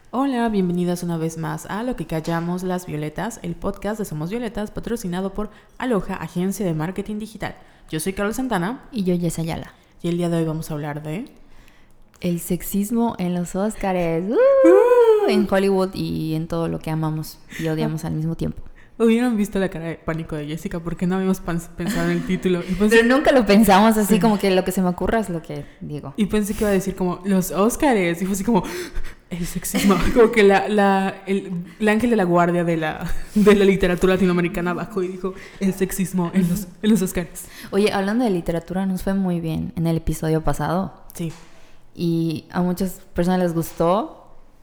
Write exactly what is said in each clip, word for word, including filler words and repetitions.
Hola, bienvenidas una vez más a Lo que callamos las violetas, el podcast de Somos Violetas, patrocinado por Aloha, agencia de marketing digital. Yo soy Carol Santana. Y yo, Jess Ayala. Y el día de hoy vamos a hablar de... el sexismo en los Óscares, uh, en Hollywood y en todo lo que amamos y odiamos al mismo tiempo. Hubieran visto la cara de pánico de Jessica porque no habíamos pensado en el título. Y pensé... Pero nunca lo pensamos así, sí. Como que lo que se me ocurra es lo que digo. Y pensé que iba a decir como los Óscares. Y fue así como el sexismo. Como que la, la, el, el ángel de la guardia de la, de la literatura latinoamericana bajó y dijo el sexismo en los, en los Óscares. Oye, hablando de literatura, nos fue muy bien en el episodio pasado. Sí. Y a muchas personas les gustó.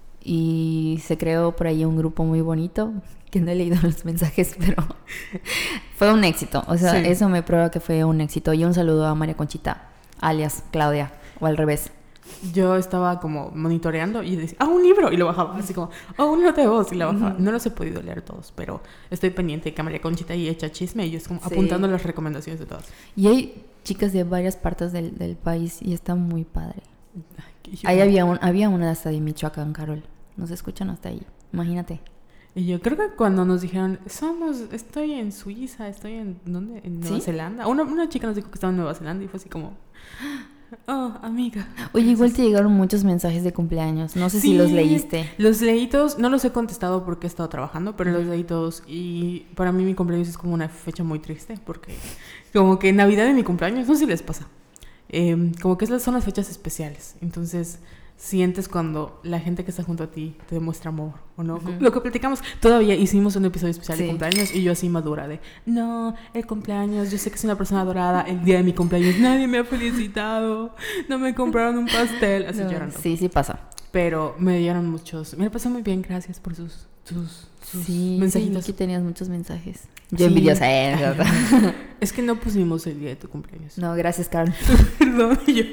Y se creó por ahí un grupo muy bonito, que no he leído los mensajes, pero fue un éxito. O sea, sí. Eso me prueba que fue un éxito. Y un saludo a María Conchita, alias Claudia, o al revés. Yo estaba como monitoreando y decía, ¡ah, un libro! Y lo bajaba, así como, ¡ah, un libro de voz! Y lo bajaba. Uh-huh. No los he podido leer todos, pero estoy pendiente de que María Conchita y echa chisme y yo estoy como sí. apuntando las recomendaciones de todas. Y hay chicas de varias partes del, del país y está muy padre. Ay, ahí había, un, había una hasta de Michoacán, Carol. Nos escuchan hasta ahí, imagínate. Y yo creo que cuando nos dijeron, somos, estoy en Suiza, estoy en, ¿dónde? En Nueva ¿Sí? Zelanda. Una, una chica nos dijo que estaba en Nueva Zelanda y fue así como, oh, amiga. Oye, igual te llegaron muchos mensajes de cumpleaños, no sé sí, si los leíste. Los leí todos, no los he contestado porque he estado trabajando, pero los leí todos. Y para mí mi cumpleaños es como una fecha muy triste, porque como que Navidad y mi cumpleaños, no sé si les pasa. Eh, como que esas son las fechas especiales, entonces... sientes cuando la gente que está junto a ti te demuestra amor, ¿o no? Uh-huh. Lo que platicamos, todavía hicimos un episodio especial sí. de cumpleaños y yo así madura de, no, el cumpleaños, yo sé que soy una persona adorada, el día de mi cumpleaños nadie me ha felicitado, no me compraron un pastel, así no, llorando. Sí, sí pasa. Pero me dieron muchos, me lo pasé muy bien, gracias por sus, sus, sus sí, mensajitos. Sí, aquí tenías muchos mensajes. Yo sí. envidiosa, ¿eh? Es que no pusimos el día de tu cumpleaños. No, gracias, Carol. Perdón, yo...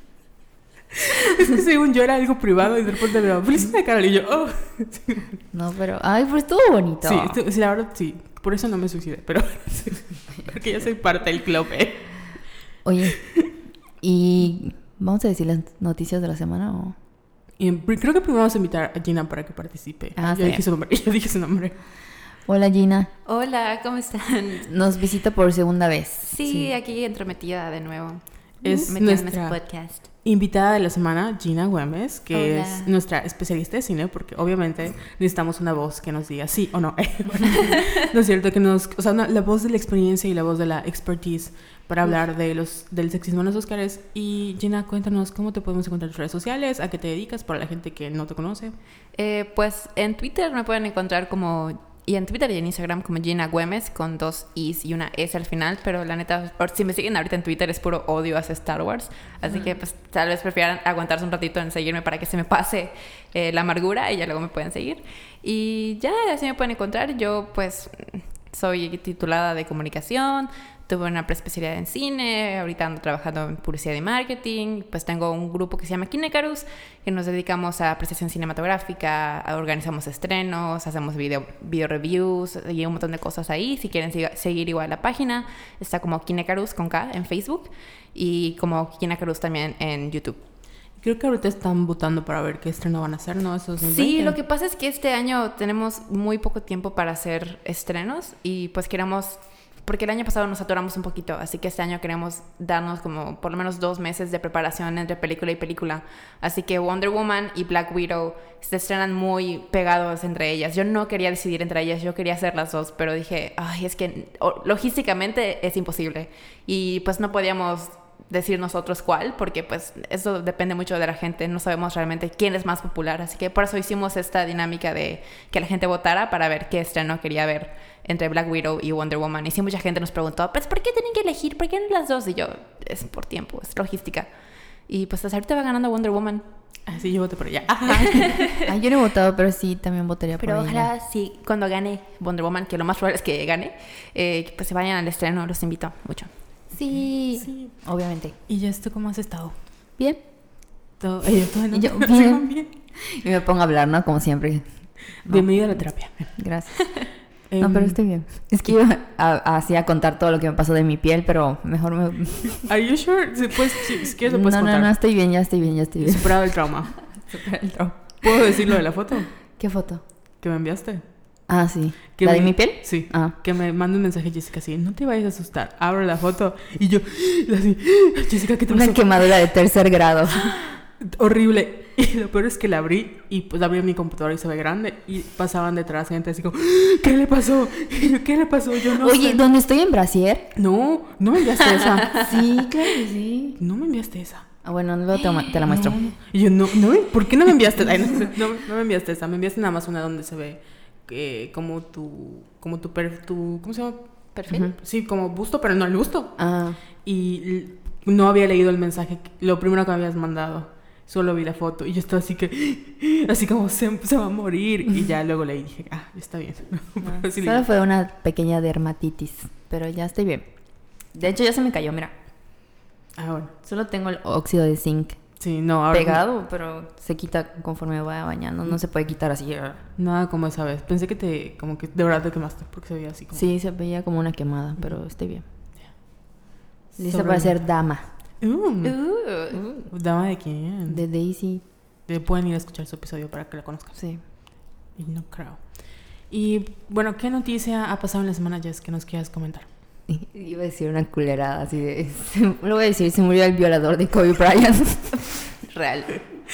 Es que según yo era algo privado y de repente me digo, felicidades, Carol, y yo, oh. No, pero, ay, pues estuvo bonito. Sí, estu- sí, la verdad, sí. Por eso no me suicidé, pero porque ya soy parte del club, ¿eh? Oye, ¿y vamos a decir las noticias de la semana o...? Y creo que primero vamos a invitar a Gina para que participe. Ah, ya dije su nombre, ya dije su nombre. Hola, Gina. Hola, ¿cómo están? Nos visita por segunda vez. Sí, sí. Aquí entrometida de nuevo. Es nuestra podcast. Invitada de la semana, Gina Güemes, que Hola. Es nuestra especialista de cine, porque obviamente necesitamos una voz que nos diga sí o no. No es cierto que nos... O sea, no, la voz de la experiencia y la voz de la expertise para hablar de los del sexismo en los Óscares. Y Gina, cuéntanos cómo te podemos encontrar en tus redes sociales, a qué te dedicas para la gente que no te conoce. Eh, pues en Twitter me pueden encontrar como... Y en Twitter y en Instagram como Gina Güemes con dos Is y una S al final. Pero la neta, si me siguen ahorita en Twitter es puro odio hacia Star Wars. Así uh-huh. que pues tal vez prefieran aguantarse un ratito en seguirme para que se me pase eh, la amargura y ya luego me pueden seguir. Y ya así me pueden encontrar. Yo pues soy titulada de comunicación. Tuve una preespecialidad en cine, ahorita ando trabajando en publicidad y marketing, pues tengo un grupo que se llama Kinecarus, que nos dedicamos a apreciación cinematográfica, organizamos estrenos, hacemos video, video reviews y un montón de cosas ahí. Si quieren sig- seguir igual la página, está como Kinecarus con K en Facebook y como Kinecarus también en YouTube. Creo que ahorita están votando para ver qué estreno van a hacer, ¿no? Eso sí, lo que pasa es que este año tenemos muy poco tiempo para hacer estrenos y pues queremos... Porque el año pasado nos atoramos un poquito, así que este año queremos darnos como por lo menos dos meses de preparación entre película y película. Así que Wonder Woman y Black Widow se estrenan muy pegados entre ellas. Yo no quería decidir entre ellas, yo quería hacer las dos, pero dije, ay, es que logísticamente es imposible. Y pues no podíamos decir nosotros cuál, porque pues eso depende mucho de la gente, no sabemos realmente quién es más popular, así que por eso hicimos esta dinámica de que la gente votara para ver qué estreno quería ver entre Black Widow y Wonder Woman. Y sí, mucha gente nos preguntó, pues ¿por qué tienen que elegir? ¿Por qué no las dos? Y yo, es por tiempo, es logística. Y pues hasta ahorita va ganando Wonder Woman. Ah, sí, yo voté por ella. Ay, yo no he votado, pero sí, también votaría pero por ella. Pero ojalá sí, cuando gane Wonder Woman, que lo más probable es que gane, eh, pues se vayan al estreno, los invito mucho. Sí, sí, obviamente. ¿Y ya esto cómo has estado? Bien. Todo, ella, todo ¿no? Y yo, bien. bien. Y me pongo a hablar, ¿no? Como siempre. Bienvenida no. a la terapia. Gracias. No, pero estoy bien. Es que iba a, así a contar todo lo que me pasó de mi piel, pero mejor me... ¿Are you sure? Si, puedes, si, si quieres lo puedes no, contar. No, no, estoy bien, ya estoy bien, ya estoy bien. Superado el trauma. Superado el trauma. ¿Puedo decir lo de la foto? ¿Qué foto? Que me enviaste. Ah, sí. Que ¿La me... de mi piel? Sí. Ah. Que me manda un mensaje Jessica así, no te vayas a asustar. Abro la foto y yo, así, Jessica, ¿qué te pasó? Una quemadura de tercer grado. Horrible. Y lo peor es que la abrí y pues la abrí en mi computadora y se ve grande y pasaban detrás gente así como, ¿qué le pasó? Y yo, ¿qué le pasó? Yo no Oye, sé. ¿dónde estoy en brasier? No, no me enviaste esa. Sí, claro que sí. No me enviaste esa. Ah, bueno, luego te, te la muestro. No. Y yo, no, no, ¿por qué no me enviaste? Ay, no, no, no me enviaste esa. Me enviaste nada más una donde se ve eh, como tu, como tu, per, tu, ¿cómo se llama? ¿Perfil? Uh-huh. Sí, como busto, pero no el busto. Ah. Y no había leído el mensaje, lo primero que me habías mandado. Solo vi la foto y yo estaba así que, así como se, se va a morir. Y ya luego leí y dije, ah, está bien. No, sí solo fue una pequeña dermatitis, pero ya estoy bien. De hecho, ya se me cayó, mira. Ah, bueno. Solo tengo el óxido de zinc. Sí, no, ahora... Pegado, pero se quita conforme me vaya bañando. No se puede quitar así. Nada como esa vez. Pensé que te, como que de verdad te quemaste porque se veía así como... Sí, se veía como una quemada, pero estoy bien. Lista Sobre... para ser dama. Uh, Uh. uh. ¿Dama de quién? De Daisy. De, pueden ir a escuchar su episodio para que la conozcan. Sí. Y no creo. Y bueno, ¿qué noticia ha pasado en la semana, Jess, que nos quieras comentar? Iba a decir una culerada así de... Lo voy a decir, se murió el violador de Kobe Bryant. Real.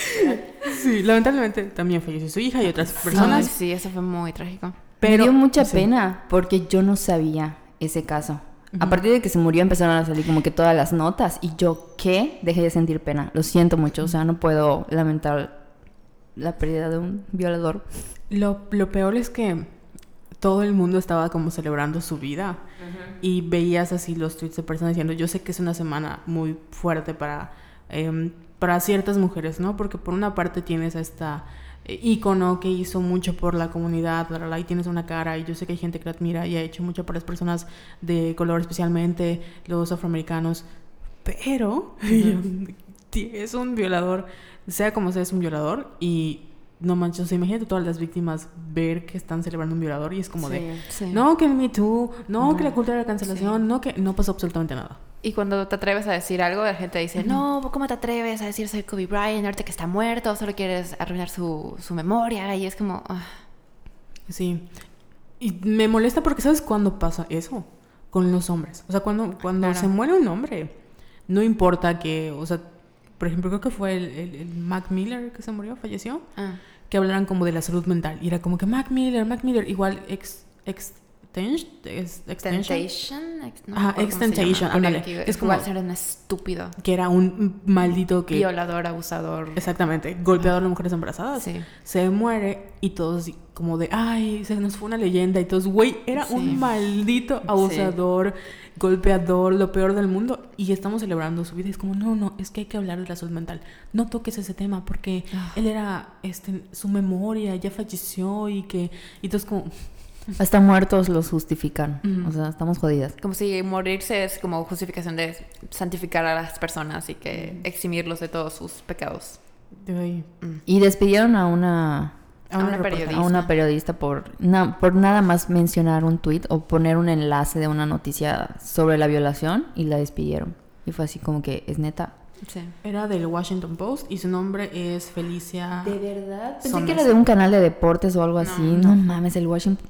Sí, lamentablemente también falleció su hija y otras personas. Ay, sí, eso fue muy trágico. Pero, me dio mucha sí. pena porque yo no sabía ese caso. Uh-huh. A partir de que se murió empezaron a salir como que todas las notas y yo, ¿qué? Dejé de sentir pena. Lo siento mucho, o sea, no puedo lamentar la pérdida de un violador. Lo, lo peor es que todo el mundo estaba como celebrando su vida. Uh-huh. Y veías así los tweets de personas diciendo, yo sé que es una semana muy fuerte para, eh, para ciertas mujeres, ¿no? Porque por una parte tienes a esta eh, ícono que hizo mucho por la comunidad, bla, bla, bla, y tienes una cara, y yo sé que hay gente que la admira y ha hecho mucho para las personas de color, especialmente los afroamericanos, pero uh-huh. es un violador, sea como sea, es un violador, y no manches, o sea, imagínate todas las víctimas ver que están celebrando un violador y es como sí, de, sí. no, que el Me Too, no, uh-huh. que la cultura de la cancelación, sí. no, que no pasó absolutamente nada. Y cuando te atreves a decir algo, la gente dice, uh-huh. no, ¿cómo te atreves a decir soy Kobe Bryant ahorita que está muerto? Solo quieres arruinar su, su memoria. Y es como... Uh. Sí. Y me molesta porque ¿sabes cuándo pasa eso? Con los hombres. O sea, cuando, cuando claro. se muere un hombre, no importa que... O sea, por ejemplo, creo que fue el, el, el Mac Miller que se murió, falleció. Uh. Que hablaran como de la salud mental. Y era como que Mac Miller, Mac Miller, igual ex... ex Extentation, no ah, Extentation, ándale. Es como ser un estúpido. Que era un maldito que violador, abusador. Exactamente, golpeador de mujeres embarazadas. Sí. Se muere y todos como de, ay, se nos fue una leyenda y todos, güey, era sí. un maldito abusador, sí. golpeador, lo peor del mundo y estamos celebrando su vida. Y es como, no, no, es que hay que hablar de la salud mental. No toques ese tema porque oh. él era, este, su memoria ya falleció y que, y todos como... Hasta muertos los justifican. Uh-huh. O sea, estamos jodidas. Como si morirse es como justificación de santificar a las personas y que uh-huh. eximirlos de todos sus pecados. Uh-huh. Y despidieron a una... A una, a, periodista. a una periodista por, na, por nada más mencionar un tweet o poner un enlace de una noticia sobre la violación y la despidieron. Y fue así como que, ¿es neta? Sí. Era del Washington Post y su nombre es Felicia. ¿De verdad? Pensé Sonnes. que era de un canal de deportes o algo no, así. No. no mames, el Washington.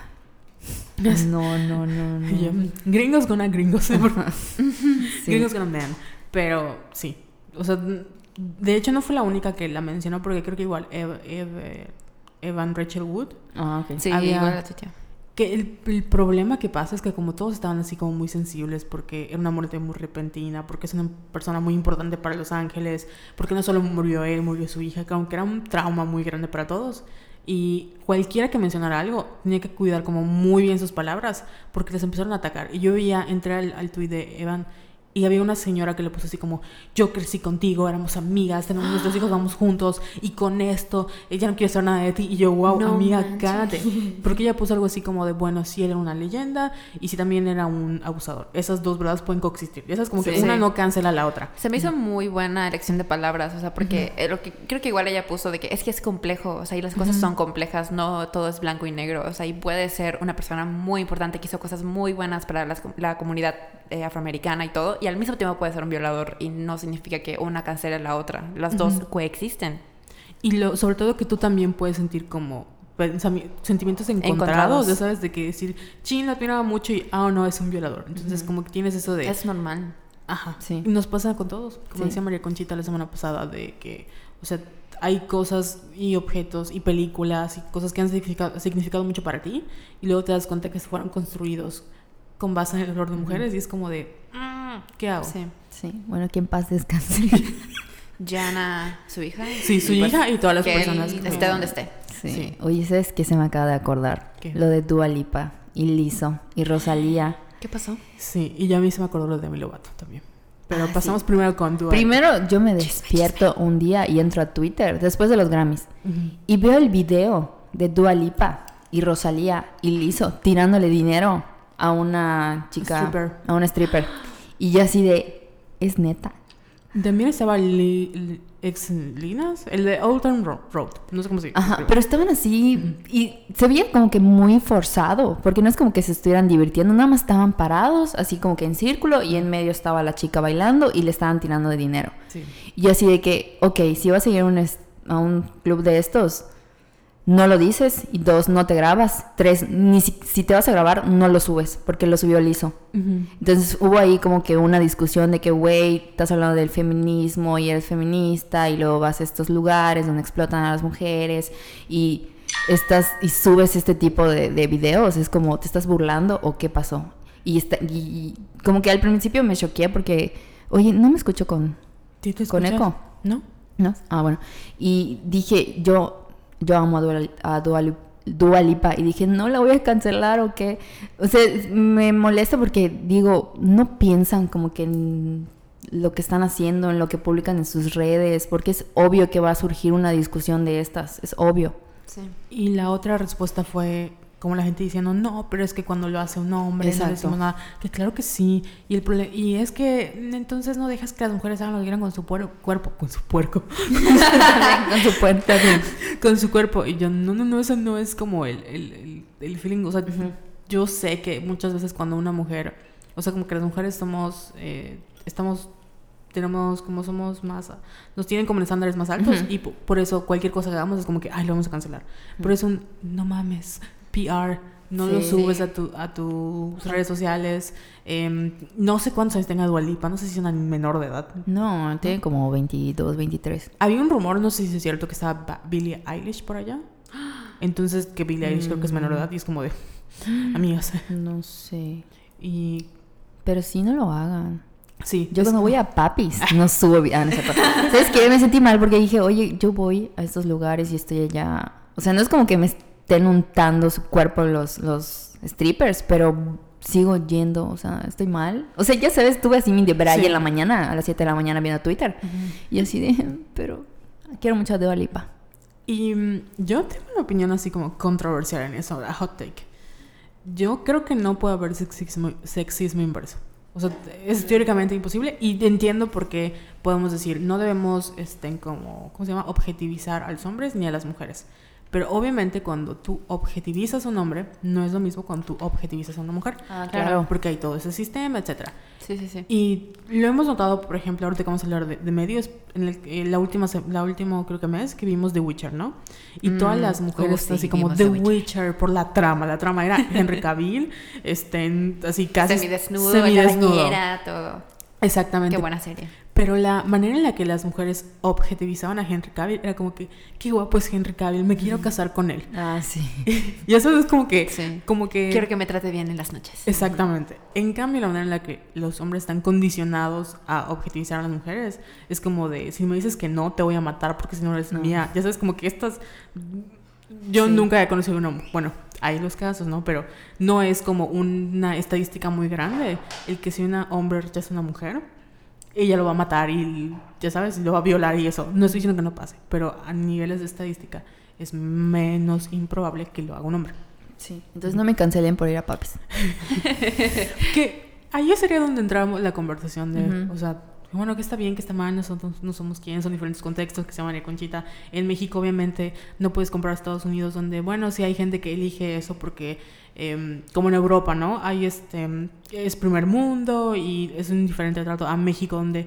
No, no, no, no. Yeah. Gringos gonna gringos. sí. Gringos gonna man. Pero sí. O sea, de hecho no fue la única que la mencionó porque creo que igual Eve, Eve, Evan Rachel Wood. Ah, ok. Sí, había... igual la tuya. Que el, el problema que pasa es que como todos estaban así como muy sensibles porque era una muerte muy repentina, porque es una persona muy importante para Los Ángeles, porque no solo murió él, murió su hija, que aunque era un trauma muy grande para todos. Y cualquiera que mencionara algo tenía que cuidar como muy bien sus palabras porque les empezaron a atacar. Y yo veía, entré al, al tuit de Evan y había una señora que le puso así como, yo crecí contigo, éramos amigas, tenemos nuestros hijos, vamos juntos, y con esto, ella no quiere saber nada de ti. Y yo, wow, no amiga, manches. Cállate. Porque ella puso algo así como de, bueno, sí era una leyenda, y sí también era un abusador. Esas dos verdades pueden coexistir. Y esas como sí, que una sí. no cancela a la otra. Se me hizo muy buena elección de palabras, o sea, porque uh-huh. lo que creo que igual ella puso de que es que es complejo, o sea, y las cosas uh-huh. son complejas, no todo es blanco y negro, o sea, y puede ser una persona muy importante que hizo cosas muy buenas para las, la comunidad eh, afroamericana y todo, y al mismo tiempo puede ser un violador y no significa que una cancele a la otra. Las uh-huh. dos coexisten. Y lo, sobre todo que tú también puedes sentir como pensami- sentimientos encontrados, Encontrados. ya sabes, de que decir, chin, la admiraba mucho y, ah, no, es un violador. Entonces, Ujú. como que tienes eso de... Es normal. Ajá. Sí. Y nos pasa con todos. Como Sí. decía María Conchita la semana pasada, de que, o sea, hay cosas y objetos y películas y cosas que han significado, significado mucho para ti y luego te das cuenta que fueron construidos con base en el error de mujeres y es como de, mm, ¿qué hago? Sí. Sí, bueno, que en paz descanse. Jana, su hija. Sí, su Y pues, hija y todas las que personas. él que- esté donde esté. Sí. Sí. Oye, ¿sabes qué se me acaba de acordar? ¿Qué? Lo de Dua Lipa y Lizzo y Rosalía. ¿Qué pasó? Sí, y ya a mí se me acordó lo de Demi Lovato también. Pero Ah, pasamos sí. primero con Dua. Primero yo me despierto un día y entro a Twitter después de los Grammys Ujú. y veo el video de Dua Lipa y Rosalía y Lizzo tirándole dinero a una chica, Stripper. a una stripper. Y yo así de, ¿es neta? También estaba Li, Li- ex Linas, el de Old Town Ro- Road. No sé cómo se Ajá, escribe. pero estaban así y se veía como que muy forzado, porque no es como que se estuvieran divirtiendo, nada más estaban parados, así como que en círculo y en medio estaba la chica bailando y le estaban tirando de dinero. Sí. Y yo así de que, ok, si vas a ir a un, es- a un club de estos, no lo dices, y dos, no te grabas, tres, ni si, si te vas a grabar, no lo subes, porque lo subió Lizzo. Ujú. Entonces hubo ahí como que una discusión de que, güey, estás hablando del feminismo y eres feminista y luego vas a estos lugares donde explotan a las mujeres y estás y subes este tipo de, de videos. Es como, ¿te estás burlando o qué pasó? Y, está, y, y como que al principio me choqué porque, oye, no me escucho con, ¿Sí te con escuchas? eco. ¿No? ¿No? Ah, bueno. Y dije, yo, yo amo a Dua, a Dua Lip- Dua Lipa y dije, no la voy a cancelar o qué. O sea, me molesta porque digo, no piensan como que en lo que están haciendo, en lo que publican en sus redes, porque es obvio que va a surgir una discusión de estas, es obvio. Sí. Y la otra respuesta fue como la gente diciendo, no, pero es que cuando lo hace un hombre no le Exacto. decimos nada. Que claro que sí. Y el prole- y es que entonces no dejas que las mujeres hagan lo que quieran con su puer- cuerpo, con su puerco, Con su puerta de- con su cuerpo. Y yo, no, no, no, eso no es como el, el, el, el feeling. O sea, Ujú. yo sé que muchas veces cuando una mujer, o sea, como que las mujeres somos, eh, estamos, tenemos, como somos más, nos tienen como en estándares más altos Ujú. y po- por eso cualquier cosa que hagamos es como que, ay, lo vamos a cancelar. Pero es un, no mames, P R, no lo Sí. subes a, tu, a tus redes sociales. em, no sé cuántos años tenga Dua Lipa, no sé si es una menor de edad. No, tiene como veintidós, veintitrés. Había un rumor, no sé si es cierto, que estaba Ba- Billie Eilish por allá. Entonces, que Billie Eilish creo que es menor de edad y es como de, amigas. No sé. Y Pero sí, no lo hagan. sí. Yo es cuando como- voy a Papis no subo vi- ah, no es cierto. ¿Sabes qué? Me sentí mal porque dije, oye, yo voy a estos lugares y estoy allá. O sea, no es como que me estén untando su cuerpo los, los strippers, pero sigo yendo, o sea, estoy mal. O sea, ya sabes, tuve así mi de Braille Sí. en la mañana, a las siete de la mañana viendo Twitter. Y así de, pero quiero mucho a Dua Lipa. Y mm, yo tengo una opinión así como controversial en eso, a hot take. Yo creo que no puede haber sexismo, sexismo inverso. O sea, es teóricamente imposible y entiendo por qué podemos decir no debemos este, como, ¿cómo se llama? Objetivizar a los hombres ni a las mujeres. Pero obviamente cuando tú objetivizas a un hombre, no es lo mismo cuando tú objetivizas a una mujer. Ah, claro. Porque hay todo ese sistema, etcétera. Sí, sí, sí. Y lo hemos notado, por ejemplo, ahorita que vamos a hablar de, de medios, en el, en la última, se- la última creo que mes que vimos The Witcher, ¿no? Y Mm, todas las mujeres oh, sí, así como vimos The The Witcher. Witcher. por la trama. La trama era Henry Cavill, este, en- así casi Semidesnudo, en la semidesnudo. bañera, todo. Exactamente. Qué buena serie. Pero la manera en la que las mujeres objetivizaban a Henry Cavill era como que, qué guapo es Henry Cavill, me quiero casar con él. Ah, sí. Y eso es como que, Sí. como que... Quiero que me trate bien en las noches. Exactamente. En cambio, la manera en la que los hombres están condicionados a objetivizar a las mujeres es como de, si me dices que no, te voy a matar porque si no eres No. mía. Ya sabes, como que estas... Yo Sí. nunca he conocido una... Bueno, hay los casos, ¿no? Pero no es como una estadística muy grande el que si un hombre rechaza a una mujer, ella lo va a matar y, ya sabes, lo va a violar y eso. No estoy diciendo que no pase, pero a niveles de estadística es menos improbable que lo haga un hombre. Sí. Entonces no me cancelen por ir a Papis. Que ahí sería donde entramos la conversación de, Ujú. o sea, bueno, que está bien, que está mal, nosotros no somos quién, son diferentes contextos, que se llama María Conchita. En México, obviamente, no puedes comprar a Estados Unidos, donde, bueno, sí hay gente que elige eso porque, eh, como en Europa, ¿no? Hay este, es primer mundo y es un diferente trato a México, donde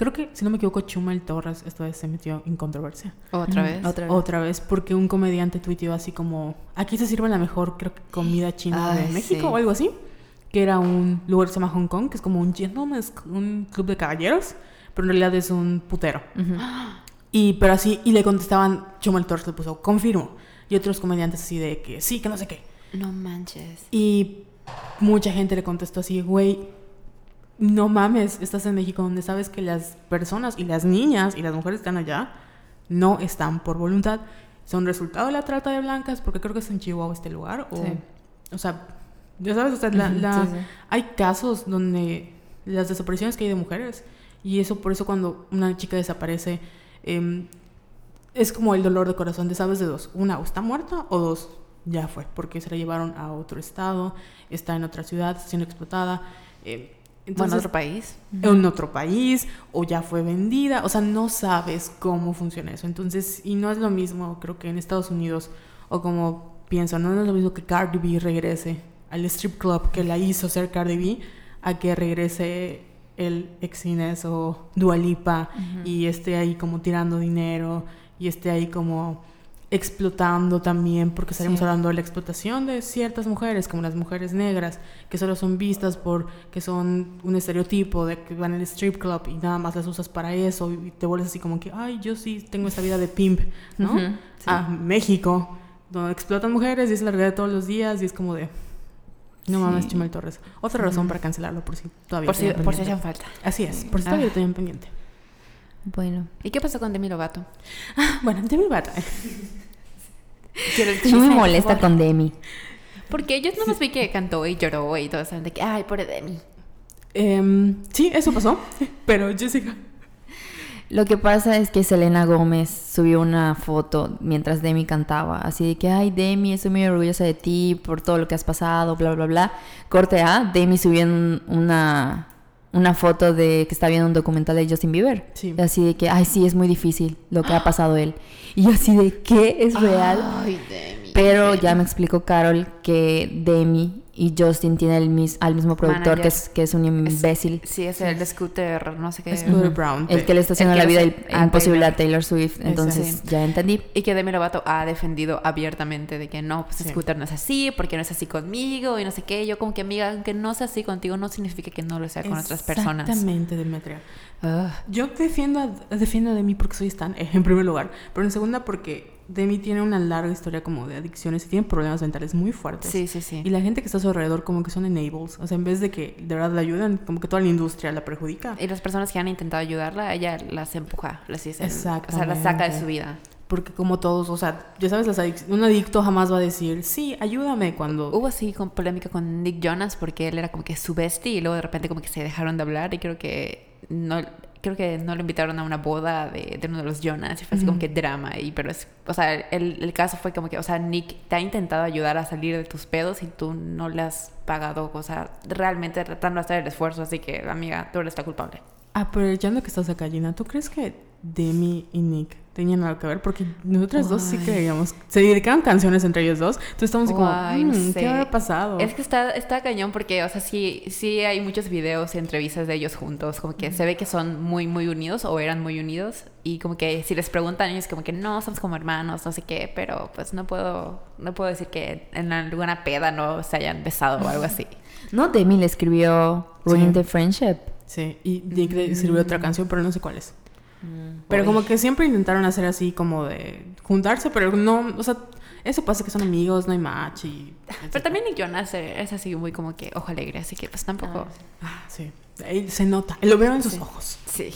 creo que, si no me equivoco, Chumel Torres esta vez se metió en controversia. ¿Otra vez? Otra vez. Otra vez, porque un comediante tuiteó así como, aquí se sirve la mejor, creo que comida china Ay, de México sí. o algo así, que era un lugar que se llama Hong Kong, que es como un gentleman's, un club de caballeros, pero en realidad es un putero. Ujú. Y, pero así, y le contestaban, Chumel Torres le puso, confirmo. Y otros comediantes así de que sí, que no sé qué. No manches. Y mucha gente le contestó así, güey, no mames, estás en México donde sabes que las personas y las niñas y las mujeres que están allá no están por voluntad. Son resultado de la trata de blancas, porque creo que es en Chihuahua este lugar. O, Sí. o sea, ya sabes, o sea, la, Ujú, la- sí, sí. hay casos donde las desapariciones que hay de mujeres, y eso por eso cuando una chica desaparece, eh, es como el dolor de corazón de sabes de dos. Una, o está muerta, o dos, ya fue, porque se la llevaron a otro estado, está en otra ciudad, está siendo explotada. Eh, Bueno, entonces, otro país. en otro país, o ya fue vendida, o sea, no sabes cómo funciona eso. Entonces, y no es lo mismo, creo que en Estados Unidos, o como pienso, no es lo mismo que Cardi B regrese al strip club que la hizo ser Cardi B, a que regrese el ex Inés o Dua Lipa Ujú. y esté ahí como tirando dinero y esté ahí como explotando también, porque estaremos Sí. hablando de la explotación de ciertas mujeres, como las mujeres negras, que solo son vistas por que son un estereotipo de que van al strip club y nada más las usas para eso y te vuelves así como que, ay, yo sí tengo esta vida de pimp, ¿no? Ujú, sí. A México, donde explotan mujeres y es la realidad de todos los días y es como de, no Sí. mames, Chumel Torres. Otra razón Ujú. para cancelarlo por si todavía Por si, tenían por si pendiente. hacen falta. Así es, por si todavía Ah. lo tenían pendiente. Bueno. ¿Y qué pasó con Demi Lovato? Bueno, Demi Lovato. ¿Quieres Estoy muy molesta con Demi. Porque yo nomás vi que cantó y lloró y todo eso. De que, ay, pobre Demi. Em, sí, eso pasó, pero Jessica... Lo que pasa es que Selena Gómez subió una foto mientras Demi cantaba, así de que, ay, Demi, estoy muy orgullosa de ti por todo lo que has pasado, bla, bla, bla. Corte A, Demi subió un- una, una foto de que está viendo un documental de Justin Bieber. Sí. Así de que, ay, sí, es muy difícil lo que ha pasado él. Y yo así de, ¿qué? ¿Es real? Ay, Demi. Pero ya me explicó Carol que Demi y Justin tienen el mis- al mismo productor, Manager. que es, que es un imbécil. Sí, es el Scooter, no sé qué. Scooter Ujú. Brown. El que le está haciendo El que la vida le il- hace- ah, imposible a Taylor. Taylor Swift. Entonces, Sí. ya entendí. Y que Demi Lovato ha defendido abiertamente de que no, pues Sí. Scooter no es así, porque no es así conmigo y no sé qué. Yo como que, amiga, aunque no sea así contigo, no significa que no lo sea con otras personas. Exactamente, Demetria. Ugh. Yo defiendo a, defiendo a Demi porque soy stan, eh, en primer lugar. Pero en segunda porque Demi tiene una larga historia como de adicciones y tiene problemas mentales muy fuertes. Sí, sí, sí. Y la gente que está a su alrededor como que son enables. O sea, en vez de que de verdad la ayuden, como que toda la industria la perjudica. Y las personas que han intentado ayudarla, ella las empuja, las dice. O sea, las saca de Exactamente. su vida. Porque como todos, o sea, ya sabes, las adic- un adicto jamás va a decir, sí, ayúdame cuando... Hubo así con polémica con Nick Jonas porque él era como que su bestie y luego de repente como que se dejaron de hablar y creo que no creo que no lo invitaron a una boda de, de uno de los Jonas y fue así como Ujú. que drama y pero es o sea el, el caso fue como que o sea Nick te ha intentado ayudar a salir de tus pedos y tú no le has pagado, o sea, realmente tratando de hacer el esfuerzo, así que amiga, tú eres la culpable. Aprovechando que estás acá, Gina, ¿tú crees que Demi y Nick tenían algo que ver? Porque nosotras dos sí Ay. creíamos. Se dedicaban canciones entre ellos dos. Entonces estamos así como, Ay, no "Mm, sé. ¿qué habrá pasado? Es que está, está cañón porque, o sea, sí, sí hay muchos videos y entrevistas de ellos juntos, como que se ve que son muy, muy unidos o eran muy unidos y como que si les preguntan ellos como que no, somos como hermanos, no sé qué, pero pues no puedo, no puedo decir que en alguna peda no se hayan besado o algo así. No, Demi le escribió Ruin Sí. the Friendship. Sí, y Nick le escribió otra canción, pero no sé cuál es. Pero Uy. como que siempre intentaron hacer así como de juntarse, pero no, o sea, eso pasa que son amigos, no hay match y... Pero también Nick Jonas eh, es así muy como que ojo alegre, así que pues tampoco. Ah, sí. Ahí se nota, lo veo en sus Sí. ojos. Sí.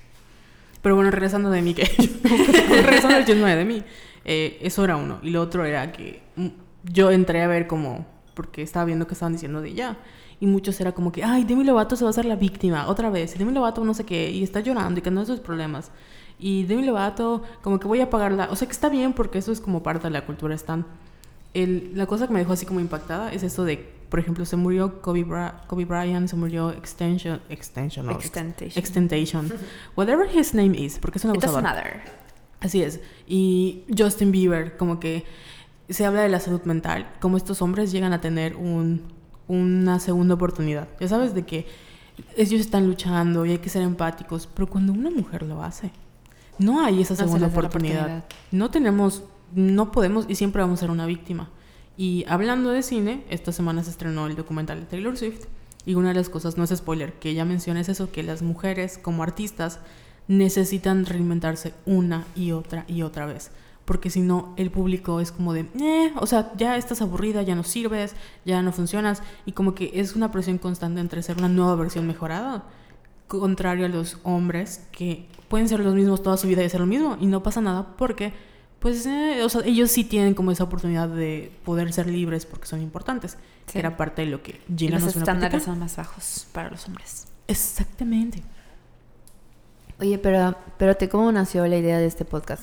Pero bueno, regresando de mí, que regresando al chisme de mí, eh, eso era uno. Y lo otro era que mm, yo entré a ver como, porque estaba viendo que estaban diciendo de ella. Y muchos era como que, ay, Demi Lovato se va a hacer la víctima otra vez. Y Demi Lovato no sé qué, y está llorando y que no sus problemas. Y Demi Lovato, como que voy a pagarla. O sea que está bien porque eso es como parte de la cultura stan. El, la cosa que me dejó así como impactada es esto de, por ejemplo, se murió Kobe, Bra Kobe Bryant, se murió Extension, Extension, no, Ex- Extentation. Extentation, whatever his name is, porque es un It doesn't abusador. matter. Así es. Y Justin Bieber, como que se habla de la salud mental, como estos hombres llegan a tener un, una segunda oportunidad. Ya sabes, de que ellos están luchando y hay que ser empáticos, pero cuando una mujer lo hace, no hay esa segunda no se oportunidad. oportunidad. No tenemos, no podemos y siempre vamos a ser una víctima. Y hablando de cine, esta semana se estrenó el documental de Taylor Swift y una de las cosas, no es spoiler, que ella menciona es eso, que las mujeres como artistas necesitan reinventarse una y otra y otra vez. Porque si no, el público es como de, eh, o sea, ya estás aburrida, ya no sirves, ya no funcionas. Y como que es una presión constante entre ser una nueva versión mejorada. Contrario a los hombres que pueden ser los mismos toda su vida y hacer lo mismo. Y no pasa nada porque, pues, eh, o sea, ellos sí tienen como esa oportunidad de poder ser libres porque son importantes. Sí. Que era parte de lo que Gina nos vino a platicar. Los estándares son más bajos para los hombres. Exactamente. Oye, pero, pero te, ¿cómo nació la idea de este podcast?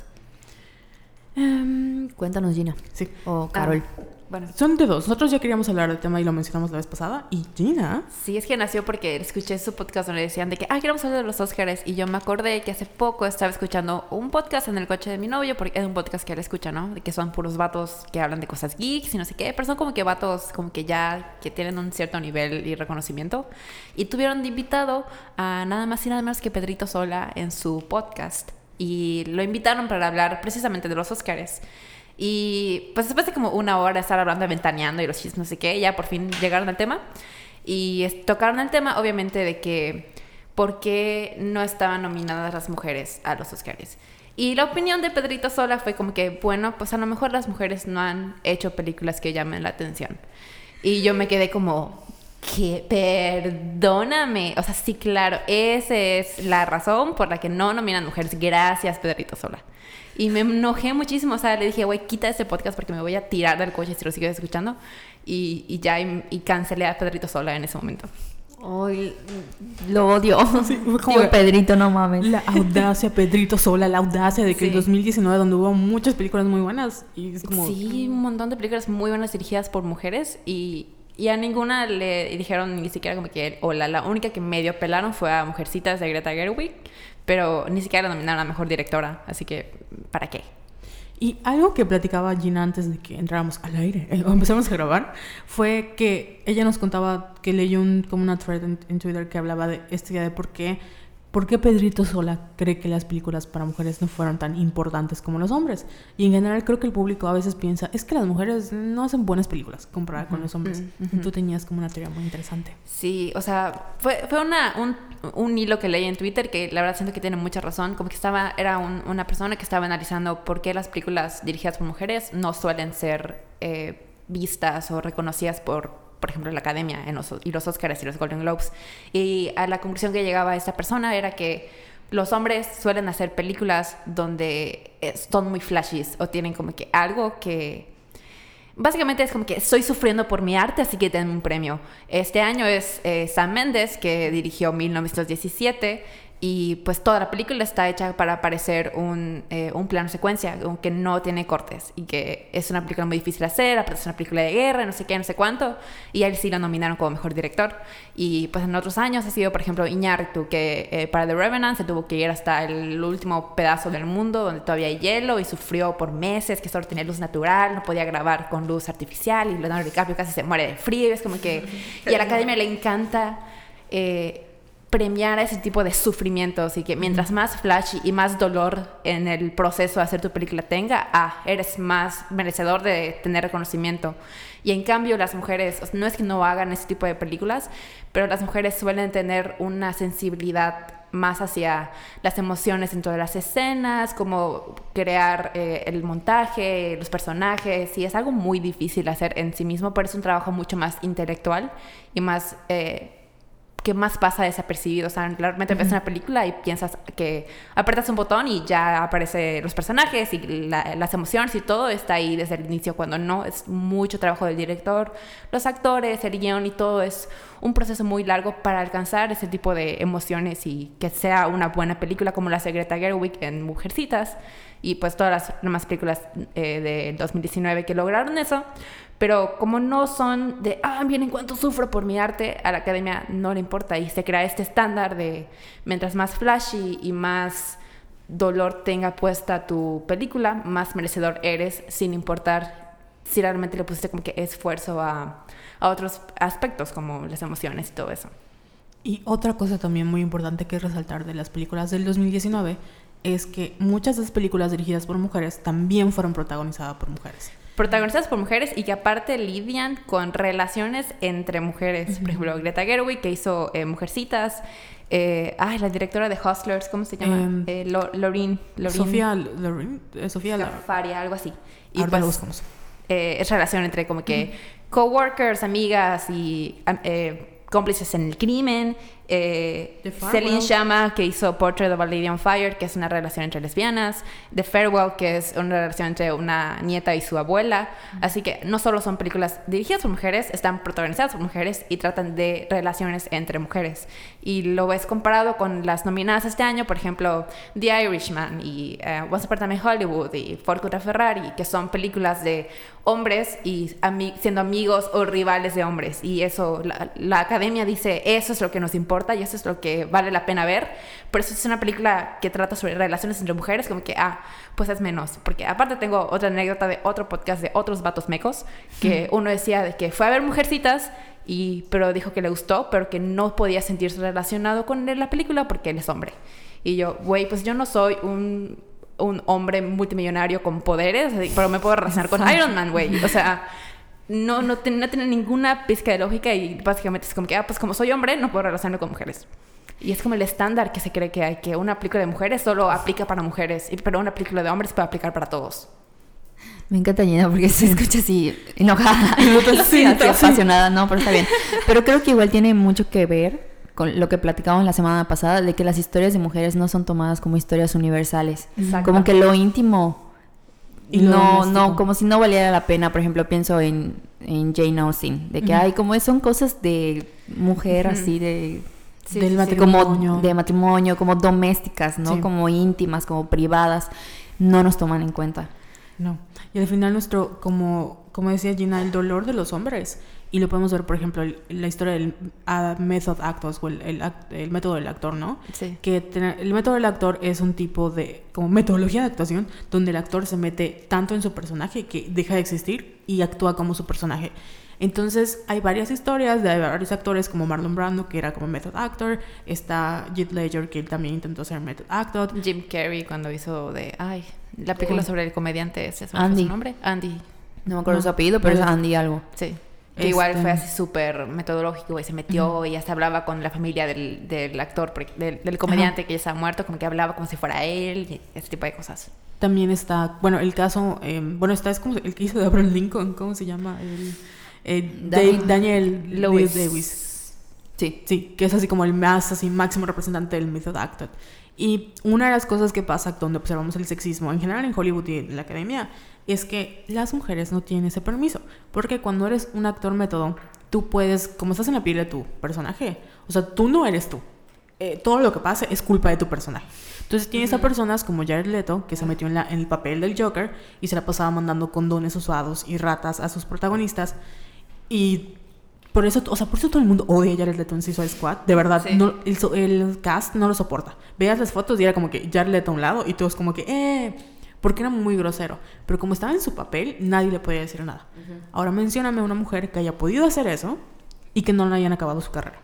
Um, Cuéntanos, Gina. Sí. O Carol. Ah, bueno. Son de dos. Nosotros ya queríamos hablar del tema y lo mencionamos la vez pasada. Y Gina... Sí, es que nació porque escuché su podcast donde decían de que, ah, queremos hablar de los Óscares. Y yo me acordé que hace poco estaba escuchando un podcast en el coche de mi novio, porque es un podcast que él escucha, ¿no? De que son puros vatos que hablan de cosas geeks y no sé qué. Pero son como que vatos como que ya que tienen un cierto nivel y reconocimiento. Y tuvieron de invitado a nada más y nada menos que Pedrito Sola en su podcast. Y lo invitaron para hablar precisamente de los Óscares. Y pues después de como una hora de estar hablando, ventaneando y los chismes, no sé qué, ya por fin llegaron al tema. Y tocaron el tema, obviamente, de que por qué no estaban nominadas las mujeres a los Óscares. Y la opinión de Pedrito Sola fue como que, bueno, pues a lo mejor las mujeres no han hecho películas que llamen la atención. Y yo me quedé como... que perdóname, o sea, sí, claro, esa es la razón por la que no nominan mujeres. Gracias, Pedrito Sola. Y me enojé muchísimo, o sea, le dije, güey, quita ese podcast porque me voy a tirar del coche si lo sigues escuchando. Y, y ya, y, y cancelé a Pedrito Sola en ese momento. Ay, lo odio. Sí, fue como Tío Pedrito, no mames. La audacia, Pedrito Sola, la audacia de que Sí. el dos mil diecinueve, donde hubo muchas películas muy buenas. Y es como... Sí, un montón de películas muy buenas dirigidas por mujeres y... Y a ninguna le dijeron ni siquiera como que... Hola, la única que medio pelaron fue a Mujercitas de Greta Gerwig. Pero ni siquiera la nominaron a Mejor Directora. Así que, ¿para qué? Y algo que platicaba Gina antes de que entráramos al aire, eh, o empezamos a grabar, fue que ella nos contaba que leyó un, como una thread en, en Twitter que hablaba de esta idea de por qué... ¿Por qué Pedrito Sola cree que las películas para mujeres no fueron tan importantes como los hombres? Y en general creo que el público a veces piensa, es que las mujeres no hacen buenas películas comparadas con los hombres. Uh-huh. Y tú tenías como una teoría muy interesante. Sí, o sea, fue, fue una, un, un hilo que leí en Twitter que la verdad siento que tiene mucha razón. Como que estaba, era un, una persona que estaba analizando por qué las películas dirigidas por mujeres no suelen ser eh, vistas o reconocidas por... por ejemplo, la Academia en los, y los Óscares y los Golden Globes. Y a la conclusión que llegaba esta persona era que los hombres suelen hacer películas donde son muy flashes o tienen como que algo que... Básicamente es como que estoy sufriendo por mi arte, así que denme un premio. Este año es eh, Sam Mendes, que dirigió mil novecientos diecisiete, y pues toda la película está hecha para parecer un, eh, un plano secuencia, que no tiene cortes, y que es una película muy difícil de hacer, es una película de guerra, no sé qué, no sé cuánto, y a él sí lo nominaron como mejor director. Y pues en otros años ha sido, por ejemplo, Iñárritu, que eh, para The Revenant se tuvo que ir hasta el último pedazo del mundo, donde todavía hay hielo, y sufrió por meses, que solo tenía luz natural, no podía grabar con luz artificial, y Leonardo DiCaprio casi se muere de frío, es como que... Y a la Academia le encanta... Eh, premiar ese tipo de sufrimientos y que mientras más flash y más dolor en el proceso de hacer tu película tenga, ah, eres más merecedor de tener reconocimiento. Y en cambio las mujeres, no es que no hagan ese tipo de películas, pero las mujeres suelen tener una sensibilidad más hacia las emociones dentro de las escenas, como crear eh, el montaje, los personajes, y es algo muy difícil hacer en sí mismo, pero es un trabajo mucho más intelectual y más... Eh, que más pasa desapercibido. O sea, realmente ves uh-huh. una película y piensas que apretas un botón y ya aparecen los personajes y la, las emociones y todo está ahí desde el inicio, cuando no, es mucho trabajo del director, los actores, el guión, y todo es un proceso muy largo para alcanzar ese tipo de emociones y que sea una buena película como la de Greta Gerwig en Mujercitas y pues todas las demás películas eh, de dos mil diecinueve que lograron eso. Pero como no son de, ah, miren cuánto sufro por mi arte, a la Academia no le importa. Y se crea este estándar de mientras más flashy y más dolor tenga puesta tu película, más merecedor eres, sin importar si realmente le pusiste como que esfuerzo a, a otros aspectos como las emociones y todo eso. Y otra cosa también muy importante que resaltar de las películas del dos mil diecinueve es que muchas de las películas dirigidas por mujeres también fueron protagonizadas por mujeres. Protagonizadas por mujeres y que aparte lidian con relaciones entre mujeres. Uh-huh. Por ejemplo, Greta Gerwig, que hizo eh, Mujercitas. Eh, ay, la directora de Hustlers, ¿cómo se llama? Eh, eh, Lorin. Sofía Loren. Eh, Sofía Faria, algo así. Y ahora pues, lo buscamos. Eh, es relación entre como que uh-huh. coworkers, amigas y eh, cómplices en el crimen. Eh, Celine Sciamma, que hizo Portrait of a Lady on Fire, que es una relación entre lesbianas. The Farewell, que es una relación entre una nieta y su abuela. Mm. Así que no solo son películas dirigidas por mujeres, están protagonizadas por mujeres y tratan de relaciones entre mujeres. Y lo ves comparado con las nominadas este año, por ejemplo, The Irishman y uh, Once Upon a Time in Hollywood y Ford contra Ferrari, que son películas de hombres y ami- siendo amigos o rivales de hombres. Y eso, la, la academia dice, eso es lo que nos importa y eso es lo que vale la pena ver. Por eso es una película que trata sobre relaciones entre mujeres, como que, ah, pues es menos. Porque aparte tengo otra anécdota de otro podcast de otros vatos mecos, que uno decía de que fue a ver Mujercitas, y, pero dijo que le gustó, pero que no podía sentirse relacionado con la película porque él es hombre. Y yo, güey, pues yo no soy un, un hombre multimillonario con poderes, pero me puedo relacionar con Iron Man, güey. O sea... No, no, ten, no tiene ninguna pizca de lógica y básicamente es como que, ah, pues como soy hombre, no puedo relacionarme con mujeres. Y es como el estándar que se cree que hay, que una película de mujeres solo aplica para mujeres, pero una película de hombres puede aplicar para todos. Me encanta Gina porque se escucha así enojada, sí, así apasionada, no, pero está bien. Pero creo que igual tiene mucho que ver con lo que platicábamos la semana pasada, de que las historias de mujeres no son tomadas como historias universales. Exacto. Como que lo íntimo... Y no, no, como si no valiera la pena. Por ejemplo, pienso en, en Jane Austen, de que uh-huh. hay como son cosas de mujer uh-huh. así de sí, del matrimonio, como de matrimonio, como domésticas, ¿no? Sí. Como íntimas, como privadas, no nos toman en cuenta. No. Y al final nuestro, como como decía Gina, el dolor de los hombres. Y lo podemos ver, por ejemplo, el, la historia del uh, method actors, o el, el, el método del actor, ¿no? Sí. Que tener, el método del actor es un tipo de, como metodología de actuación, donde el actor se mete tanto en su personaje que deja de existir y actúa como su personaje. Entonces, hay varias historias de varios actores, como Marlon Brando, que era como method actor. Está Heath Ledger, que él también intentó ser method actor. Jim Carrey, cuando hizo de, ay, la película oh. sobre el comediante, ¿ese es su nombre? Andy. No me acuerdo no. su apellido, pero es Andy algo. Sí. Que este... igual fue así súper metodológico y se metió uh-huh. y hasta hablaba con la familia del, del actor, del, del comediante uh-huh. que ya estaba muerto, como que hablaba como si fuera él y ese tipo de cosas. También está, bueno, el caso, eh, bueno, está es como el que hizo de Abraham Lincoln, ¿cómo se llama? El, eh, Daniel, Daniel Lewis. Lewis. Sí, sí, que es así como el más, así máximo representante del method actor. Y una de las cosas que pasa donde observamos el sexismo, en general en Hollywood y en la academia, es que las mujeres no tienen ese permiso. Porque cuando eres un actor método, tú puedes, como estás en la piel de tu personaje, o sea, tú no eres tú. Eh, todo lo que pase es culpa de tu personaje. Entonces tienes uh-huh. a personas como Jared Leto, que se metió en, la, en el papel del Joker y se la pasaba mandando condones usados y ratas a sus protagonistas. Y por eso, o sea, por eso todo el mundo odia a Jared Leto en Suicide Squad. De verdad, sí. no, el, el cast no lo soporta. Veas las fotos y era como que Jared Leto a un lado y todos como que, eh... porque era muy grosero. Pero como estaba en su papel, nadie le podía decir nada. Uh-huh. Ahora mencióname a una mujer que haya podido hacer eso y que no le hayan acabado su carrera.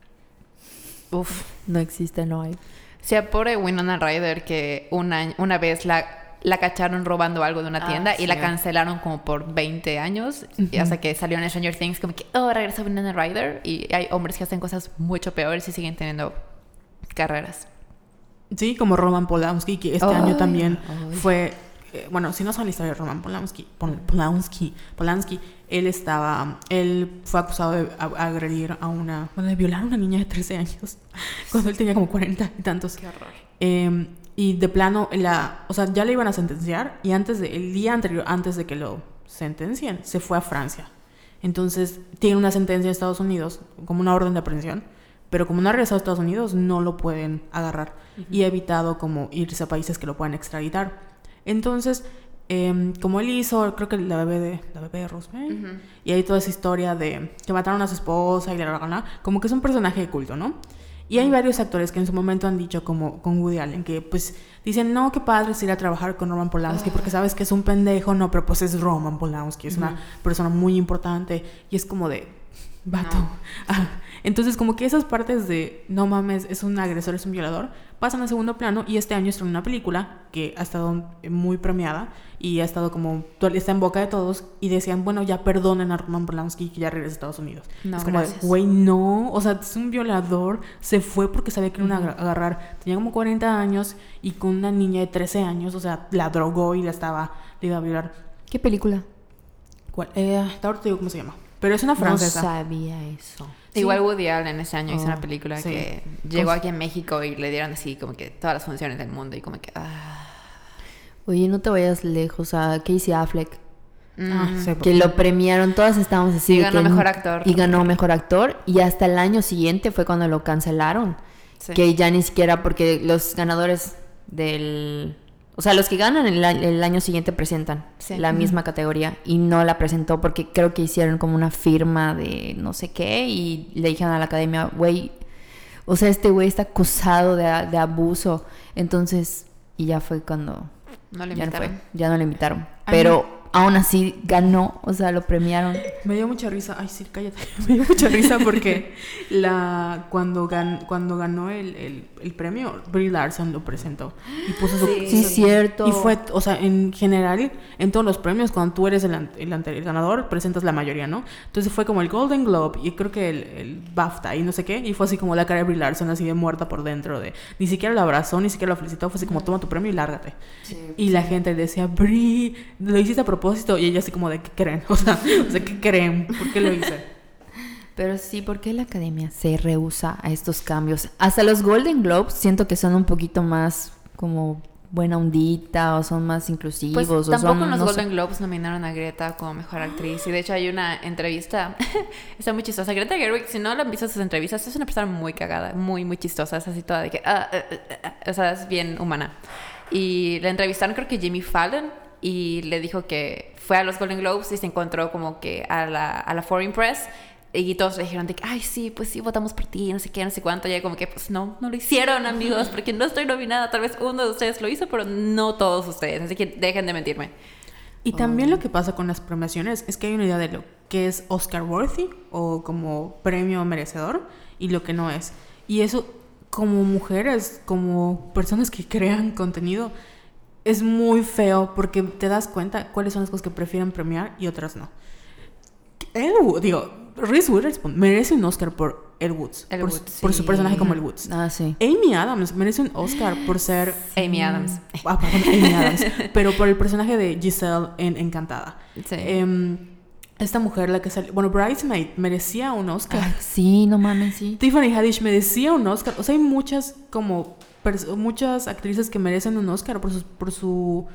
Uf, no existe, no hay. O sea, pobre Winona Ryder, que una, una vez la, la cacharon robando algo de una tienda ah, y sí. la cancelaron como por veinte años. Uh-huh. Y hasta que salió en Stranger Things como que, oh, regresa Winona Ryder. Y hay hombres que hacen cosas mucho peores y siguen teniendo carreras. Sí, como Roman Polanski, que este oh, año también oh, fue... Eh, bueno, si no saben la historia de Roman Polanski, Polanski, Polanski, él estaba... Él fue acusado de agredir a una... Bueno, de violar a una niña de trece años, cuando él tenía como cuarenta y tantos. Qué horror. Eh, y de plano, la, o sea, ya le iban a sentenciar y antes de, el día anterior, antes de que lo sentencien, se fue a Francia. Entonces, tiene una sentencia en Estados Unidos, como una orden de aprehensión, pero como no ha regresado a Estados Unidos, no lo pueden agarrar. Uh-huh. Y ha evitado como irse a países que lo puedan extraditar. Entonces, eh, como él hizo, creo que la bebé de, la bebé de Rosemary, uh-huh. y hay toda esa historia de que mataron a su esposa y la la como que es un personaje de culto, ¿no? Y hay varios actores que en su momento han dicho, como con Woody Allen, que pues dicen, no, qué padre es ir a trabajar con Roman Polanski, uh-huh. porque sabes que es un pendejo, no, pero pues es Roman Polanski, es uh-huh. una persona muy importante. Y es como de, Vato. No. Ah, entonces, como que esas partes de no mames, es un agresor, es un violador, pasan a segundo plano. Y este año estrenó una película que ha estado muy premiada y ha estado como, está en boca de todos. Y decían, bueno, ya perdonen a Roman Polanski que ya regresa a Estados Unidos. No, es como, gracias. güey, no. O sea, es un violador. Se fue porque sabía que iban a agarrar. Tenía como cuarenta años y con una niña de trece años. O sea, la drogó y la estaba, le iba a violar. ¿Qué película? ¿Cuál? Eh, ahora te digo cómo se llama. Pero es una francesa. No sabía eso. Sí. Igual Woody Allen ese año Oh, hizo una película sí. que llegó aquí en México y le dieron así como que todas las funciones del mundo y como que... Ah. Oye, no te vayas lejos a Casey Affleck. Ah, Mm. sí, Que lo premiaron, todas estábamos así. Y de ganó que- mejor actor. Y ganó mejor actor. Y hasta el año siguiente fue cuando lo cancelaron. Sí. Que ya ni siquiera, porque los ganadores del... O sea, los que ganan el, a- el año siguiente presentan Sí. la misma categoría. Y no la presentó porque creo que hicieron como una firma de no sé qué. Y le dijeron a la academia, güey, o sea, este güey está acusado de, de abuso. Entonces, y ya fue cuando... No le Ya no, fue, invitaron. ya no le invitaron. Ay, Pero aún así ganó, o sea, lo premiaron. Me dio mucha risa. Ay, sí, cállate. Me dio mucha risa porque la cuando, gan, cuando ganó el, el, el premio, Brie Larson lo presentó y puso su... Sí. Sí, su- cierto. Y fue, o sea, en general, en todos los premios, cuando tú eres el, an- el, ante- el ganador, presentas la mayoría, ¿no? Entonces fue como el Golden Globe y creo que el, el BAFTA y no sé qué, y fue así como la cara de Brie Larson, así de muerta por dentro, de ni siquiera lo abrazó, ni siquiera lo felicitó, fue así como toma tu premio y lárgate. Y la gente decía, Brie, lo hiciste a propósito, y ella así como de, ¿qué creen? O sea, o sea ¿qué creen? ¿Por qué lo hice? Pero sí, ¿por qué la academia se rehúsa a estos cambios? Hasta los Golden Globes siento que son un poquito más como buena ondita o son más inclusivos. Pues o tampoco son, en los no sé. Golden Globes nominaron a Greta como mejor actriz. Y de hecho hay una entrevista, está muy chistosa. Greta Gerwig, si no lo han visto sus entrevistas, es una persona muy cagada, muy, muy chistosa. Es así toda de que, ah, ah, ah, ah, o sea, es bien humana. Y la entrevistaron creo que Jimmy Fallon y le dijo que fue a los Golden Globes y se encontró como que a la, a la Foreign Press. Y todos le dijeron de que, ay, sí, pues sí, votamos por ti, no sé qué, no sé cuánto. Y ella como que, pues no, no lo hicieron, amigos, porque no estoy nominada. Tal vez uno de ustedes lo hizo, pero no todos ustedes. Así que dejen de mentirme. Y también lo que pasa con las premiaciones es que hay una idea de lo que es Oscar worthy o como premio merecedor y lo que no es. Y eso, como mujeres, como personas que crean contenido, es muy feo porque te das cuenta cuáles son las cosas que prefieren premiar y otras no. Elwood, digo, Reese Witherspoon merece un Oscar por Elwoods, Elle por, Woods, por su sí. personaje como Elwoods. Ah, sí. Amy Adams merece un Oscar por ser... Amy Adams. Ah, perdón, Amy Adams. Pero por el personaje de Giselle en Encantada. Sí. Em, esta mujer, la que salió... Bueno, Bridesmaid merecía un Oscar. Ay, sí, no mames, sí. Tiffany Haddish merecía un Oscar. O sea, hay muchas como... pers- muchas actrices que merecen un Oscar por, sus, por su...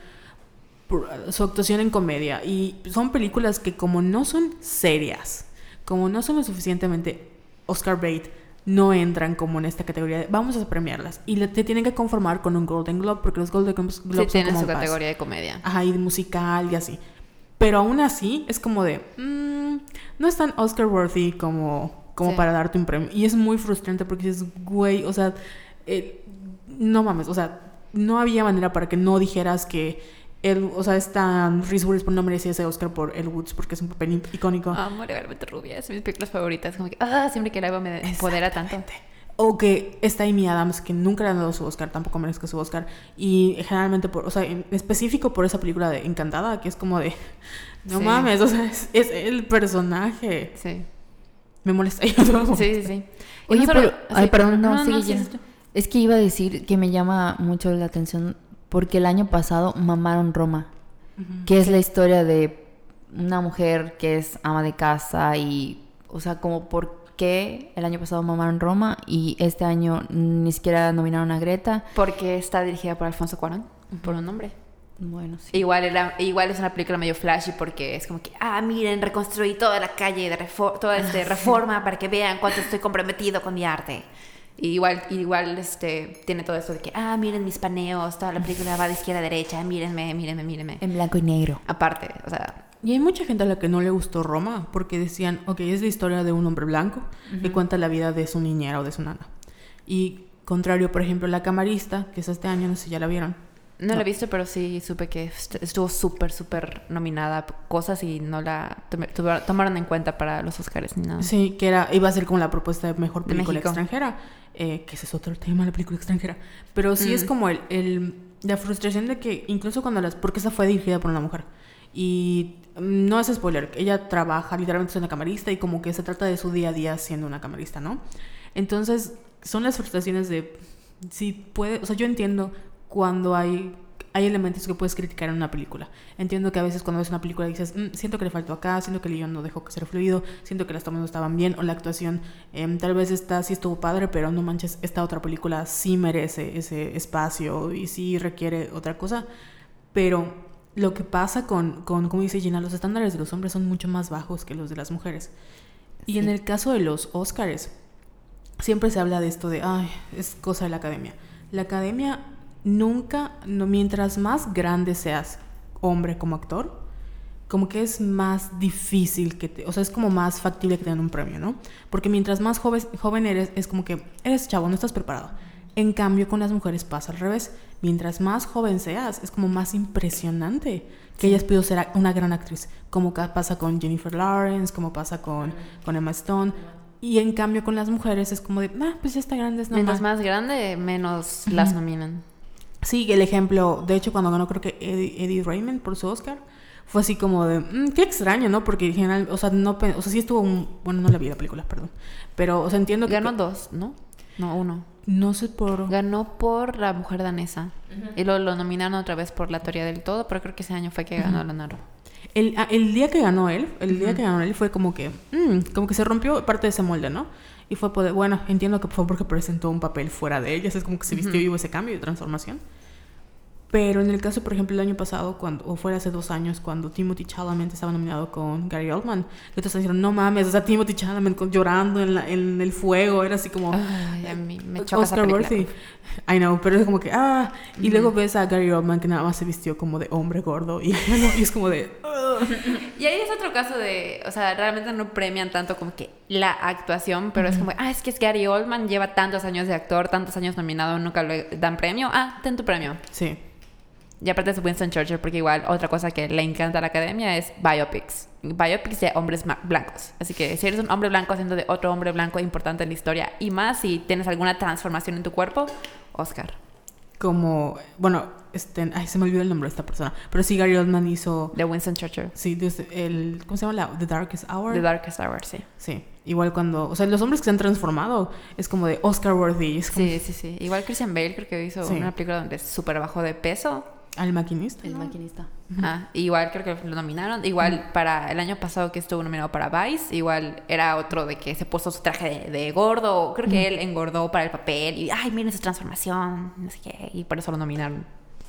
por su actuación en comedia. Y son películas que como no son serias, como no son lo suficientemente Oscar bait, no entran como en esta categoría de vamos a premiarlas. Y le, te tienen que conformar con un Golden Globe, porque los Golden Globes Sí, son tienen como su más- categoría de comedia. Ajá, y de musical y así. Pero aún así es como de... mm, no es tan Oscar worthy como, como Sí. para darte un premio. Y es muy frustrante porque dices, güey, o sea... eh, no mames, o sea... No había manera para que no dijeras que... El, o sea, esta Reese Witherspoon no merecía ese Oscar por Elwoods porque es un papel icónico. Amo Legalmente Rubia, es de mis películas favoritas. Como que, ah, siempre que la veo me empodera tanto. O que está Amy Adams, que nunca le han dado su Oscar, tampoco merezca su Oscar. Y generalmente, por, o sea, en específico por esa película de Encantada, que es como de... No Sí. mames, o sea, es, es el personaje. Sí. Me molesta. Yo lo amo. Sí, sí, sí. Y Oye, no solo- pero... Ay, sí. perdón, no, sigue sí, lleno. sí, sí. Es que iba a decir que me llama mucho la atención porque el año pasado mamaron Roma. Ujú. Que es la historia de una mujer que es ama de casa y, o sea, como por qué el año pasado mamaron Roma y este año ni siquiera nominaron a Greta. Porque está dirigida por Alfonso Cuarón, por un nombre. Bueno, sí. Igual, era, igual es una película medio flashy porque es como que, ah, miren, reconstruí toda la calle de refor toda este reforma para que vean cuánto estoy comprometido con mi arte. Y igual, igual este, tiene todo eso de que, ah, miren mis paneos, toda la película va de izquierda a derecha, mírenme, mírenme, mírenme. En blanco y negro. Aparte, o sea, Y hay mucha gente a la que no le gustó Roma porque decían, ok, es la historia de un hombre blanco que cuenta la vida de su niñera o de su nana. Y contrario, por ejemplo, La Camarista, que es este año, no sé si ya la vieron. No, no la he visto, pero sí supe que estuvo súper, súper nominada a cosas y no la tuve, tomaron en cuenta para los Oscars ni nada. Sí, que era iba a ser como la propuesta de mejor película extranjera, eh, que ese es otro tema, la película extranjera. Pero sí mm. es como el, el la frustración de que incluso cuando las... Porque esa fue dirigida por una mujer. Y no es spoiler, ella trabaja, literalmente es una camarista y como que se trata de su día a día siendo una camarista, ¿no? Entonces, son las frustraciones de... Si puede... O sea, yo entiendo cuando hay... Hay elementos que puedes criticar en una película. Entiendo que a veces cuando ves una película dices, mmm, siento que le faltó acá, siento que el guión no dejó que ser fluido, siento que las tomas no estaban bien, o la actuación eh, tal vez está, sí estuvo padre, pero no manches, esta otra película sí merece ese espacio y sí requiere otra cosa. Pero lo que pasa con, con como dice Gina, los estándares de los hombres son mucho más bajos que los de las mujeres. Y sí. En el caso de los Oscars, siempre se habla de esto de, ay, es cosa de la academia. La academia... Nunca, no, mientras más grande seas hombre como actor, como que es más difícil que te, o sea, es como más factible que te den un premio, ¿no? Porque mientras más joven, joven eres, es como que eres chavo, no estás preparado. En cambio, con las mujeres pasa al revés. Mientras más joven seas, es como más impresionante que hayas podido ser una gran actriz, como pasa con Jennifer Lawrence, como pasa con, con Emma Stone. Y en cambio, con las mujeres es como de, ah, pues ya está grande, es normal. Mientras más grande, menos uh-huh. las nominan. Sí, el ejemplo, de hecho, cuando ganó creo que Eddie, Eddie Raymond por su Oscar, fue así como de, mmm, qué extraño, ¿no? Porque en general, o sea, no, o sea, sí estuvo, un, bueno, no la vi la película, perdón, pero, o sea, entiendo que... Ganó dos, ¿no? No, uno. No sé por... Ganó por La Mujer Danesa, uh-huh. y lo, lo nominaron otra vez por La Teoría del Todo, pero creo que ese año fue que ganó uh-huh. Leonardo. El, el día que ganó él, el uh-huh. día que ganó él fue como que, mmm, como que se rompió parte de ese molde, ¿no? Y fue, poder, bueno, entiendo que fue porque presentó un papel fuera de ellas, es como que se vistió uh-huh. y hubo ese cambio de transformación. Pero en el caso, por ejemplo, el año pasado, cuando, o fue hace dos años, cuando Timothée Chalamet estaba nominado con Gary Oldman, que todos diciendo, no mames, o sea, Timothée Chalamet con, llorando en, la, en el fuego, era así como... Ay, a mí me choca Oscar worthy. I know, pero es como que, ah... Y mm. luego ves a Gary Oldman que nada más se vistió como de hombre gordo, y, y es como de... Uh. Y ahí es otro caso de, o sea, realmente no premian tanto como que la actuación, pero mm. es como, ah, es que es Gary Oldman, lleva tantos años de actor, tantos años nominado, nunca le dan premio, ah, ten tu premio. Sí. Y aparte es Winston Churchill, porque igual otra cosa que le encanta a la academia es biopics. Biopics de hombres blancos. Así que si eres un hombre blanco haciendo de otro hombre blanco importante en la historia, y más si tienes alguna transformación en tu cuerpo, Oscar. Como, bueno, este, ay, se me olvidó el nombre de esta persona, pero sí, Gary Oldman hizo... De Winston Churchill. Sí, desde el, ¿cómo se llama? La, The Darkest Hour. The Darkest Hour, sí. Sí, igual cuando, o sea, los hombres que se han transformado es como de Oscar worthy. Es como... Sí, sí, sí. Igual Christian Bale creo que hizo sí. una película donde es súper bajo de peso. ¿Al maquinista? El maquinista. Uh-huh. Ah, igual creo que lo nominaron. Igual uh-huh. para el año pasado que estuvo nominado para Vice, igual era otro de que se puso su traje de, de gordo. Creo uh-huh. que él engordó para el papel y, ay, miren su transformación, no sé qué. Y por eso lo nominaron.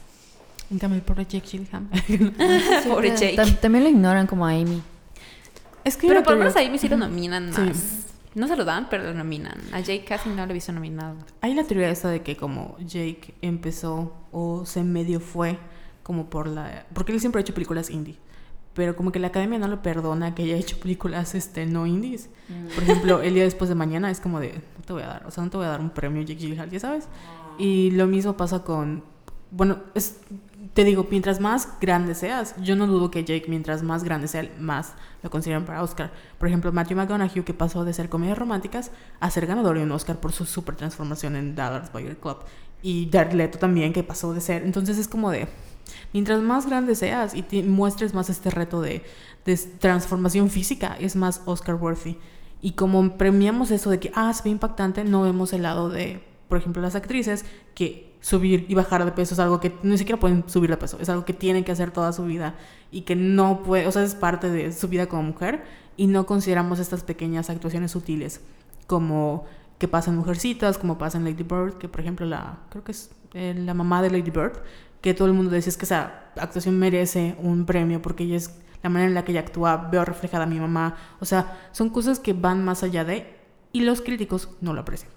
En cambio, el pobre Jake Gyllenhaal. Sí, pobre Jake. T- también lo ignoran como a Amy. Es que pero por lo menos a Amy sí lo nominan más. Sí. No se lo dan, pero lo nominan. A Jake casi no lo he visto nominado. Hay la teoría esa de que como Jake empezó o se medio fue como por la... Porque él siempre ha hecho películas indie. Pero como que la academia no lo perdona que haya hecho películas este, no indies. Mm. Por ejemplo, El Día Después de Mañana es como de... No te voy a dar, o sea, no te voy a dar un premio Jake Gyllenhaal, ya sabes. Oh. Y lo mismo pasa con... Bueno, es... Te digo, mientras más grande seas, yo no dudo que Jake, mientras más grande sea, más lo consideran para Oscar. Por ejemplo, Matthew McConaughey, que pasó de ser comedias románticas a ser ganador de un Oscar por su super transformación en Dallas Buyers Club. Y Jared Leto también, que pasó de ser... Entonces es como de... Mientras más grande seas y te muestres más este reto de, de transformación física, es más Oscar worthy. Y como premiamos eso de que, ah, se ve impactante, no vemos el lado de, por ejemplo, las actrices que... subir y bajar de peso es algo que ni siquiera pueden subir de peso, es algo que tienen que hacer toda su vida y que no puede, o sea, es parte de su vida como mujer y no consideramos estas pequeñas actuaciones sutiles como que pasa en Mujercitas, como pasa en Lady Bird, que por ejemplo la, creo que es eh, la mamá de Lady Bird, que todo el mundo dice es que esa actuación merece un premio porque ella es la manera en la que ella actúa, veo reflejada a mi mamá, o sea, son cosas que van más allá de y los críticos no lo aprecian.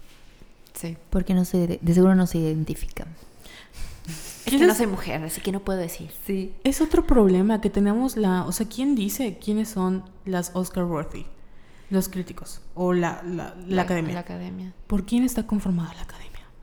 Sí. Porque no se, de seguro no se identifican. Es que no soy mujer, así que no puedo decir. Sí. Es otro problema que tenemos la... O sea, ¿quién dice quiénes son las Oscar worthy? Los críticos. O la, la, la, la academia. La academia. ¿Por quién está conformada la academia?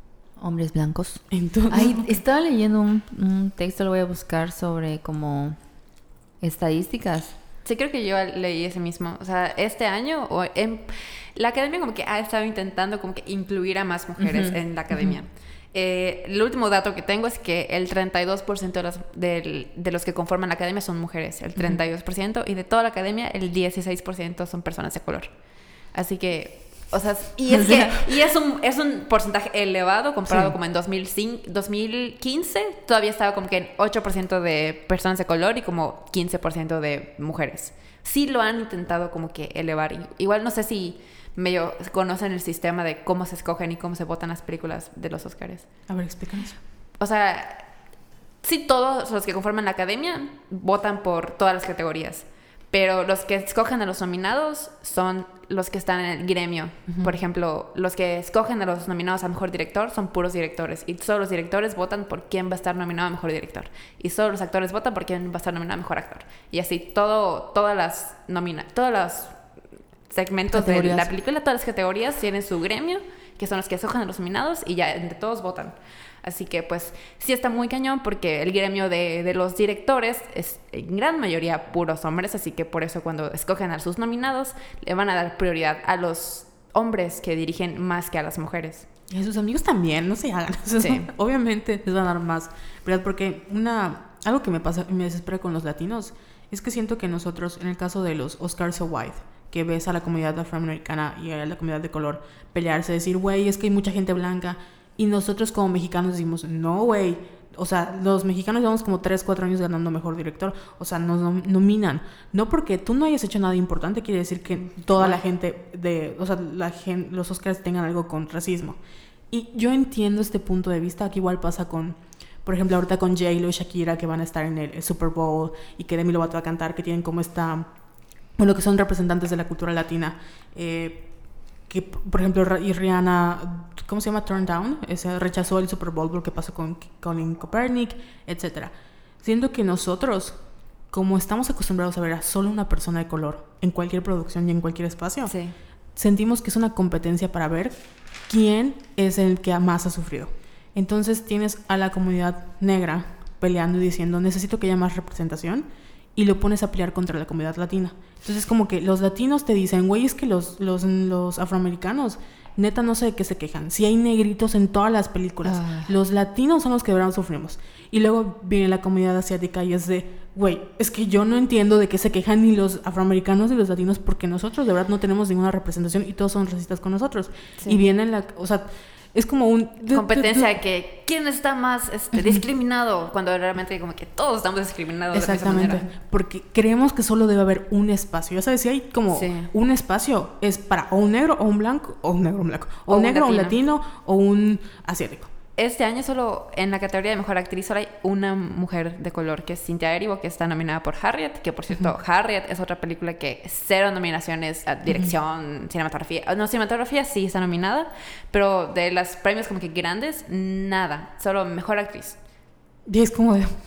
Hombres blancos. Entonces, Ay, estaba leyendo un, un texto, lo voy a buscar, sobre como estadísticas. Sí, creo que yo leí ese mismo. O sea, este año o en, la academia como que ha estado intentando como que incluir a más mujeres uh-huh. en la academia. Uh-huh. Eh, el último dato que tengo es que el treinta y dos por ciento de los, de, de los que conforman la academia son mujeres. El treinta y dos por ciento. Uh-huh. Y de toda la academia, el dieciséis por ciento son personas de color. Así que... O sea, y es que y es un es un porcentaje elevado comparado sí. como en dos mil cinco, dos mil quince todavía estaba como que en ocho por ciento de personas de color y como quince por ciento de mujeres. Sí lo han intentado como que elevar. Igual no sé si medio conocen el sistema de cómo se escogen y cómo se votan las películas de los Oscars. A ver, explícanos. O sea, sí, todos los que conforman la academia votan por todas las categorías. Pero los que escogen a los nominados son los que están en el gremio. Uh-huh. Por ejemplo, los que escogen a los nominados a Mejor Director son puros directores. Y solo los directores votan por quién va a estar nominado a Mejor Director. Y solo los actores votan por quién va a estar nominado a Mejor Actor. Y así, todo, todas las nomina, todos los segmentos categorías. de la película, todas las categorías tienen su gremio, que son los que escogen a los nominados, y ya entre todos votan. Así que pues sí está muy cañón porque el gremio de, de los directores es en gran mayoría puros hombres, así que por eso cuando escogen a sus nominados le van a dar prioridad a los hombres que dirigen más que a las mujeres. Y a sus amigos también, no se hagan. O sea, sí. Obviamente les van a dar más, ¿verdad? Porque una, algo que me pasa y me desespera con los latinos es que siento que nosotros, en el caso de los Oscars So White, que ves a la comunidad afroamericana y a la comunidad de color pelearse, decir, güey, es que hay mucha gente blanca. Y nosotros como mexicanos decimos, no, güey. O sea, los mexicanos llevamos como tres, cuatro años ganando Mejor Director. O sea, nos nom- nominan. No porque tú no hayas hecho nada importante quiere decir que toda la gente de... O sea, la gen- los Oscars tengan algo con racismo. Y yo entiendo este punto de vista, que igual pasa con... Por ejemplo, ahorita con J-Lo y Shakira, que van a estar en el, el Super Bowl, y que Demi Lovato va a cantar, que tienen como esta... Bueno, que son representantes de la cultura latina. Eh... que por ejemplo y Rihanna, ¿cómo se llama? Turn Down, ese rechazó el Super Bowl, lo que pasó con Colin Kaepernick, etcétera. Siendo que nosotros, como estamos acostumbrados a ver a solo una persona de color en cualquier producción y en cualquier espacio, sí. sentimos que es una competencia para ver quién es el que más ha sufrido. Entonces tienes a la comunidad negra peleando y diciendo, necesito que haya más representación, y lo pones a pelear contra la comunidad latina. Entonces como que los latinos te dicen, güey, es que los, los, los afroamericanos neta no sé de qué se quejan. Si hay negritos en todas las películas, uh. los latinos son los que de verdad sufrimos. Y luego viene la comunidad asiática y es de, güey, es que yo no entiendo de qué se quejan ni los afroamericanos ni los latinos, porque nosotros de verdad no tenemos ninguna representación y todos son racistas con nosotros. Sí. Y viene la, o sea, es como un... competencia de que quién está más este, discriminado, cuando realmente como que todos estamos discriminados. Exactamente, de esa manera. Porque creemos que solo debe haber un espacio. Ya sabes, si hay como sí. un espacio, es para o un negro o un blanco, o un negro o un blanco, o, o un negro o un latino o un asiático. Este año solo en la categoría de Mejor Actriz solo hay una mujer de color, que es Cynthia Erivo, que está nominada por Harriet, que por cierto, uh-huh. Harriet es otra película que cero nominaciones a dirección, uh-huh. cinematografía. No, cinematografía sí está nominada, pero de los premios como que grandes, nada. Solo Mejor Actriz. Y es como de...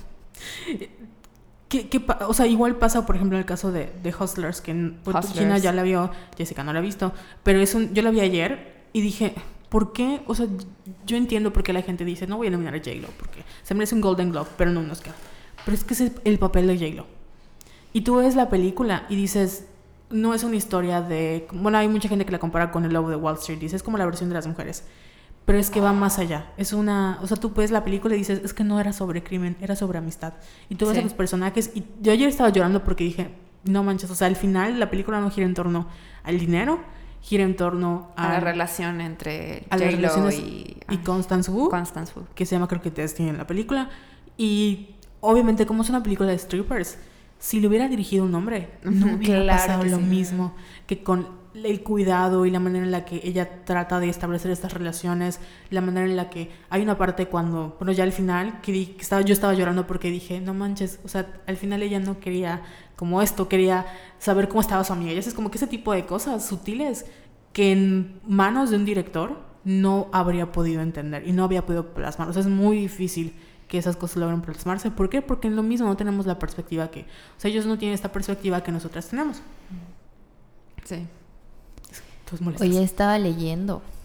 ¿Qué, qué pa- o sea, igual pasa, por ejemplo, en el caso de, de Hustlers, que pues, Gina ya la vio, Jessica no la ha visto, pero es un, yo la vi ayer y dije... ¿Por qué? O sea, yo entiendo por qué la gente dice, no voy a nominar a J-Lo, porque se merece un Golden Globe, pero no un Oscar. Pero es que ese es el papel de J-Lo. Y tú ves la película y dices, no es una historia de... Bueno, hay mucha gente que la compara con El Lobo de Wall Street, dice, es como la versión de las mujeres. Pero es que va más allá. Es una... O sea, tú ves la película y dices, es que no era sobre crimen, era sobre amistad. Y tú ves sí. a los personajes y yo ayer estaba llorando porque dije, no manches, o sea, al final la película no gira en torno al dinero, gira en torno a, a la relación entre J-Lo y, y Constance Wu, Constance Wu, que se llama creo que Destiny en la película. Y obviamente como es una película de strippers, si le hubiera dirigido un hombre, no hubiera claro pasado lo sí. mismo, que con el cuidado y la manera en la que ella trata de establecer estas relaciones, la manera en la que hay una parte cuando, bueno, ya al final, que, di, que estaba, yo estaba llorando porque dije, no manches, o sea, al final ella no quería como esto, quería saber cómo estaba su amiga. Y eso es como que ese tipo de cosas sutiles que en manos de un director no habría podido entender y no había podido plasmar. O sea, es muy difícil que esas cosas logren plasmarse. ¿Por qué? Porque en lo mismo no tenemos la perspectiva que... O sea, ellos no tienen esta perspectiva que nosotras tenemos. Sí. Oye, estaba leyendo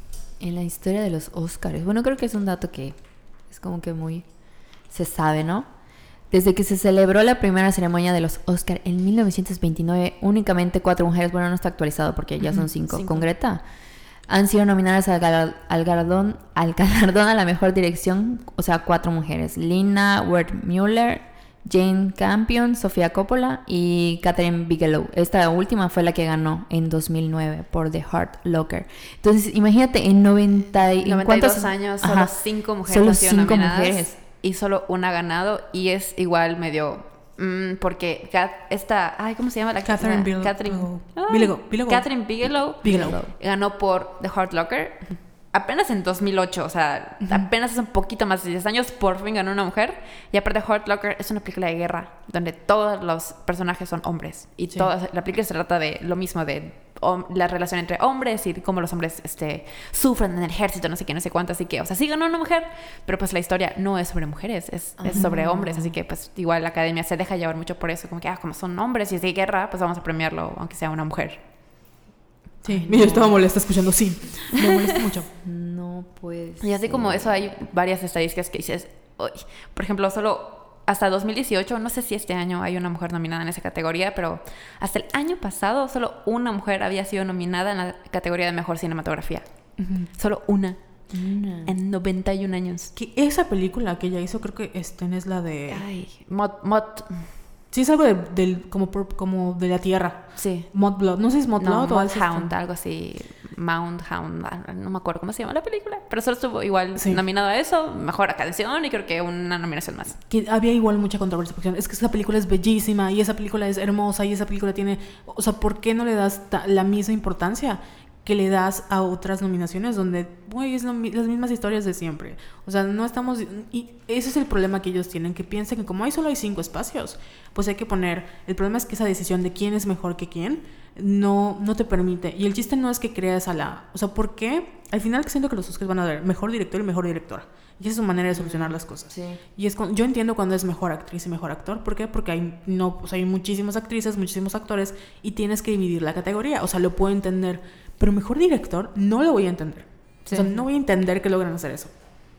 En la historia de los Oscars. Bueno, creo que es un dato que es como que muy... se sabe, ¿no? Desde que se celebró la primera ceremonia de los Oscars en mil novecientos veintinueve, únicamente cuatro mujeres, bueno, no está actualizado porque ya son cinco, cinco. con Greta, han sido nominadas al, gal- al, galardón, al galardón a la mejor dirección, o sea, cuatro mujeres. Lina Wertmüller, Jane Campion, Sofía Coppola y Catherine Bigelow. Esta última fue la que ganó en dos mil nueve por The Hurt Locker. Entonces, imagínate, en noventa y... noventa y dos años, solo Ajá, cinco mujeres solo han sido cinco nominadas. mujeres. Y solo una ha ganado. Y es igual medio... mm, porque Kat- esta... Ay, ¿cómo se llama? La Catherine la- Bigelow. Catherine, ay, Bigelow, Bigelow. Catherine Bigelow, Bigelow. ganó por The Hurt Locker apenas en dos mil ocho. O sea, apenas hace un poquito más de diez años por fin ganó una mujer. Y aparte Hurt Locker es una película de guerra donde todos los personajes son hombres. Y Sí. toda, la película se trata de lo mismo, de hom- la relación entre hombres y cómo los hombres este, sufren en el ejército, no sé qué, no sé cuánto. Así que, o sea, sí ganó una mujer, pero pues la historia no es sobre mujeres, es, es sobre hombres. Así que, pues, igual la academia se deja llevar mucho por eso. Como que, ah, como son hombres y es de guerra, pues vamos a premiarlo, aunque sea una mujer. Sí, yo estaba molesta escuchando sí. Me molesta mucho. No puede Y así ser. como eso, hay varias estadísticas que dices, uy, por ejemplo, solo hasta dos mil dieciocho, no sé si este año hay una mujer nominada en esa categoría, pero hasta el año pasado solo una mujer había sido nominada en la categoría de mejor cinematografía. Solo una. Una. En noventa y un años. Que esa película que ella hizo, creo que este es la de... Ay, Mod, Mod, Sí, es algo de, del, como, por- como de la tierra. sí. Mod Blood. No sé si es Mod No, Blood o algo así. Mudhound, algo así. Mount Hound, no me acuerdo cómo se llama la película, pero solo estuvo igual Sí. nominado a eso, mejor canción y creo que una nominación más. Que había igual mucha controversia porque es que esa película es bellísima y esa película es hermosa y esa película tiene, o sea, ¿por qué no le das ta- la misma importancia que le das a otras nominaciones donde, güey, es lo mi- las mismas historias de siempre? O sea, no estamos, y ese es el problema que ellos tienen, que piensan que como hay solo hay cinco espacios, pues hay que poner, el problema es que esa decisión de quién es mejor que quién no, no te permite, y el chiste no es que creas a la, o sea, ¿por qué? Al final siento que los Oscars van a dar mejor director y mejor directora, y esa es su manera de solucionar las cosas. Sí. Y es con- yo entiendo cuando es mejor actriz y mejor actor. ¿Por qué? Porque hay, no, o sea, hay muchísimas actrices, muchísimos actores y tienes que dividir la categoría. O sea, lo puedo entender. Pero mejor director no lo voy a entender. Sí. O sea, no voy a entender que logran hacer eso.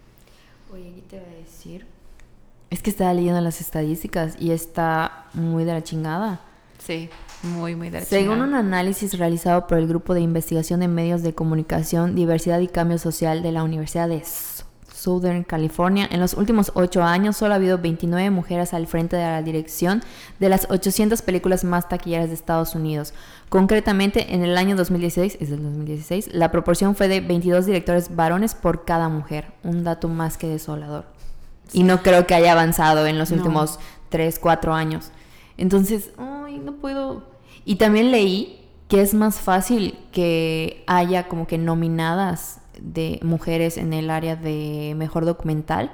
Oye, ¿qué te voy a decir? Es que estaba leyendo las estadísticas y está muy de la chingada. Sí, muy, muy de la Según chingada. un análisis realizado por el Grupo de Investigación en Medios de Comunicación, Diversidad y Cambio Social de la Universidad de S- Southern California, en los últimos ocho años solo ha habido veintinueve mujeres al frente de la dirección de las ochocientas películas más taquilleras de Estados Unidos. Concretamente, en el año dos mil dieciséis, es del dos mil dieciséis, la proporción fue de veintidós directores varones por cada mujer. Un dato más que desolador. Y no creo que haya avanzado en los No. últimos tres, cuatro años. Entonces, ay, no puedo. Y también leí que es más fácil que haya como que nominadas de mujeres en el área de mejor documental,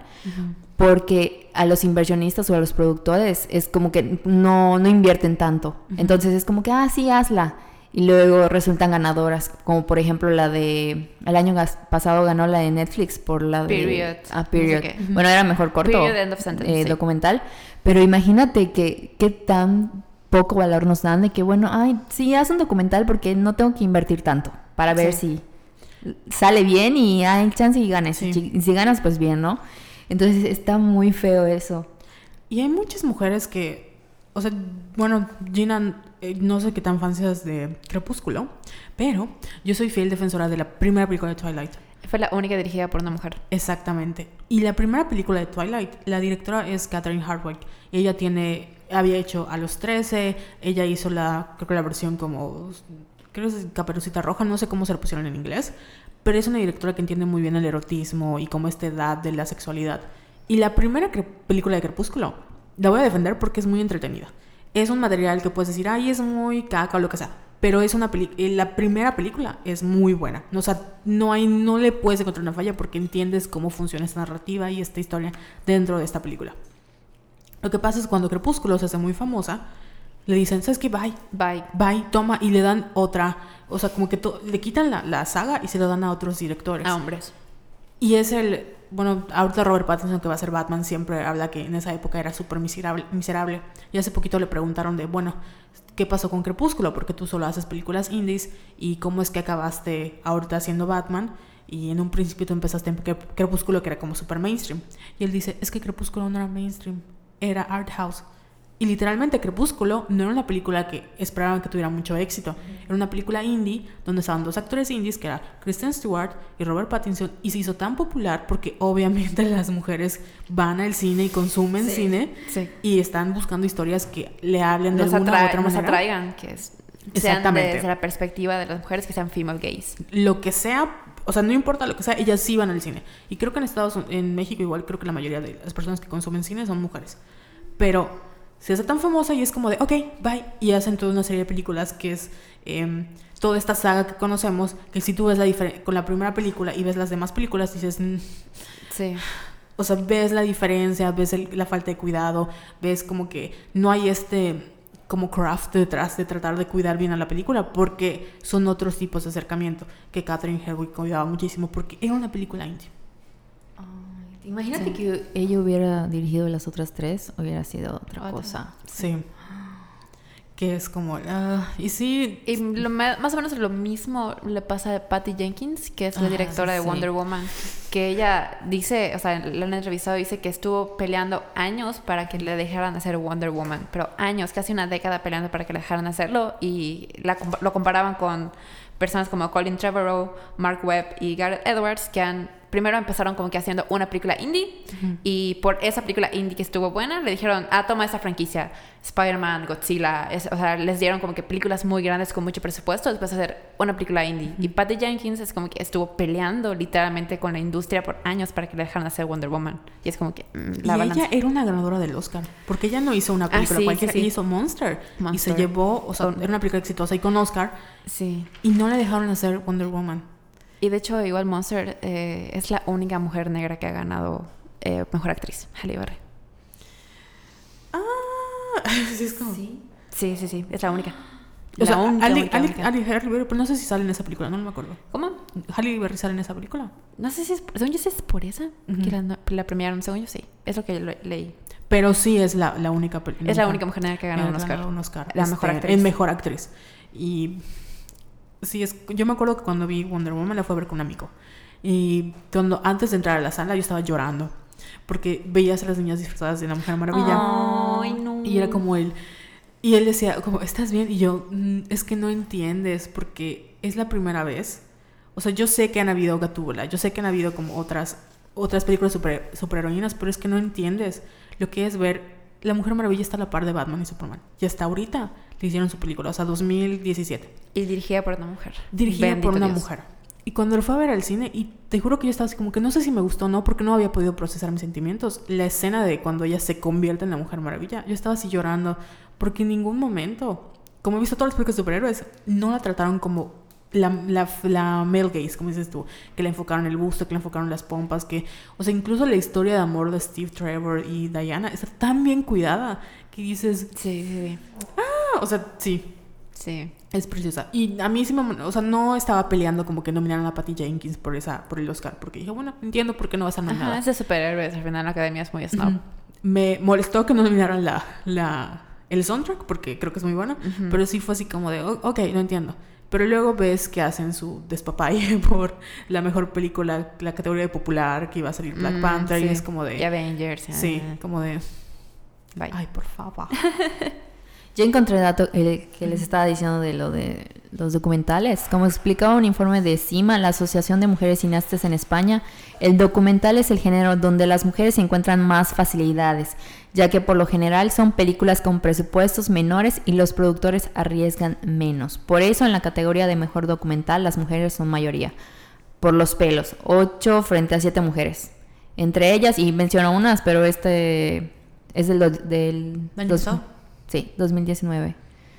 porque a los inversionistas o a los productores es como que no, no invierten tanto. Entonces es como que, ah, sí, hazla. Y luego resultan ganadoras, como por ejemplo la de... El año gas- pasado ganó la de Netflix por la de... Period. Ah, No sé Period. qué. Bueno, era mejor corto. Period, End of Sentence, eh, sí. documental. Pero imagínate que qué tan poco valor nos dan de que, bueno, ay, sí, haz un documental porque no tengo que invertir tanto para ver Sí. si sale bien y hay chance y ganes. Sí. Y si- y si ganas, pues bien, ¿no? Entonces está muy feo eso. Y hay muchas mujeres que, o sea, bueno, Gina, eh, no sé qué tan fan seas de Crepúsculo, pero yo soy fiel defensora de la primera película de Twilight. Fue la única dirigida por una mujer. Exactamente. Y la primera película de Twilight, la directora es Catherine Hardwicke. Y ella tiene, había hecho A los trece, ella hizo la, creo que la versión como, creo que es Caperucita Roja, no sé cómo se lo pusieron en inglés, pero es una directora que entiende muy bien el erotismo y como esta edad de la sexualidad. Y la primera cre- película de Crepúsculo, la voy a defender porque es muy entretenida. Es un material que puedes decir, ay, es muy caca o lo que sea. Pero es una peli- eh, la primera película es muy buena. O sea, no hay, no le puedes encontrar una falla porque entiendes cómo funciona esta narrativa y esta historia dentro de esta película. Lo que pasa es cuando Crepúsculo se hace muy famosa, le dicen, ¿sabes qué? Bye, Bye. bye, toma, y le dan otra. O sea, como que to- le quitan la, la saga y se lo dan a otros directores. A hombres. Y es el, bueno, ahorita Robert Pattinson, que va a ser Batman, siempre habla que en esa época era súper miserable, miserable. Y hace poquito le preguntaron de, bueno, ¿qué pasó con Crepúsculo? Porque tú solo haces películas indies y cómo es que acabaste ahorita haciendo Batman. y en un principio tú empezaste en Crepúsculo, que era como super mainstream. Y él dice, es que Crepúsculo no era mainstream, era art house. Y literalmente Crepúsculo no era una película que esperaban que tuviera mucho éxito. Era una película indie donde estaban dos actores indies, que eran Kristen Stewart y Robert Pattinson, y se hizo tan popular porque obviamente las mujeres van al cine y consumen sí, cine sí. y están buscando historias que le hablen de nos alguna atra- u otra nos manera. atraigan, que es, sean desde la perspectiva de las mujeres, que sean female gays. Lo que sea, o sea, no importa lo que sea, ellas sí van al cine. Y creo que en Estados Unidos, en México igual, creo que la mayoría de las personas que consumen cine son mujeres. Pero se hace tan famosa y es como de, ok, bye. Y hacen toda una serie de películas que es eh, toda esta saga que conocemos, que si tú ves la diferencia con la primera película y ves las demás películas, dices, mm. sí. O sea, ves la diferencia, ves el, la falta de cuidado, ves como que no hay este como craft detrás de tratar de cuidar bien a la película, porque son otros tipos de acercamiento que Catherine Hardwicke cuidaba muchísimo, porque era una película indie. Imagínate sí. que ella hubiera dirigido las otras tres, hubiera sido otra oh, cosa. Sí. Que es como... Uh, y sí... Y lo, más o menos lo mismo le pasa a Patty Jenkins, que es la directora ah, sí, de Wonder sí. Woman. Que ella dice, o sea, la han entrevistado, dice que estuvo peleando años para que le dejaran hacer Wonder Woman. Pero años, casi una década peleando para que le dejaran hacerlo. Y la, lo comparaban con personas como Colin Trevorrow, Mark Webb y Gareth Edwards, que han... Primero empezaron como que haciendo una película indie uh-huh. y por esa película indie que estuvo buena le dijeron, ah, toma esa franquicia, Spider-Man, Godzilla, es, o sea, les dieron como que películas muy grandes con mucho presupuesto después de hacer una película indie. Uh-huh. Y Patty Jenkins es como que estuvo peleando literalmente con la industria por años para que le dejaran hacer Wonder Woman. Y es como que mm, la y balanza. Ella era una ganadora del Oscar, porque ella no hizo una película ah, sí, cualquiera, sí, sí. ella hizo Monster, Monster y se llevó, o sea, oh. era una película exitosa y con Oscar sí. y no le dejaron hacer Wonder Woman. Y de hecho, igual Monster eh, es la única mujer negra que ha ganado eh, Mejor Actriz, Halle Berry. Ah, sí, es como... Sí, sí, sí, sí, es la única. O la sea, única, Ali, única, Ali, única. Ali Halle Berry, pero no sé si sale en esa película, no me acuerdo. ¿Cómo? Halle Berry sale en esa película. No sé si es, según yo sé es por esa uh-huh. que la, la premiaron, según yo sí, es lo que yo leí. Pero sí es la, la única... Es la única mujer negra que ha ganado un Oscar. un Oscar. La este, Mejor Actriz. En Mejor Actriz. Y... Sí, es, yo me acuerdo que cuando vi Wonder Woman la fui a ver con un amigo. Y cuando, antes de entrar a la sala yo estaba llorando. Porque veías a las niñas disfrazadas de la Mujer Maravilla. Ay, no. Y era como él. Y él decía, como, ¿estás bien? Y yo, mm, es que no entiendes, porque es la primera vez. O sea, yo sé que han habido Gatúbela, yo sé que han habido como otras, otras películas super, superheroínas, pero es que no entiendes lo que es ver... La Mujer Maravilla está a la par de Batman y Superman. Y hasta ahorita le hicieron su película, o sea, dos mil diecisiete. Y dirigida por una mujer. Dirigida Bendito por una Dios. mujer. Y cuando lo fue a ver al cine, y te juro que yo estaba así como que no sé si me gustó o no, porque no había podido procesar mis sentimientos. La escena de cuando ella se convierte en la Mujer Maravilla, yo estaba así llorando, porque en ningún momento, como he visto todas las películas de superhéroes, no la trataron como la, la, la male gaze, como dices tú, que le enfocaron el busto, que le enfocaron las pompas, que, o sea, incluso la historia de amor de Steve Trevor y Diana está tan bien cuidada que dices, sí, sí, sí. Ah, o sea, sí. Sí. Es preciosa. Y a mí sí me... O sea, no estaba peleando como que nominaran a Patty Jenkins por esa por el Oscar. Porque dije, bueno, entiendo por qué no va a ser nominada. Ajá, es de superhéroes. Al final la academia es muy snob. Uh-huh. Me molestó que no nominaran la, la, el soundtrack, porque creo que es muy bueno. Uh-huh. Pero sí fue así como de, oh, ok, no entiendo. Pero luego ves que hacen su despapalle por la mejor película, la categoría de popular, que iba a salir Black mm, Panther. Sí. Y es como de... Y Avengers. Sí, uh-huh. como de... Bye. Ay, por favor. Yo encontré el dato que les estaba diciendo de lo de los documentales. Como explicaba un informe de CIMA, la Asociación de Mujeres Cineastas en España, el documental es el género donde las mujeres encuentran más facilidades, ya que por lo general son películas con presupuestos menores y los productores arriesgan menos. Por eso en la categoría de mejor documental las mujeres son mayoría. Por los pelos, ocho frente a siete mujeres. Entre ellas, y menciono unas, pero este es del... del dos, sí, dos mil diecinueve.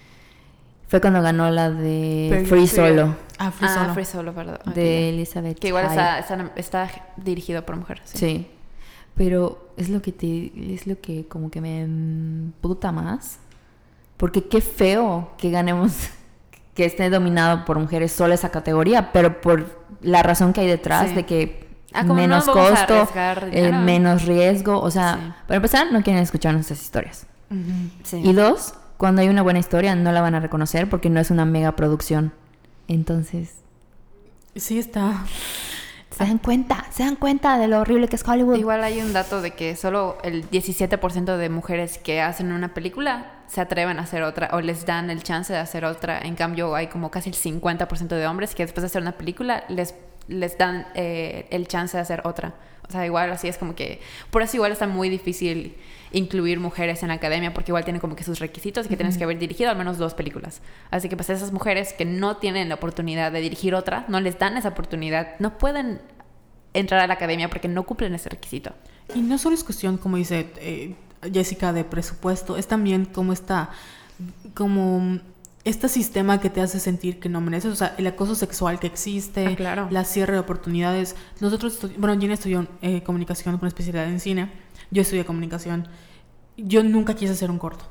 Fue cuando ganó la de Pero Free Solo. Ah, Free ah, Solo. Free Solo, perdón. De okay. Elizabeth Que igual está, está, está dirigido por mujeres. Sí. sí. Pero es lo que te, es lo que como que me puta más. Porque qué feo que ganemos, que esté dominado por mujeres solo esa categoría, pero por la razón que hay detrás sí. de que ah, menos no costo, eh, menos riesgo. O sea, sí. para empezar, no quieren escuchar nuestras historias. Uh-huh. Sí. Y dos, cuando hay una buena historia no la van a reconocer porque no es una mega producción. Entonces... Sí está... Se dan cuenta, se dan cuenta de lo horrible que es Hollywood. Igual hay un dato de que solo el diecisiete por ciento de mujeres que hacen una película se atreven a hacer otra o les dan el chance de hacer otra. En cambio, hay como casi el cincuenta por ciento de hombres que después de hacer una película les, les dan eh, el chance de hacer otra. O sea, igual así es como que... Por eso igual está muy difícil incluir mujeres en la academia porque igual tienen como que sus requisitos y que uh-huh. tienes que haber dirigido al menos dos películas. Así que pues esas mujeres que no tienen la oportunidad de dirigir otra, no les dan esa oportunidad, no pueden entrar a la academia porque no cumplen ese requisito. Y no solo es cuestión, como dice eh, Jessica, de presupuesto, es también como está... como... este sistema que te hace sentir que no mereces, o sea, el acoso sexual que existe, ah, claro. la cierre de oportunidades. Nosotros, estu- bueno, Jenny estudió eh, comunicación con especialidad en cine, yo estudié comunicación, yo nunca quise hacer un corto.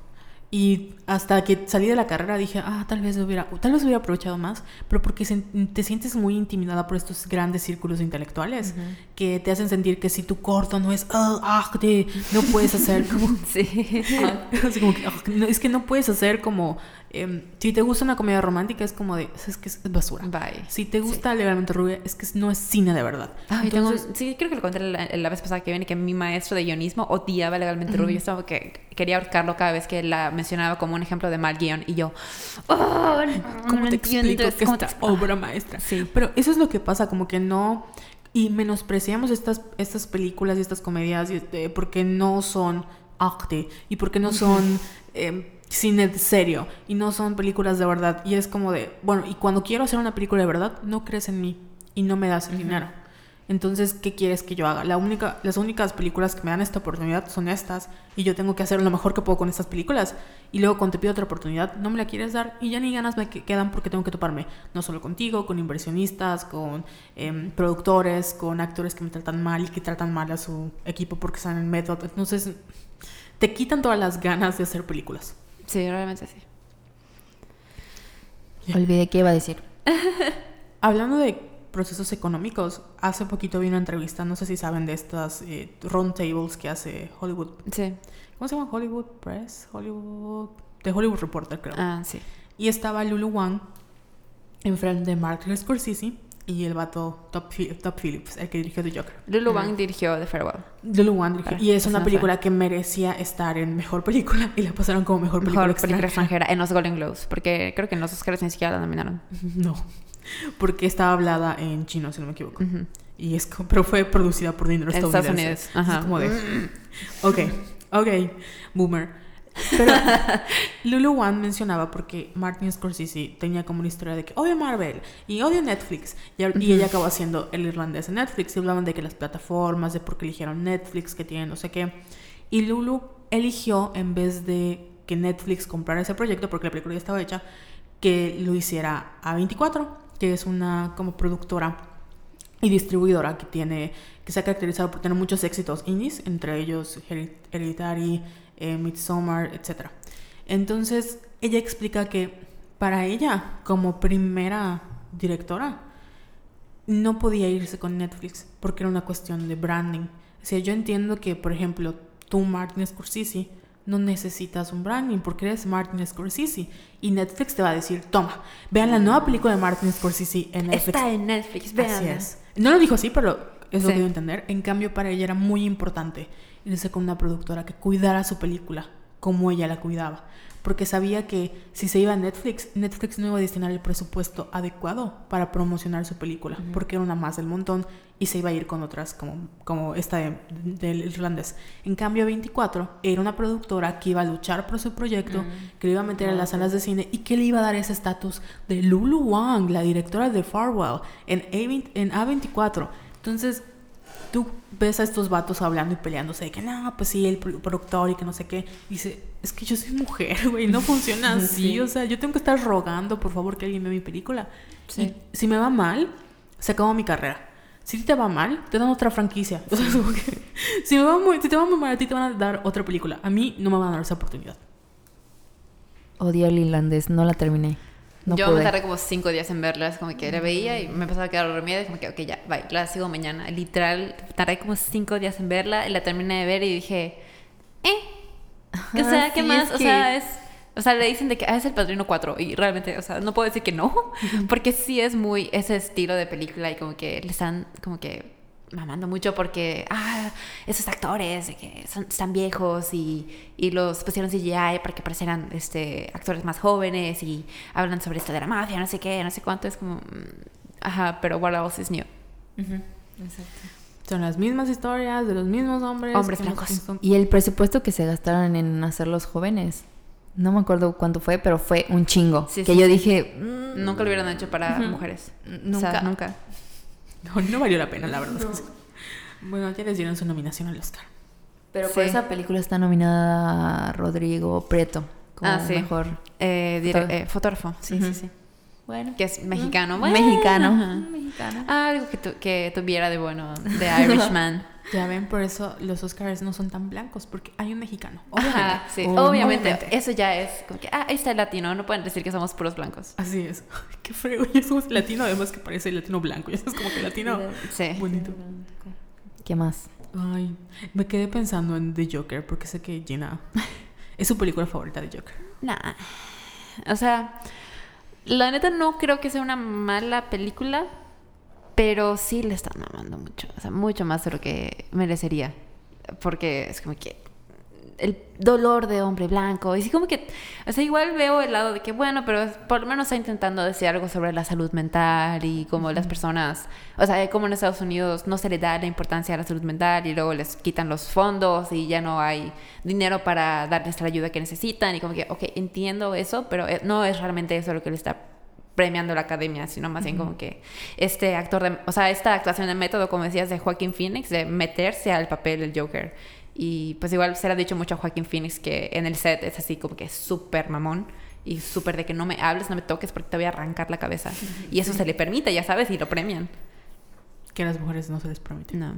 Y hasta que salí de la carrera dije, ah, tal vez hubiera, tal vez hubiera aprovechado más, pero porque se, te sientes muy intimidada por estos grandes círculos intelectuales uh-huh. que te hacen sentir que si tu corto no es, ah, ah te, no puedes hacer como, sí, así como que, oh, no, es que no puedes hacer como, eh, si te gusta una comedia romántica es como de, es que es basura. Bye. Si te gusta sí. Legalmente Rubia es que no es cine de verdad. Ay, Entonces, tengo, sí, creo que lo conté la, la vez pasada que viene que mi maestro de guionismo odiaba Legalmente uh-huh. Rubia. Yo estaba que quería ahorcarlo cada vez que la mencionaba como un ejemplo de mal guión y yo, oh, no, ¿cómo no te entiendes? explico que ¿Cómo esta te... obra maestra? Sí. Pero eso es lo que pasa, como que no... Y menospreciamos estas, estas películas y estas comedias y, eh, porque no son arte y porque no son eh, cine serio y no son películas de verdad. Y es como de, bueno, y cuando quiero hacer una película de verdad, no crees en mí y no me das el uh-huh. dinero. Entonces, ¿qué quieres que yo haga? La única, las únicas películas que me dan esta oportunidad son estas y yo tengo que hacer lo mejor que puedo con estas películas. Y luego cuando te pido otra oportunidad, no me la quieres dar y ya ni ganas me quedan porque tengo que toparme no solo contigo, con inversionistas, con eh, productores, con actores que me tratan mal y que tratan mal a su equipo porque están en método. Entonces, te quitan todas las ganas de hacer películas. Sí, realmente sí. Yeah. Olvidé qué iba a decir. Hablando de procesos económicos, hace poquito vi una entrevista, no sé si saben de estas eh, round tables que hace Hollywood. Sí. ¿Cómo se llama? Hollywood Press, Hollywood... de Hollywood Reporter, creo. Ah, sí. Y estaba Lulu Wang enfrente de Martin Scorsese y el vato Top, Top Phillips, el que dirigió The Joker. Lulu Wang uh-huh. dirigió The Farewell. Lulu Wang dirigió. Para, y es una película fue. que merecía estar en mejor película y la pasaron como mejor película, mejor extranjera. película extranjera en los Golden Globes, porque creo que en los Oscars ni siquiera la nominaron. No. Porque estaba hablada en chino, si no me equivoco. Uh-huh. Y es como, pero fue producida por dinero estadounidense. En Estados Unidos. Ajá. Es como de... Ok, ok, boomer. Pero Lulu Wang mencionaba porque Martin Scorsese tenía como una historia de que odio Marvel y odio Netflix. Y, uh-huh. y ella acabó haciendo el irlandés en Netflix. Y hablaban de que las plataformas, de por qué eligieron Netflix, que tienen no sé qué. Y Lulu eligió, en vez de que Netflix comprara ese proyecto, porque la película ya estaba hecha, que lo hiciera A veinticuatro, que es una como productora y distribuidora que tiene que se ha caracterizado por tener muchos éxitos indies, entre ellos Hereditary, eh, Midsommar, etcétera. Entonces ella explica que para ella como primera directora no podía irse con Netflix porque era una cuestión de branding. O sea, yo entiendo que, por ejemplo, tú, Martin Scorsese, no necesitas un branding porque eres Martin Scorsese y Netflix te va a decir, toma, vean la nueva película de Martin Scorsese en Netflix. Está en Netflix, vean. Así es. No lo dijo así, pero es sí. lo que dio a entender. En cambio, para ella era muy importante irse con una productora que cuidara su película como ella la cuidaba. Porque sabía que si se iba a Netflix, Netflix no iba a destinar el presupuesto adecuado para promocionar su película, uh-huh. porque era una más del montón y se iba a ir con otras como, como esta de, del irlandés. En cambio, veinticuatro era una productora que iba a luchar por su proyecto, uh-huh. que le iba a meter uh-huh. a las salas de cine y que le iba a dar ese estatus de Lulu Wang, la directora de Farewell, en, A veinte, en A veinticuatro. Entonces, tú ves a estos vatos hablando y peleándose de que no, pues sí, el productor y que no sé qué. Y dice, es que yo soy mujer, güey, no funciona así. Sí. O sea, yo tengo que estar rogando, por favor, que alguien vea mi película. Sí. Y si me va mal, se acabó mi carrera. Si te va mal, te dan otra franquicia. O sea, es como que si, me va muy, si te va muy mal, a ti te van a dar otra película. A mí no me van a dar esa oportunidad. Odié el irlandés, no la terminé. No yo pude. me tardé como cinco días en verla, es como que la veía y me empezaba a quedar dormida y como que, ok, ya, bye, la sigo mañana. Literal, tardé como cinco días en verla y la terminé de ver y dije, eh, o sea, ¿qué sí, más? es O que... sea, es, O sea, le dicen de que ah, es El Padrino cuatro y realmente, o sea, no puedo decir que no, porque sí es muy ese estilo de película y como que le están como que mamando mucho porque, ah, esos actores de que son, están viejos y, y los pusieron C G I para que parecieran este, actores más jóvenes y hablan sobre esto de la mafia, no sé qué, no sé cuánto, es como, mm, ajá, pero what else is new? Uh-huh. Exacto. Son las mismas historias de los mismos hombres. Hombres blancos. Son... Y el presupuesto que se gastaron en hacerlos jóvenes, no me acuerdo cuánto fue, pero fue un chingo. Sí, que sí, yo sí. dije... Mm, nunca lo hubieran hecho para uh-huh. mujeres. Nunca. O sea, nunca. No, no valió la pena, la verdad. No. Bueno, ya les dieron su nominación al Oscar. Pero sí. por esa película está nominada Rodrigo Prieto como ah, sí. mejor eh, dire- eh, fotógrafo. Sí, uh-huh. sí, sí. Bueno, que es mexicano. Bueno, mexicano. Uh-huh. mexicano. Ah, algo que, tu- que tuviera de bueno, de Irishman. Ya ven, por eso los Oscars no son tan blancos, porque hay un mexicano. Obviamente. Ajá, sí. Oh, obviamente. obviamente. Eso ya es como que, ah, ahí está el latino. No pueden decir que somos puros blancos. Así es. Qué feo. Ya somos latino, además que parece latino blanco. Ya es como que latino sí. bonito. ¿Qué más? Ay, me quedé pensando en The Joker, porque sé que Gina es su película favorita de Joker. Nah. O sea, la neta no creo que sea una mala película, pero sí le están mamando mucho, o sea, mucho más de lo que merecería, porque es como que el dolor de hombre blanco, y sí como que, o sea, igual veo el lado de que, bueno, pero por lo menos está intentando decir algo sobre la salud mental y cómo uh-huh. las personas, o sea, como en Estados Unidos no se le da la importancia a la salud mental y luego les quitan los fondos y ya no hay dinero para darles la ayuda que necesitan y como que, ok, entiendo eso, pero no es realmente eso lo que le está premiando la academia, sino más bien uh-huh. como que este actor de, o sea, esta actuación de método, como decías, de Joaquin Phoenix, de meterse al papel del Joker. Y pues igual se le ha dicho mucho a Joaquin Phoenix que en el set es así como que súper mamón y súper de que no me hables, no me toques porque te voy a arrancar la cabeza. Y eso sí. se le permite, ya sabes, y lo premian. Que a las mujeres no se les permite. No.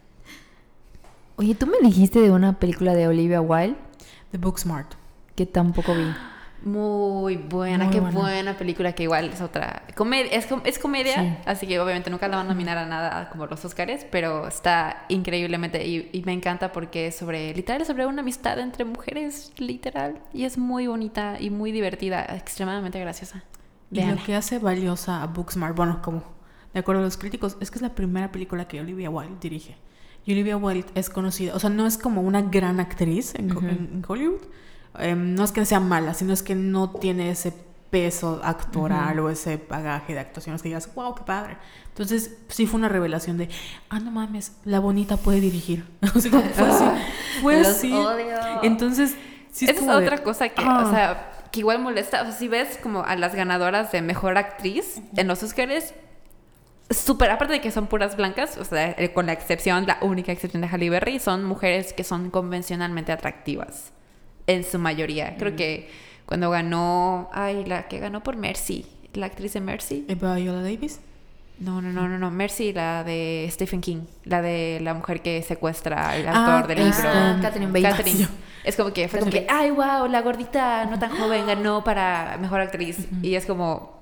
Oye, tú me dijiste de una película de Olivia Wilde, The Booksmart, que tampoco vi. Muy buena, Muy qué buena. buena película, que igual es otra comedia, es, es comedia, sí. así que obviamente nunca la van a nominar a nada como los Óscares, pero está increíblemente y, y me encanta porque es sobre, literal, sobre una amistad entre mujeres, literal, y es muy bonita y muy divertida, extremadamente graciosa. Veanla. Y lo que hace valiosa a Booksmart, bueno, como de acuerdo a los críticos, es que es la primera película que Olivia Wilde dirige. Y Olivia Wilde es conocida, o sea, no es como una gran actriz en, uh-huh. en, en Hollywood. Um, no es que sea mala, sino es que no tiene ese peso actoral uh-huh. o ese bagaje de actuaciones que digas, wow, qué padre. Entonces, sí fue una revelación de, ah, no mames, la bonita puede dirigir. O sea, fue así. Fue Los así. Odio. Entonces, sí es Esa es otra de, cosa que, ah. o sea, que igual molesta. O sea, si ves como a las ganadoras de mejor actriz uh-huh. en los Oscars, súper, aparte de que son puras blancas, o sea, con la excepción, la única excepción de Halle Berry, son mujeres que son convencionalmente atractivas. En su mayoría. Creo mm. que cuando ganó... Ay, la que ganó por Mercy. La actriz de Mercy. ¿Viola Davis? No, no, no, no, no. Mercy, la de Stephen King. La de la mujer que secuestra al autor ah, del libro. Ah, Catherine Bates. Catherine. Es como que fue como que... Ay, wow, la gordita no tan joven ganó para mejor actriz. Uh-huh. Y es como...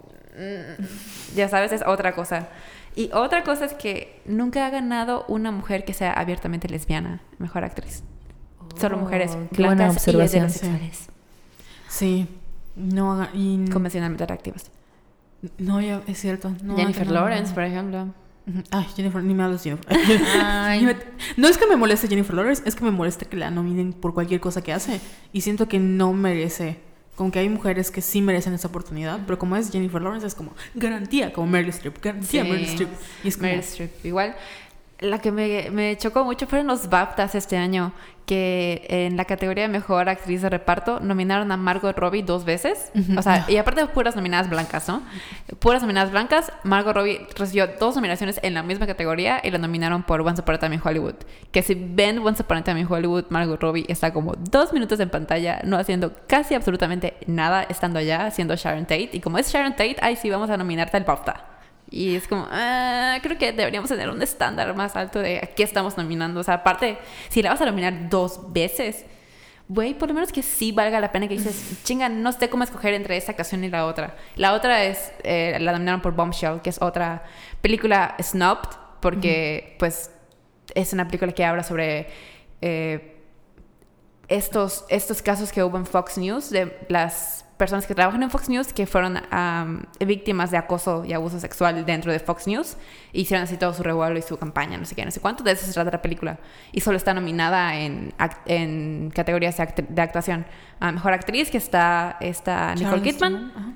Mm, ya sabes, es otra cosa. Y otra cosa es que nunca ha ganado una mujer que sea abiertamente lesbiana. Mejor actriz. Solo mujeres oh, blancas y heterosexuales. Sí. No, y... convencionalmente atractivas. No, ya es cierto. No, Jennifer no, Lawrence, no. por ejemplo. Ay, Jennifer, ni me hablas de Jennifer. Ay. No es que me moleste Jennifer Lawrence, es que me moleste que la nominen por cualquier cosa que hace. Y siento que no merece. Como que hay mujeres que sí merecen esa oportunidad, pero como es Jennifer Lawrence, es como garantía, como Meryl Streep. Garantía sí, Meryl Streep. Y es como... Meryl Streep, igual. La que me, me chocó mucho fueron los BAFTAs este año, que en la categoría de Mejor Actriz de Reparto nominaron a Margot Robbie dos veces. Uh-huh. O sea, y aparte de puras nominadas blancas, ¿no? Puras nominadas blancas, Margot Robbie recibió dos nominaciones en la misma categoría y la nominaron por Once Upon a Time in Hollywood. Que si ven Once Upon a Time in Hollywood, Margot Robbie está como dos minutos en pantalla, no haciendo casi absolutamente nada, estando allá, haciendo Sharon Tate. Y como es Sharon Tate, ay, sí, vamos a nominarte al BAFTA. Y es como, ah, creo que deberíamos tener un estándar más alto de a qué estamos nominando. O sea, aparte, si la vas a nominar dos veces, güey, por lo menos que sí valga la pena que dices, chinga, no sé cómo escoger entre esta ocasión y la otra. La otra es, eh, la nominaron por Bombshell, que es otra película snubbed, porque, uh-huh. pues, es una película que habla sobre... Eh, estos, estos casos que hubo en Fox News de las personas que trabajan en Fox News que fueron um, víctimas de acoso y abuso sexual dentro de Fox News. Hicieron así todo su revuelo y su campaña, no sé qué, no sé cuánto. De eso se trata la película. Y solo está nominada en, en categorías de, act de actuación. A Mejor Actriz, que está, está Nicole Kidman. Uh-huh.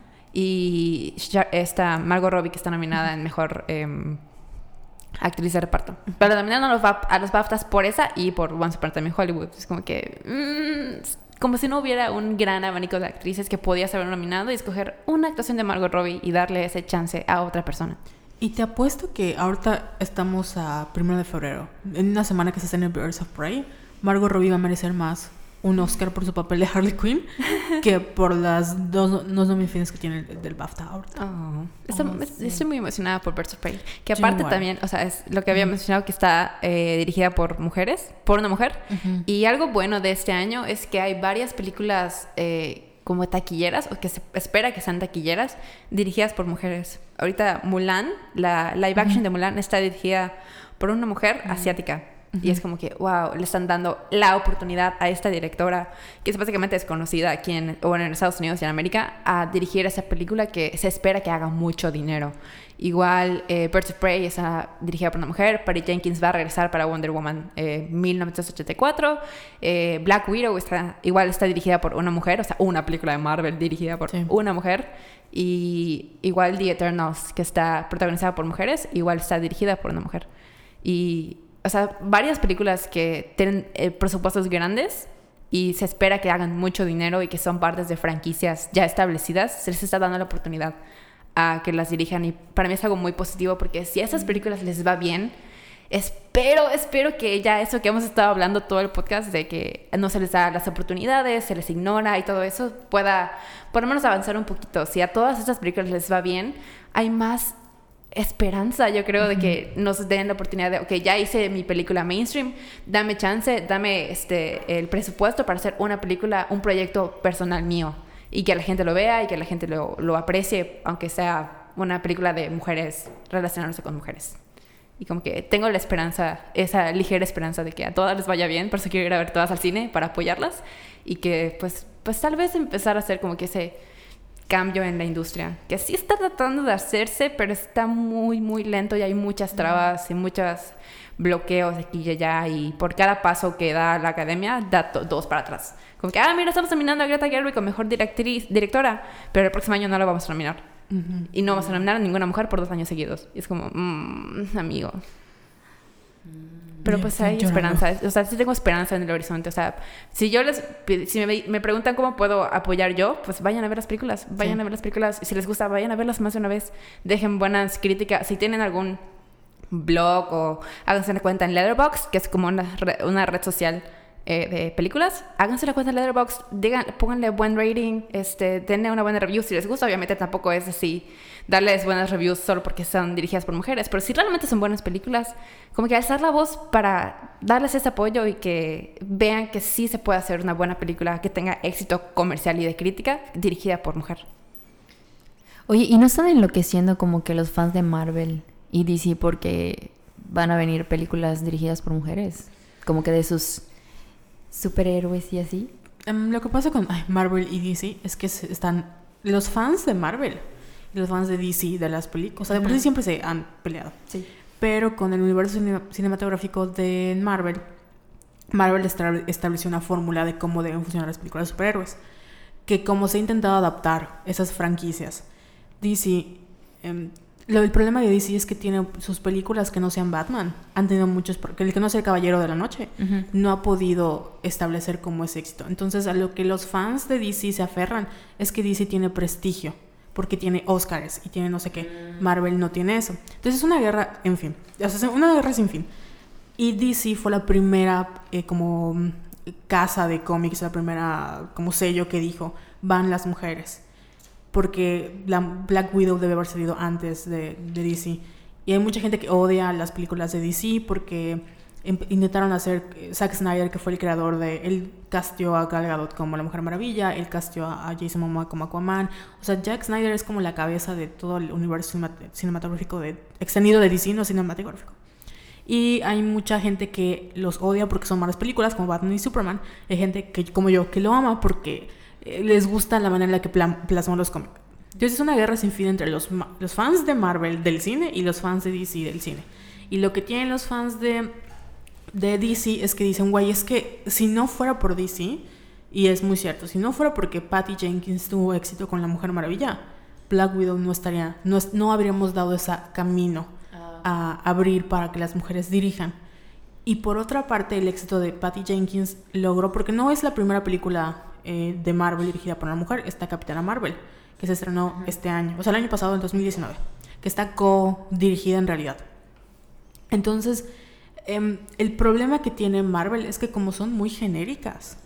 Y está Margot Robbie, que está nominada en Mejor eh, Actriz de Reparto. Pero nominaron a los, a los BAFTAs por esa y por Once Upon a Time in Hollywood. Es como que... Mmm, como si no hubiera un gran abanico de actrices que podías haber nominado y escoger una actuación de Margot Robbie y darle ese chance a otra persona. Y te apuesto que ahorita estamos a primero de febrero. En una semana que se está en el Birds of Prey, Margot Robbie va a merecer más un Oscar por su papel de Harley Quinn que por las dos, dos nominaciones que tiene el, del BAFTA ahorita. Oh. Está, oh, sí. Estoy muy emocionada por Birds of Prey. Que aparte también, o sea, es lo que había mm. mencionado, que está eh, dirigida por mujeres, por una mujer. Uh-huh. Y algo bueno de este año es que hay varias películas eh, como taquilleras, o que se espera que sean taquilleras, dirigidas por mujeres. Ahorita Mulan, la live action uh-huh. de Mulan, está dirigida por una mujer uh-huh. asiática. Uh-huh. Y es como que, wow, le están dando la oportunidad a esta directora, que es básicamente desconocida aquí en, bueno, en Estados Unidos y en América, a dirigir esa película que se espera que haga mucho dinero. Igual, eh, Birds of Prey está dirigida por una mujer. Patty Jenkins va a regresar para Wonder Woman eh, mil novecientos ochenta y cuatro. Eh, Black Widow está, igual está dirigida por una mujer, o sea, una película de Marvel dirigida por sí. una mujer. Y igual The Eternals, que está protagonizada por mujeres, igual está dirigida por una mujer. Y... O sea, varias películas que tienen eh, presupuestos grandes y se espera que hagan mucho dinero y que son partes de franquicias ya establecidas, se les está dando la oportunidad a que las dirijan. Y para mí es algo muy positivo, porque si a esas películas les va bien, espero, espero que ya eso que hemos estado hablando todo el podcast, de que no se les da las oportunidades, se les ignora y todo eso, pueda por lo menos avanzar un poquito. Si a todas estas películas les va bien, hay más esperanza, yo creo, uh-huh. de que nos den la oportunidad de, ok, ya hice mi película mainstream, dame chance, dame este, el presupuesto para hacer una película, un proyecto personal mío, y que la gente lo vea y que la gente lo, lo aprecie, aunque sea una película de mujeres relacionándose con mujeres. Y como que tengo la esperanza, esa ligera esperanza de que a todas les vaya bien, por eso quiero ir a ver todas al cine para apoyarlas, y que pues, pues tal vez empezar a hacer como que ese cambio en la industria, que sí está tratando de hacerse, pero está muy, muy lento y hay muchas trabas y muchos bloqueos aquí y allá, y por cada paso que da la academia, da dos para atrás. Como que, ah, mira, estamos nominando a Greta Gerwig como mejor directriz, directora, pero el próximo año no la vamos a nominar. Uh-huh. Y no vamos a nominar a ninguna mujer por dos años seguidos. Y es como, mmm, amigo. Pero pues hay esperanza, o sea, sí tengo esperanza en el horizonte. O sea, si yo les, si me, me preguntan cómo puedo apoyar yo, pues vayan a ver las películas, vayan sí. a ver las películas. Y si les gusta, vayan a verlas más de una vez. Dejen buenas críticas. Si tienen algún blog o háganse una cuenta en Letterboxd, que es como una, una red social eh, de películas, háganse la cuenta en Letterboxd, digan, pónganle buen rating, este, denle una buena review si les gusta. Obviamente tampoco es así darles buenas reviews solo porque son dirigidas por mujeres, pero si realmente son buenas películas, como que alzar la voz para darles ese apoyo y que vean que sí se puede hacer una buena película que tenga éxito comercial y de crítica dirigida por mujer. Oye, ¿y no están enloqueciendo como que los fans de Marvel y D C porque van a venir películas dirigidas por mujeres? Como que de sus superhéroes y así. Um, lo que pasa con ay, Marvel y D C es que están los fans de Marvel y los fans de D C de las películas. O sea, de por sí siempre se han peleado. Sí. Pero con el universo cine- cinematográfico de Marvel, Marvel estableció una fórmula de cómo deben funcionar las películas de superhéroes. Que como se ha intentado adaptar esas franquicias, D C... Eh, Lo, el problema de D C es que tiene sus películas que no sean Batman. Han tenido muchos... Porque el que no sea el Caballero de la Noche uh-huh. no ha podido establecer como ese éxito. Entonces, a lo que los fans de D C se aferran es que D C tiene prestigio. Porque tiene Oscars y tiene no sé qué. Marvel no tiene eso. Entonces, es una guerra, en fin. O sea, una guerra sin fin. Y D C fue la primera eh, como casa de cómics, la primera como sello que dijo, van las mujeres. Porque la Black Widow debe haber salido antes de, de D C. Y hay mucha gente que odia las películas de D C porque intentaron hacer... Zack Snyder, que fue el creador de... Él casteó a Gal Gadot como la Mujer Maravilla, él casteó a Jason Momoa como Aquaman. O sea, Zack Snyder es como la cabeza de todo el universo cinematográfico de, extendido de D C, no cinematográfico. Y hay mucha gente que los odia porque son malas películas, como Batman y Superman. Hay gente que, como yo, que lo ama porque eh, les gusta la manera en la que pla- plasmó los cómics. Entonces es una guerra sin fin entre los, los fans de Marvel del cine y los fans de D C del cine. Y lo que tienen los fans de, de D C es que dicen, güey, es que si no fuera por D C, y es muy cierto, si no fuera porque Patty Jenkins tuvo éxito con La Mujer Maravilla, Black Widow no estaría, no, no habríamos dado ese camino a abrir para que las mujeres dirijan. Y por otra parte, el éxito de Patty Jenkins logró, porque no es la primera película eh, de Marvel dirigida por una mujer, está Capitana Marvel, que se estrenó uh-huh. este año, o sea, el año pasado, en dos mil diecinueve, que está co-dirigida en realidad. Entonces, eh, el problema que tiene Marvel es que como son muy genéricas,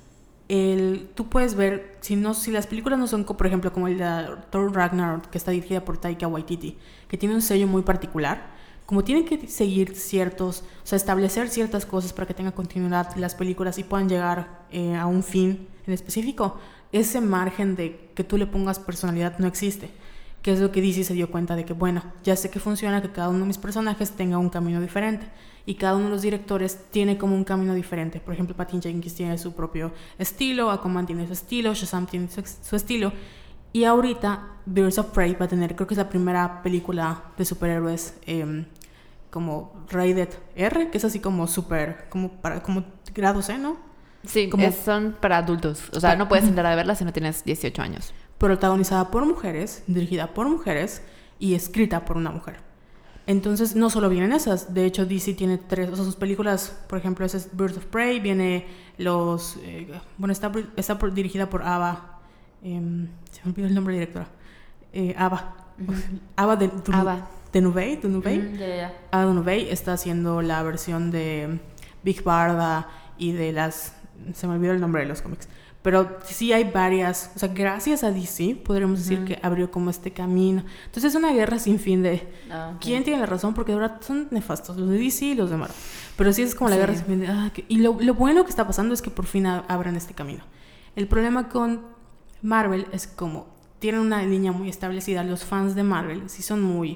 el, tú puedes ver, si, no, si las películas no son, por ejemplo, como el de Thor Ragnarok, que está dirigida por Taika Waititi, que tiene un sello muy particular, como tienen que seguir ciertos, o sea, establecer ciertas cosas para que tenga continuidad las películas y puedan llegar eh, a un fin en específico, ese margen de que tú le pongas personalidad no existe, que es lo que D C se dio cuenta de que, bueno, ya sé que funciona que cada uno de mis personajes tenga un camino diferente y cada uno de los directores tiene como un camino diferente. Por ejemplo, Patty Jenkins tiene su propio estilo, Aquaman tiene su estilo, Shazam tiene su, su estilo. Y ahorita Birds of Prey va a tener, creo que es la primera película de superhéroes eh, como Rated R, que es así como super, como para como grado C, ¿no? Sí, como, es, son para adultos. O sea, no puedes entrar a verla si no tienes dieciocho años. Protagonizada por mujeres, dirigida por mujeres y escrita por una mujer. Entonces, no solo vienen esas. De hecho, D C tiene tres, o sea, sus películas, por ejemplo, esa es Birds of Prey, viene los... Eh, bueno, está, está por, dirigida por Ava... Eh, se me olvidó el nombre de la directora. Eh, Ava. Uh-huh. Ava de... Tu, Ava. De Nuvei, de Nuvei. Mm, yeah, yeah. Ava de Nuvei está haciendo la versión de Big Barda y de las... Se me olvidó el nombre de los cómics. Pero sí hay varias... O sea, gracias a D C podríamos decir uh-huh. que abrió como este camino. Entonces es una guerra sin fin de... Oh, okay. ¿Quién tiene la razón? Porque ahora son nefastos. Los de D C y los de Marvel. Pero sí es como la sí. guerra sin fin de... Ah, que, y lo, lo bueno que está pasando es que por fin a, abran este camino. El problema con Marvel es como... Tienen una línea muy establecida. Los fans de Marvel sí son muy...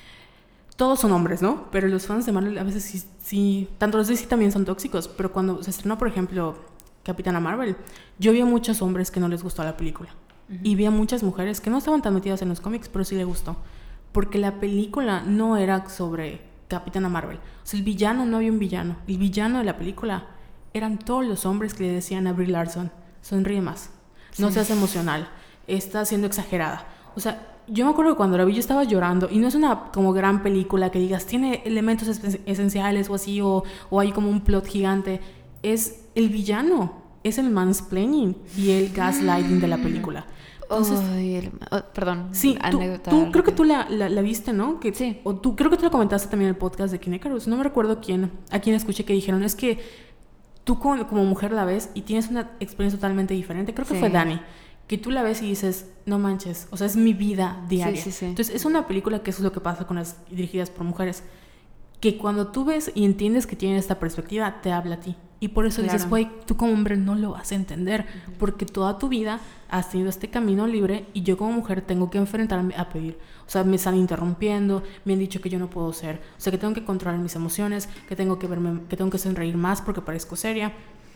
Todos son hombres, ¿no? Pero los fans de Marvel a veces sí, sí... Tanto los de D C también son tóxicos. Pero cuando se estrenó, por ejemplo, Capitana Marvel, yo vi a muchos hombres que no les gustó la película. Uh-huh. Y vi a muchas mujeres que no estaban tan metidas en los cómics, pero sí les gustó. Porque la película no era sobre Capitana Marvel. O sea, el villano no había un villano. El villano de la película eran todos los hombres que le decían a Brie Larson, sonríe más, no sí. seas emocional, estás siendo exagerada. O sea, yo me acuerdo que cuando la vi yo estaba llorando y no es una como gran película que digas tiene elementos es- esenciales o así o, o hay como un plot gigante. Es el villano, es el mansplaining y el gaslighting de la película. Entonces, oh, el, oh, perdón. Sí, tú, tú creo que tú la, la, la viste, ¿no? Que, sí. O tú creo que tú la comentaste también en el podcast de Kinecarus. No me recuerdo quién, a quién escuché que dijeron es que tú como, como mujer la ves y tienes una experiencia totalmente diferente. Creo que sí. fue Dani. Que tú la ves y dices, no manches, o sea, es mi vida diaria. Sí, sí, sí. Entonces, es una película que eso es lo que pasa con las dirigidas por mujeres. Que cuando tú ves y entiendes que tiene esta perspectiva, te habla a ti. Y por eso claro. dices, güey, tú como hombre no lo vas a entender. Uh-huh. Porque toda tu vida has tenido este camino libre y yo como mujer tengo que enfrentarme a pedir. O sea, me están interrumpiendo, me han dicho que yo no puedo ser. O sea, que tengo que controlar mis emociones, que tengo que verme, que tengo que sonreír más porque parezco seria.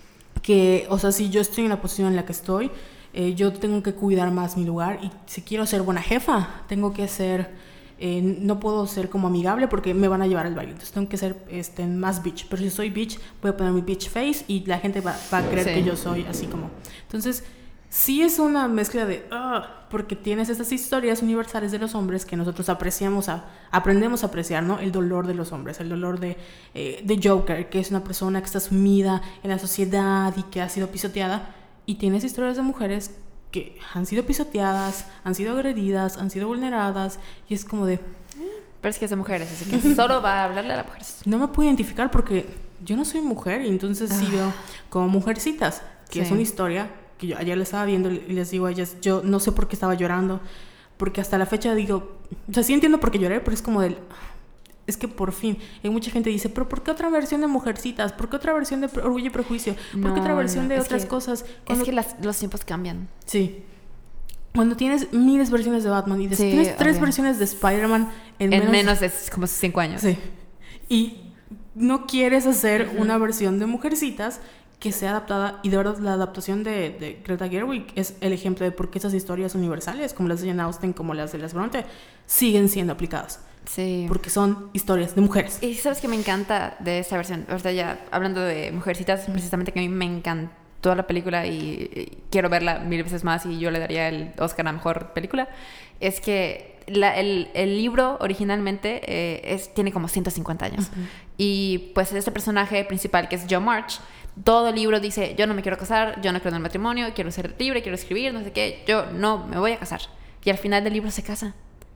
Que, o sea, si yo estoy en la posición en la que estoy, eh, yo tengo que cuidar más mi lugar. Y si quiero ser buena jefa, tengo que ser... Eh, no puedo ser como amigable porque me van a llevar al baile. Entonces tengo que ser este, más bitch. Pero si soy bitch, voy a poner mi bitch face y la gente va, va a creer sí. que yo soy así como... Entonces, sí es una mezcla de... Uh, porque tienes estas historias universales de los hombres que nosotros apreciamos, a, aprendemos a apreciar, ¿no? El dolor de los hombres, el dolor de, eh, de Joker, que es una persona que está sumida en la sociedad y que ha sido pisoteada. Y tienes historias de mujeres que han sido pisoteadas, han sido agredidas, han sido vulneradas y es como de... Pero es que es de mujeres, así que solo va a hablarle a las mujeres. No me puedo identificar porque yo no soy mujer y entonces ah. sí veo como Mujercitas, que sí. es una historia que yo ayer la estaba viendo y les digo a ellas, yo no sé por qué estaba llorando, porque hasta la fecha digo, o sea, sí entiendo por qué lloré, pero es como del... Es que por fin, hay mucha gente que dice, pero ¿por qué otra versión de Mujercitas? ¿Por qué otra versión de Orgullo y Prejuicio? ¿Por no, qué otra versión no, de otras que, cosas? Cuando... Es que las, los tiempos cambian. Sí. Cuando tienes miles de versiones de Batman y de, sí, tienes tres obvio. versiones de Spider-Man en, en menos... menos de como cinco años. Sí. Y no quieres hacer uh-huh. una versión de Mujercitas que sea adaptada, y de verdad la adaptación de, de Greta Gerwig es el ejemplo de por qué esas historias universales, como las de Jane Austen, como las de las Bronte, siguen siendo aplicadas. Sí. Porque son historias de mujeres. Y sabes que me encanta de esta versión, ahorita ya hablando de Mujercitas, mm. precisamente que a mí me encantó la película y, y quiero verla mil veces más y yo le daría el Oscar a mejor película, es que la, el, el libro originalmente eh, es, tiene como ciento cincuenta años. Uh-huh. Y pues este personaje principal, que es Jo March, todo el libro dice, yo no me quiero casar, yo no creo en el matrimonio, quiero ser libre, quiero escribir, no sé qué, yo no me voy a casar. Y al final del libro se casa.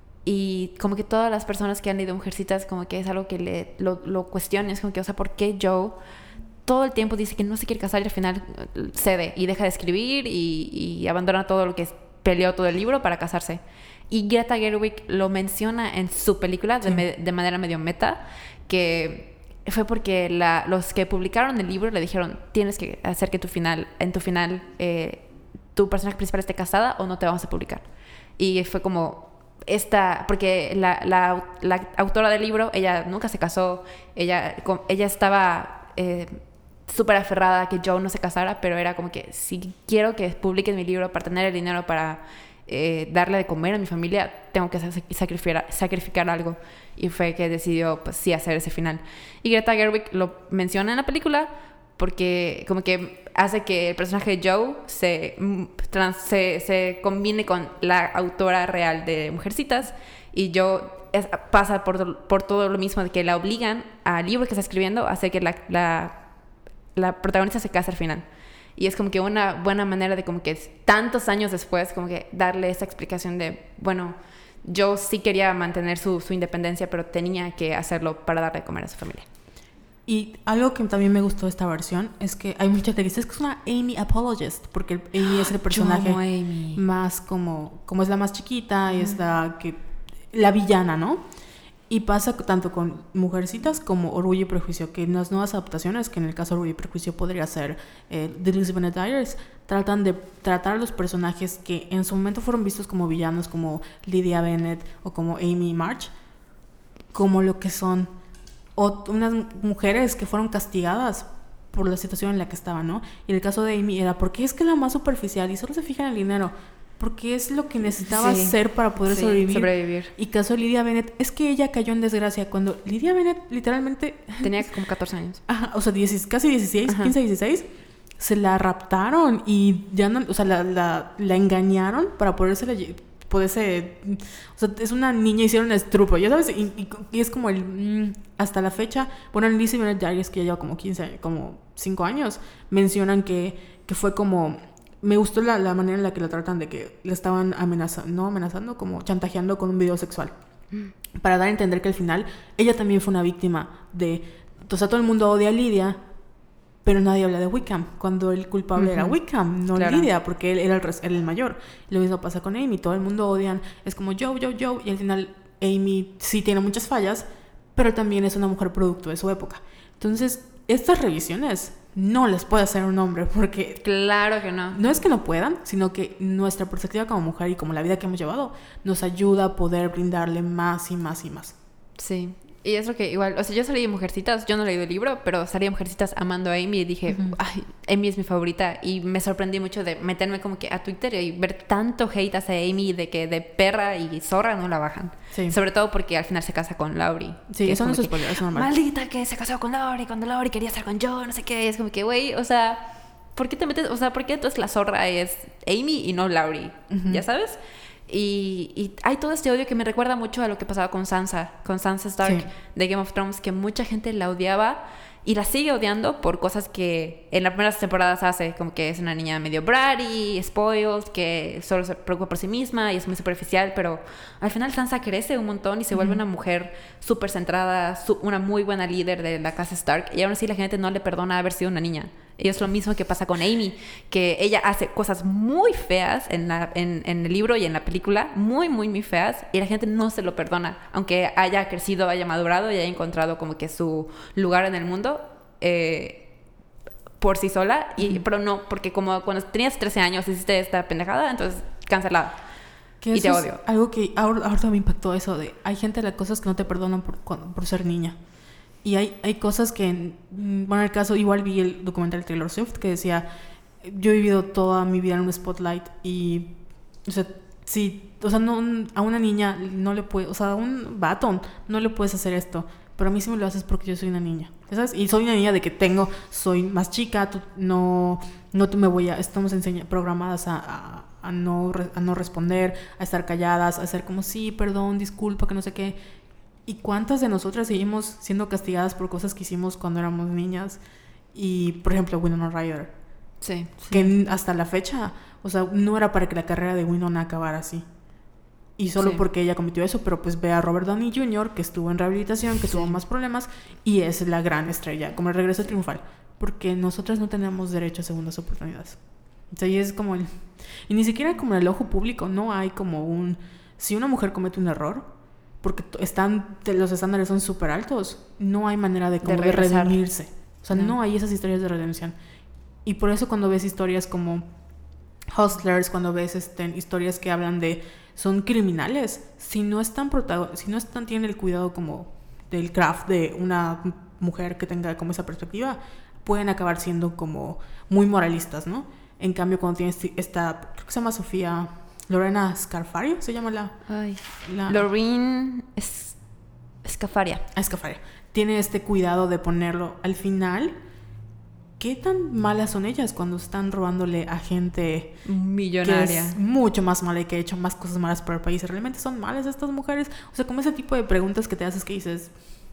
Y como que todas las personas que han leído Mujercitas, como que es algo que le, lo, lo cuestionan, es como que, o sea, ¿por qué Jo todo el tiempo dice que no se quiere casar y al final cede y deja de escribir y, y abandona todo lo que peleó todo el libro para casarse? Y Greta Gerwig lo menciona en su película de, sí. me, de manera medio meta, que fue porque la, los que publicaron el libro le dijeron, tienes que hacer que tu final, en tu final eh, tu personaje principal esté casada o no te vamos a publicar. Y fue como esta, porque la, la, la autora del libro, ella nunca se casó, ella, ella estaba eh, súper aferrada a que Jo no se casara, pero era como que si quiero que publiquen mi libro para tener el dinero para eh, darle de comer a mi familia, tengo que sacrificar, sacrificar algo. Y fue que decidió, pues sí, hacer ese final. Y Greta Gerwig lo menciona en la película porque como que hace que el personaje de Jo se, trans, se, se combine con la autora real de Mujercitas, y Jo es, pasa por, por todo lo mismo de que la obligan al libro que está escribiendo a hacer que la, la, la protagonista se case al final. Y es como que una buena manera de como que tantos años después como que darle esa explicación de, bueno, yo sí quería mantener su, su independencia, pero tenía que hacerlo para darle de comer a su familia. Y algo que también me gustó de esta versión es que hay mucha gente que dice que es una Amy apologist, porque Amy es el personaje más como, como es la más chiquita, y uh-huh. es la, que, la villana, ¿no? Y pasa tanto con Mujercitas como Orgullo y Prejuicio, que en las nuevas adaptaciones, que en el caso de Orgullo y Prejuicio podría ser eh, The Elizabeth Diaries, tratan de tratar a los personajes que en su momento fueron vistos como villanos, como Lydia Bennet o como Amy March, como lo que son, o unas mujeres que fueron castigadas por la situación en la que estaban, ¿no? Y en el caso de Amy era porque es que es la más superficial y solo se fija en el dinero, porque es lo que necesitaba sí, hacer para poder sí, sobrevivir. sobrevivir. Y caso de Lydia Bennet, es que ella cayó en desgracia cuando Lydia Bennet literalmente... Tenía como catorce años. Ajá, o sea, diez, casi dieciséis, ajá. quince, dieciséis. Se la raptaron y ya no... O sea, la, la, la engañaron para poderse... poderse o sea, es una niña, hicieron estrupo, ya sabes, y, y, y es como el... Mmm, hasta la fecha, bueno, en Elizabeth Diaries, que ya lleva como quince, como cinco años, mencionan que, que fue como... Me gustó la, la manera en la que la tratan, de que le estaban amenazando, no amenazando, como chantajeando con un video sexual. Mm. Para dar a entender que al final ella también fue una víctima de... O sea, todo el mundo odia a Lydia, pero nadie habla de Wickham, cuando el culpable uh-huh. era Wickham, no claro. Lydia, porque él era el, era el mayor. Lo mismo pasa con Amy, todo el mundo odian, es como yo, yo, yo, y al final Amy sí tiene muchas fallas, pero también es una mujer producto de su época. Entonces, estas revisiones no les puede hacer un hombre, porque... Claro que no. No es que no puedan, sino que nuestra perspectiva como mujer y como la vida que hemos llevado nos ayuda a poder brindarle más y más y más. Sí. Y es lo que igual, o sea, yo salí de Mujercitas, yo no leí el libro, pero salí de Mujercitas amando a Amy y dije, uh-huh. ay, Amy es mi favorita. Y me sorprendí mucho de meterme como que a Twitter y ver tanto hate hacia Amy, de que de perra y zorra no la bajan. Sí. Sobre todo porque al final se casa con Laurie. Sí, eso no es spoiler, es normal. Maldita que se casó con Laurie cuando Laurie quería estar con yo, no sé qué. Es como que, güey, o sea, ¿por qué te metes? O sea, ¿por qué entonces la zorra es Amy y no Laurie? Uh-huh. ¿Ya sabes? Y, y hay todo este odio que me recuerda mucho a lo que pasaba con Sansa, con Sansa Stark sí. de Game of Thrones, que mucha gente la odiaba y la sigue odiando por cosas que en las primeras temporadas hace, como que es una niña medio bratty, spoiled, que solo se preocupa por sí misma y es muy superficial, pero al final Sansa crece un montón y se vuelve uh-huh. una mujer súper centrada, su, una muy buena líder de la casa Stark, y aún así la gente no le perdona haber sido una niña. Y es lo mismo que pasa con Amy, que ella hace cosas muy feas en, la, en, en el libro y en la película, muy, muy, muy feas, y la gente no se lo perdona, aunque haya crecido, haya madurado y haya encontrado como que su lugar en el mundo eh, por sí sola, y, uh-huh. pero no, porque como cuando tenías trece años hiciste esta pendejada, entonces cancelada. Que y te odio. Es algo que ahora, ahora me impactó eso de, hay gente, las cosas que no te perdonan por, por ser niña. Y hay, hay cosas que, bueno, en el caso, igual vi el documental de Taylor Swift que decía, yo he vivido toda mi vida en un spotlight y, o sea, sí, o sea, no, a una niña no le puede, o sea, a un vato no le puedes hacer esto, pero a mí sí me lo haces porque yo soy una niña, ¿sabes? Y soy una niña de que tengo, soy más chica, tú, no, no te me voy a, estamos enseña, programadas a, a, a, no, a no responder, a estar calladas, a hacer como, sí, perdón, disculpa, que no sé qué. ¿Y cuántas de nosotras seguimos siendo castigadas por cosas que hicimos cuando éramos niñas? Y, por ejemplo, Winona Ryder. Sí, sí. Que hasta la fecha, o sea, no era para que la carrera de Winona acabara así. Y solo sí. porque ella cometió eso, pero pues ve a Robert Downey junior, que estuvo en rehabilitación, que sí. tuvo más problemas, y es la gran estrella, como el regreso triunfal. Porque nosotras no tenemos derecho a segundas oportunidades. O sea, y es como el... Y ni siquiera como en el ojo público, no hay como un... Si una mujer comete un error... porque están los estándares son súper altos, no hay manera de, como de, de redimirse, o sea, no. no hay esas historias de redención. Y por eso cuando ves historias como Hustlers, cuando ves este, historias que hablan de son criminales, si no están protagon- si no están tienen el cuidado como del craft de una mujer que tenga como esa perspectiva, pueden acabar siendo como muy moralistas, ¿no? En cambio, cuando tienes esta, creo que se llama Sofía Lorena Scafaria, se llama la... Ay, la Lorraine es, Scafaria. Scafaria. Tiene este cuidado de ponerlo al final. ¿Qué tan malas son ellas cuando están robándole a gente millonaria? Que es mucho más mala y que ha hecho más cosas malas para el país. ¿Realmente son malas estas mujeres? O sea, como ese tipo de preguntas que te haces que dices...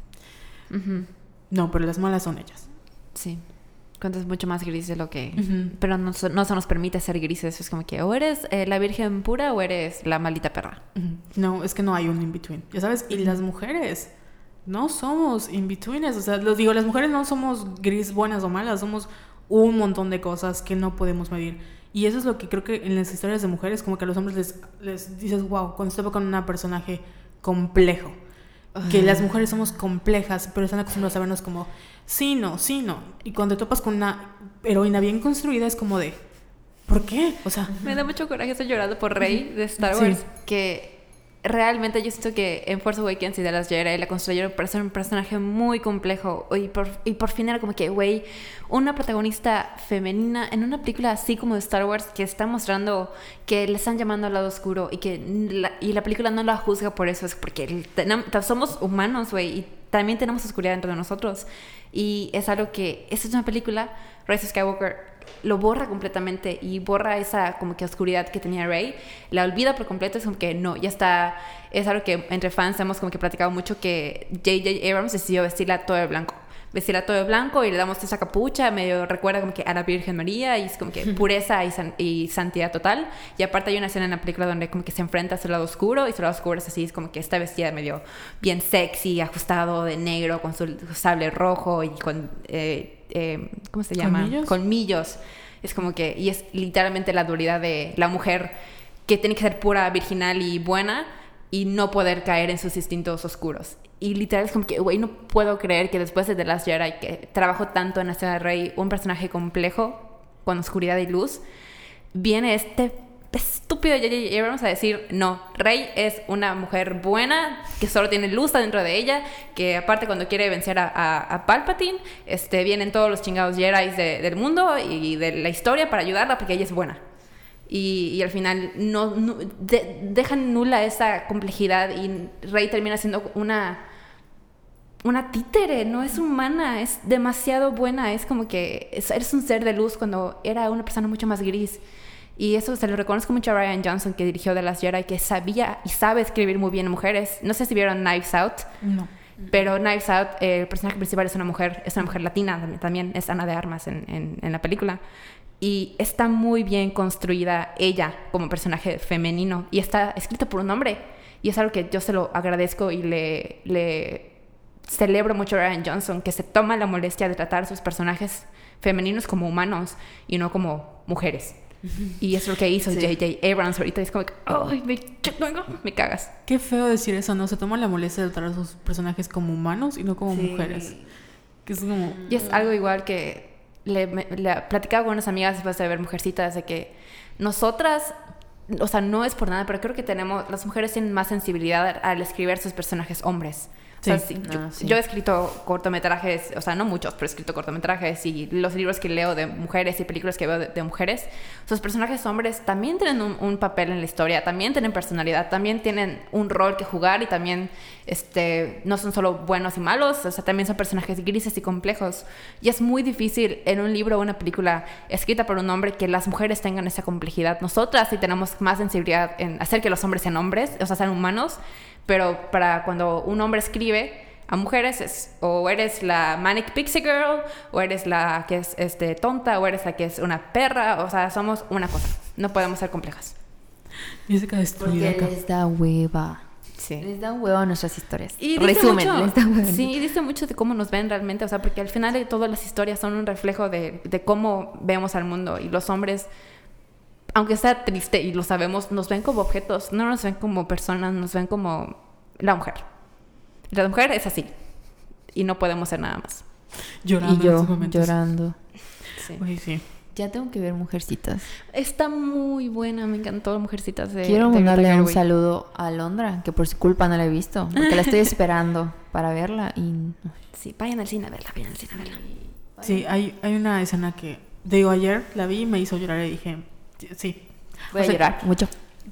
Uh-huh. No, pero las malas son ellas. Sí. Cuando es mucho más gris de lo que... Uh-huh. Pero no, no se nos permite ser grises. Es como que o eres eh, la virgen pura o eres la maldita perra. Uh-huh. No, es que no hay un in-between. Ya sabes, y las mujeres no somos in-betweenes. O sea, los digo, las mujeres no somos gris buenas o malas. Somos un montón de cosas que no podemos medir. Y eso es lo que creo que en las historias de mujeres, como que a los hombres les, les dices, wow, cuando se topa con un personaje complejo. Que las mujeres somos complejas, pero están acostumbrados a vernos como sí, no, sí, no. Y cuando te topas con una heroína bien construida es como de ¿por qué? O sea, me da mucho coraje, estoy llorando por Rey de Star Wars, sí. Que realmente yo siento que en Force Awakens y The Last Jedi la construyeron para ser un personaje muy complejo y por, y por fin era como que, güey, una protagonista femenina en una película así como de Star Wars que está mostrando que le están llamando al lado oscuro y que la, y la película no la juzga por eso, es porque tenemos, somos humanos, güey, y también tenemos oscuridad dentro de nosotros y es algo que, esta es una película, Rise of Skywalker lo borra completamente y borra esa como que oscuridad que tenía Rey, la olvida por completo, es como que no, ya está, es algo que entre fans hemos como que platicado mucho, que J J Abrams decidió vestirla todo de blanco, vestirla todo de blanco y le damos esa capucha, medio recuerda como que a la Virgen María y es como que pureza y, san, y santidad total, y aparte hay una escena en la película donde como que se enfrenta a su lado oscuro y su lado oscuro es así, es como que está vestida medio bien sexy, ajustado de negro con su sable rojo y con... Eh, Eh, ¿cómo se llama? ¿Colmillos? Colmillos. Es como que, y es literalmente la dualidad de la mujer que tiene que ser pura, virginal y buena y no poder caer en sus instintos oscuros. Y literal es como que, güey, no puedo creer que después de The Last Jedi, que trabajó tanto en hacer a Rey un personaje complejo con oscuridad y luz, viene este estúpido J J Abrams a decir, no, Rey es una mujer buena, que solo tiene luz adentro de ella, que aparte cuando quiere vencer a, a, a Palpatine, este, vienen todos los chingados Jedi de, del mundo y de la historia para ayudarla porque ella es buena. Y, y al final no, no de, dejan nula esa complejidad y Rey termina siendo una... una títere, no es humana, es demasiado buena, es como que es, eres un ser de luz cuando era una persona mucho más gris. Y eso se lo reconozco mucho a Rian Johnson, que dirigió The Last Jedi, que sabía y sabe escribir muy bien mujeres. No sé si vieron Knives Out. No. Pero Knives Out, eh, el personaje principal es una mujer, es una mujer latina, también, también es Ana de Armas en, en, en la película. Y está muy bien construida ella como personaje femenino. Y está escrita por un hombre. Y es algo que yo se lo agradezco y le, le celebro mucho a Rian Johnson, que se toma la molestia de tratar a sus personajes femeninos como humanos y no como mujeres. Y eso es lo que hizo sí. J J Abrams ahorita. Es como que, ¡ay, me, me cagas! Qué feo decir eso, ¿no? Se toma la molestia de tratar a sus personajes como humanos y no como sí. mujeres. Que es como... Y es algo igual que le, le platicaba con unas amigas después de ver Mujercitas, de que nosotras, o sea, no es por nada, pero creo que tenemos, las mujeres tienen más sensibilidad al escribir sus personajes hombres. Sí. O sea, si, yo, no, sí. yo he escrito cortometrajes, o sea, no muchos, pero he escrito cortometrajes y los libros que leo de mujeres y películas que veo de, de mujeres, sus personajes hombres también tienen un, un papel en la historia, también tienen personalidad, también tienen un rol que jugar y también este, no son solo buenos y malos, o sea, también son personajes grises y complejos. Y es muy difícil en un libro o una película escrita por un hombre que las mujeres tengan esa complejidad. Nosotras sí tenemos más sensibilidad en hacer que los hombres sean hombres, o sea, sean humanos, pero para cuando un hombre escribe a mujeres es o eres la Manic Pixie Girl o eres la que es este, tonta o eres la que es una perra, o sea, somos una cosa, no podemos ser complejas. Jessica destruida porque acá. Les da hueva. Sí. Les da hueva a nuestras historias. Y resumen, mucho, les da hueva. Sí, y dice mucho de cómo nos ven realmente, o sea, porque al final de todas las historias son un reflejo de, de cómo vemos al mundo y los hombres, aunque sea triste y lo sabemos, nos ven como objetos, no nos ven como personas, nos ven como la mujer. La mujer es así y no podemos ser nada más. Llorando y yo en esos momentos. llorando. Sí. Uy, sí. Ya tengo que ver Mujercitas. Está muy buena, me encantó Mujercitas de Quiero de mandarle Greta un Gerwig. saludo a Alondra, que por su culpa no la he visto, porque la estoy esperando para verla y Sí, vayan al cine a verla, vayan al cine a verla. Sí, hay, hay una escena que, digo, ayer la vi y me hizo llorar y dije, sí. voy O a sea, llorar mucho.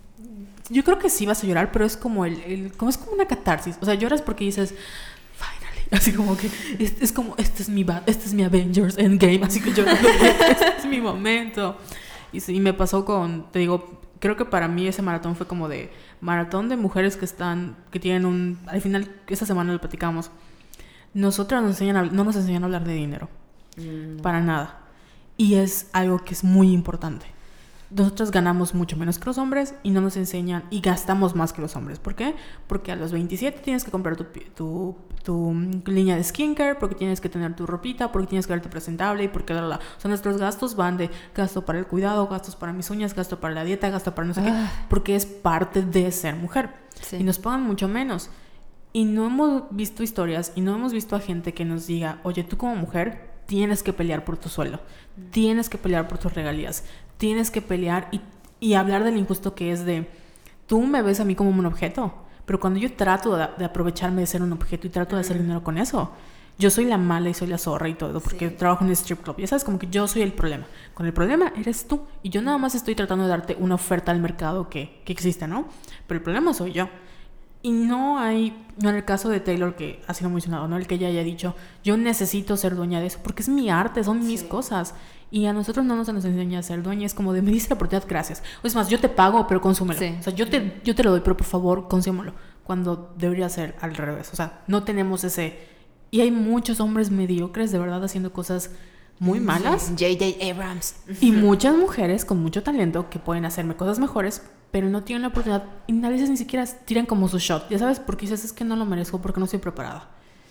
Yo creo que sí vas a llorar, pero es como el, el como es como una catarsis. O sea, lloras porque dices, finally. Así como que es, es como, este es mi bat, este es mi Avengers Endgame. Así que yo, este es mi momento. Y sí, me pasó con, te digo, creo que para mí ese maratón fue como de maratón de mujeres que están, que tienen un, al final, esta semana lo platicamos. Nosotras nos enseñan a, no nos enseñan a hablar de dinero. Mm. Para nada. Y es algo que es muy importante. Nosotros ganamos mucho menos que los hombres y no nos enseñan y gastamos más que los hombres. ¿Por qué? Porque a los veintisiete tienes que comprar tu, tu, tu línea de skincare, porque tienes que tener tu ropita, porque tienes que verte presentable y porque la, la, la. O sea, nuestros gastos van de gasto para el cuidado, gastos para mis uñas, gasto para la dieta, gasto para no sé ah. qué, porque es parte de ser mujer. Sí. Y nos pagan mucho menos. Y no hemos visto historias y no hemos visto a gente que nos diga, oye, tú como mujer tienes que pelear por tu sueldo, mm. tienes que pelear por tus regalías, tienes que pelear y, y hablar del injusto que es de, tú me ves a mí como un objeto, pero cuando yo trato de, de aprovecharme de ser un objeto y trato de hacer dinero con eso, yo soy la mala y soy la zorra y todo, porque sí. trabajo en el strip club, ya sabes, como que yo soy el problema. Con el problema eres tú y yo nada más estoy tratando de darte una oferta al mercado que, que existe, ¿no? Pero el problema soy yo. Y no hay, no en el caso de Taylor, que ha sido mencionado, ¿no? El que ella haya dicho, yo necesito ser dueña de eso, porque es mi arte, son mis sí. cosas. Y a nosotros no nos enseña a ser dueña, es como de, me diste la oportunidad, gracias. O es más, yo te pago, pero consúmelo. Sí. O sea, yo te, yo te lo doy, pero por favor, consúmelo. Cuando debería ser al revés. O sea, no tenemos ese... Y hay muchos hombres mediocres, de verdad, haciendo cosas muy malas. J J Abrams. Y muchas mujeres con mucho talento que pueden hacerme cosas mejores, pero no tienen la oportunidad y a veces ni siquiera tiran como su shot, ya sabes, porque dices, es que no lo merezco porque no estoy preparada.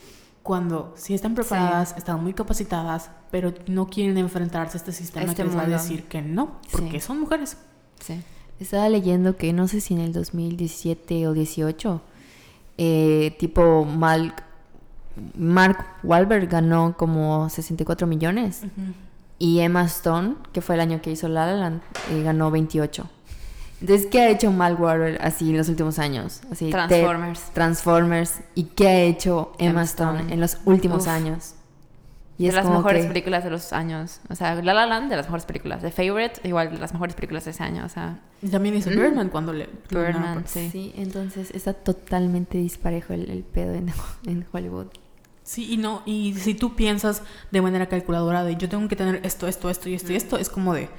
Cuando sí están preparadas, sí. están muy capacitadas, pero no quieren enfrentarse a este sistema este que les va a decir que no, porque sí. son mujeres. Sí. Estaba leyendo que no sé si en el dos mil diecisiete o dieciocho, eh, tipo Mal, Mark Wahlberg ganó como sesenta y cuatro millones uh-huh. y Emma Stone, que fue el año que hizo La La Land, eh, ganó veintiocho. Entonces, ¿qué ha hecho Mal Wahlberg así en los últimos años? Así, Transformers. Te, Transformers. ¿Y qué ha hecho Emma, Emma Stone, Stone en los últimos Uf. años? Y de es las mejores que... películas de los años. O sea, La La Land de las mejores películas. The Favorite, igual de las mejores películas de ese año. O sea... Y también hizo mm. Birdman cuando le... Birdman, no, sí. Sí, entonces está totalmente disparejo el, el pedo en, en Hollywood. Sí, y no, y si tú piensas de manera calculadora de yo tengo que tener esto, esto, esto y esto mm. y esto, es como de...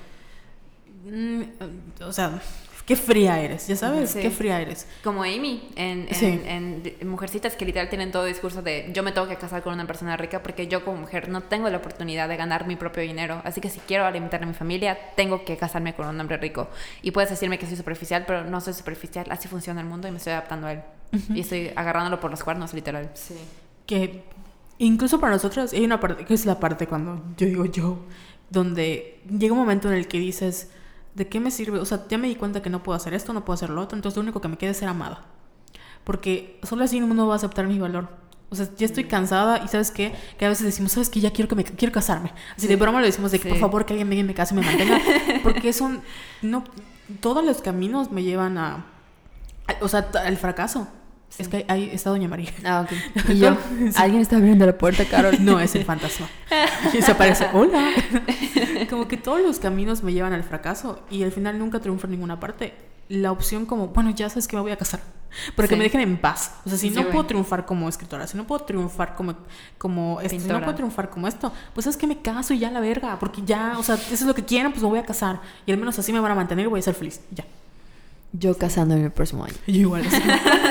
Mm, o sea... Qué fría eres, ya sabes, sí. qué fría eres. Como Amy en, en, sí. en, en Mujercitas, que literal tienen todo discurso de yo me tengo que casar con una persona rica porque yo como mujer no tengo la oportunidad de ganar mi propio dinero. Así que si quiero alimentar a mi familia, tengo que casarme con un hombre rico. Y puedes decirme que soy superficial, pero no soy superficial. Así funciona el mundo y me estoy adaptando a él. Uh-huh. Y estoy agarrándolo por los cuernos, literal. Sí. Que incluso para nosotros hay una parte, que es la parte cuando yo digo yo, donde llega un momento en el que dices... ¿De qué me sirve? O sea, ya me di cuenta que no puedo hacer esto, no puedo hacer lo otro, entonces lo único que me queda es ser amada. Porque solo así uno va a aceptar mi valor. O sea, ya estoy cansada y ¿sabes qué? Que a veces decimos, ¿sabes qué? Ya quiero que me quiero casarme. Así sí. de broma lo decimos de que sí. por favor que alguien venga y me case y me mantenga. Porque son... No, todos los caminos me llevan a... a o sea, al fracaso. Sí. Es que ahí está Doña María. Ah, ok. Y yo, sí. ¿Alguien está abriendo la puerta, Carol? No, es el fantasma. Y se aparece, hola. Como que todos los caminos me llevan al fracaso y al final nunca triunfo en ninguna parte. La opción como, bueno, ya sabes que me voy a casar. Pero que sí. me dejen en paz. O sea, si sí, no sí, puedo triunfar como escritora, si no puedo triunfar como, como esto, si no puedo triunfar como esto, pues es que me caso y ya la verga. Porque ya, o sea, eso es lo que quieran, pues me voy a casar. Y al menos así me van a mantener y voy a ser feliz. Ya. Yo casándome el próximo año. Yo igual. Sí.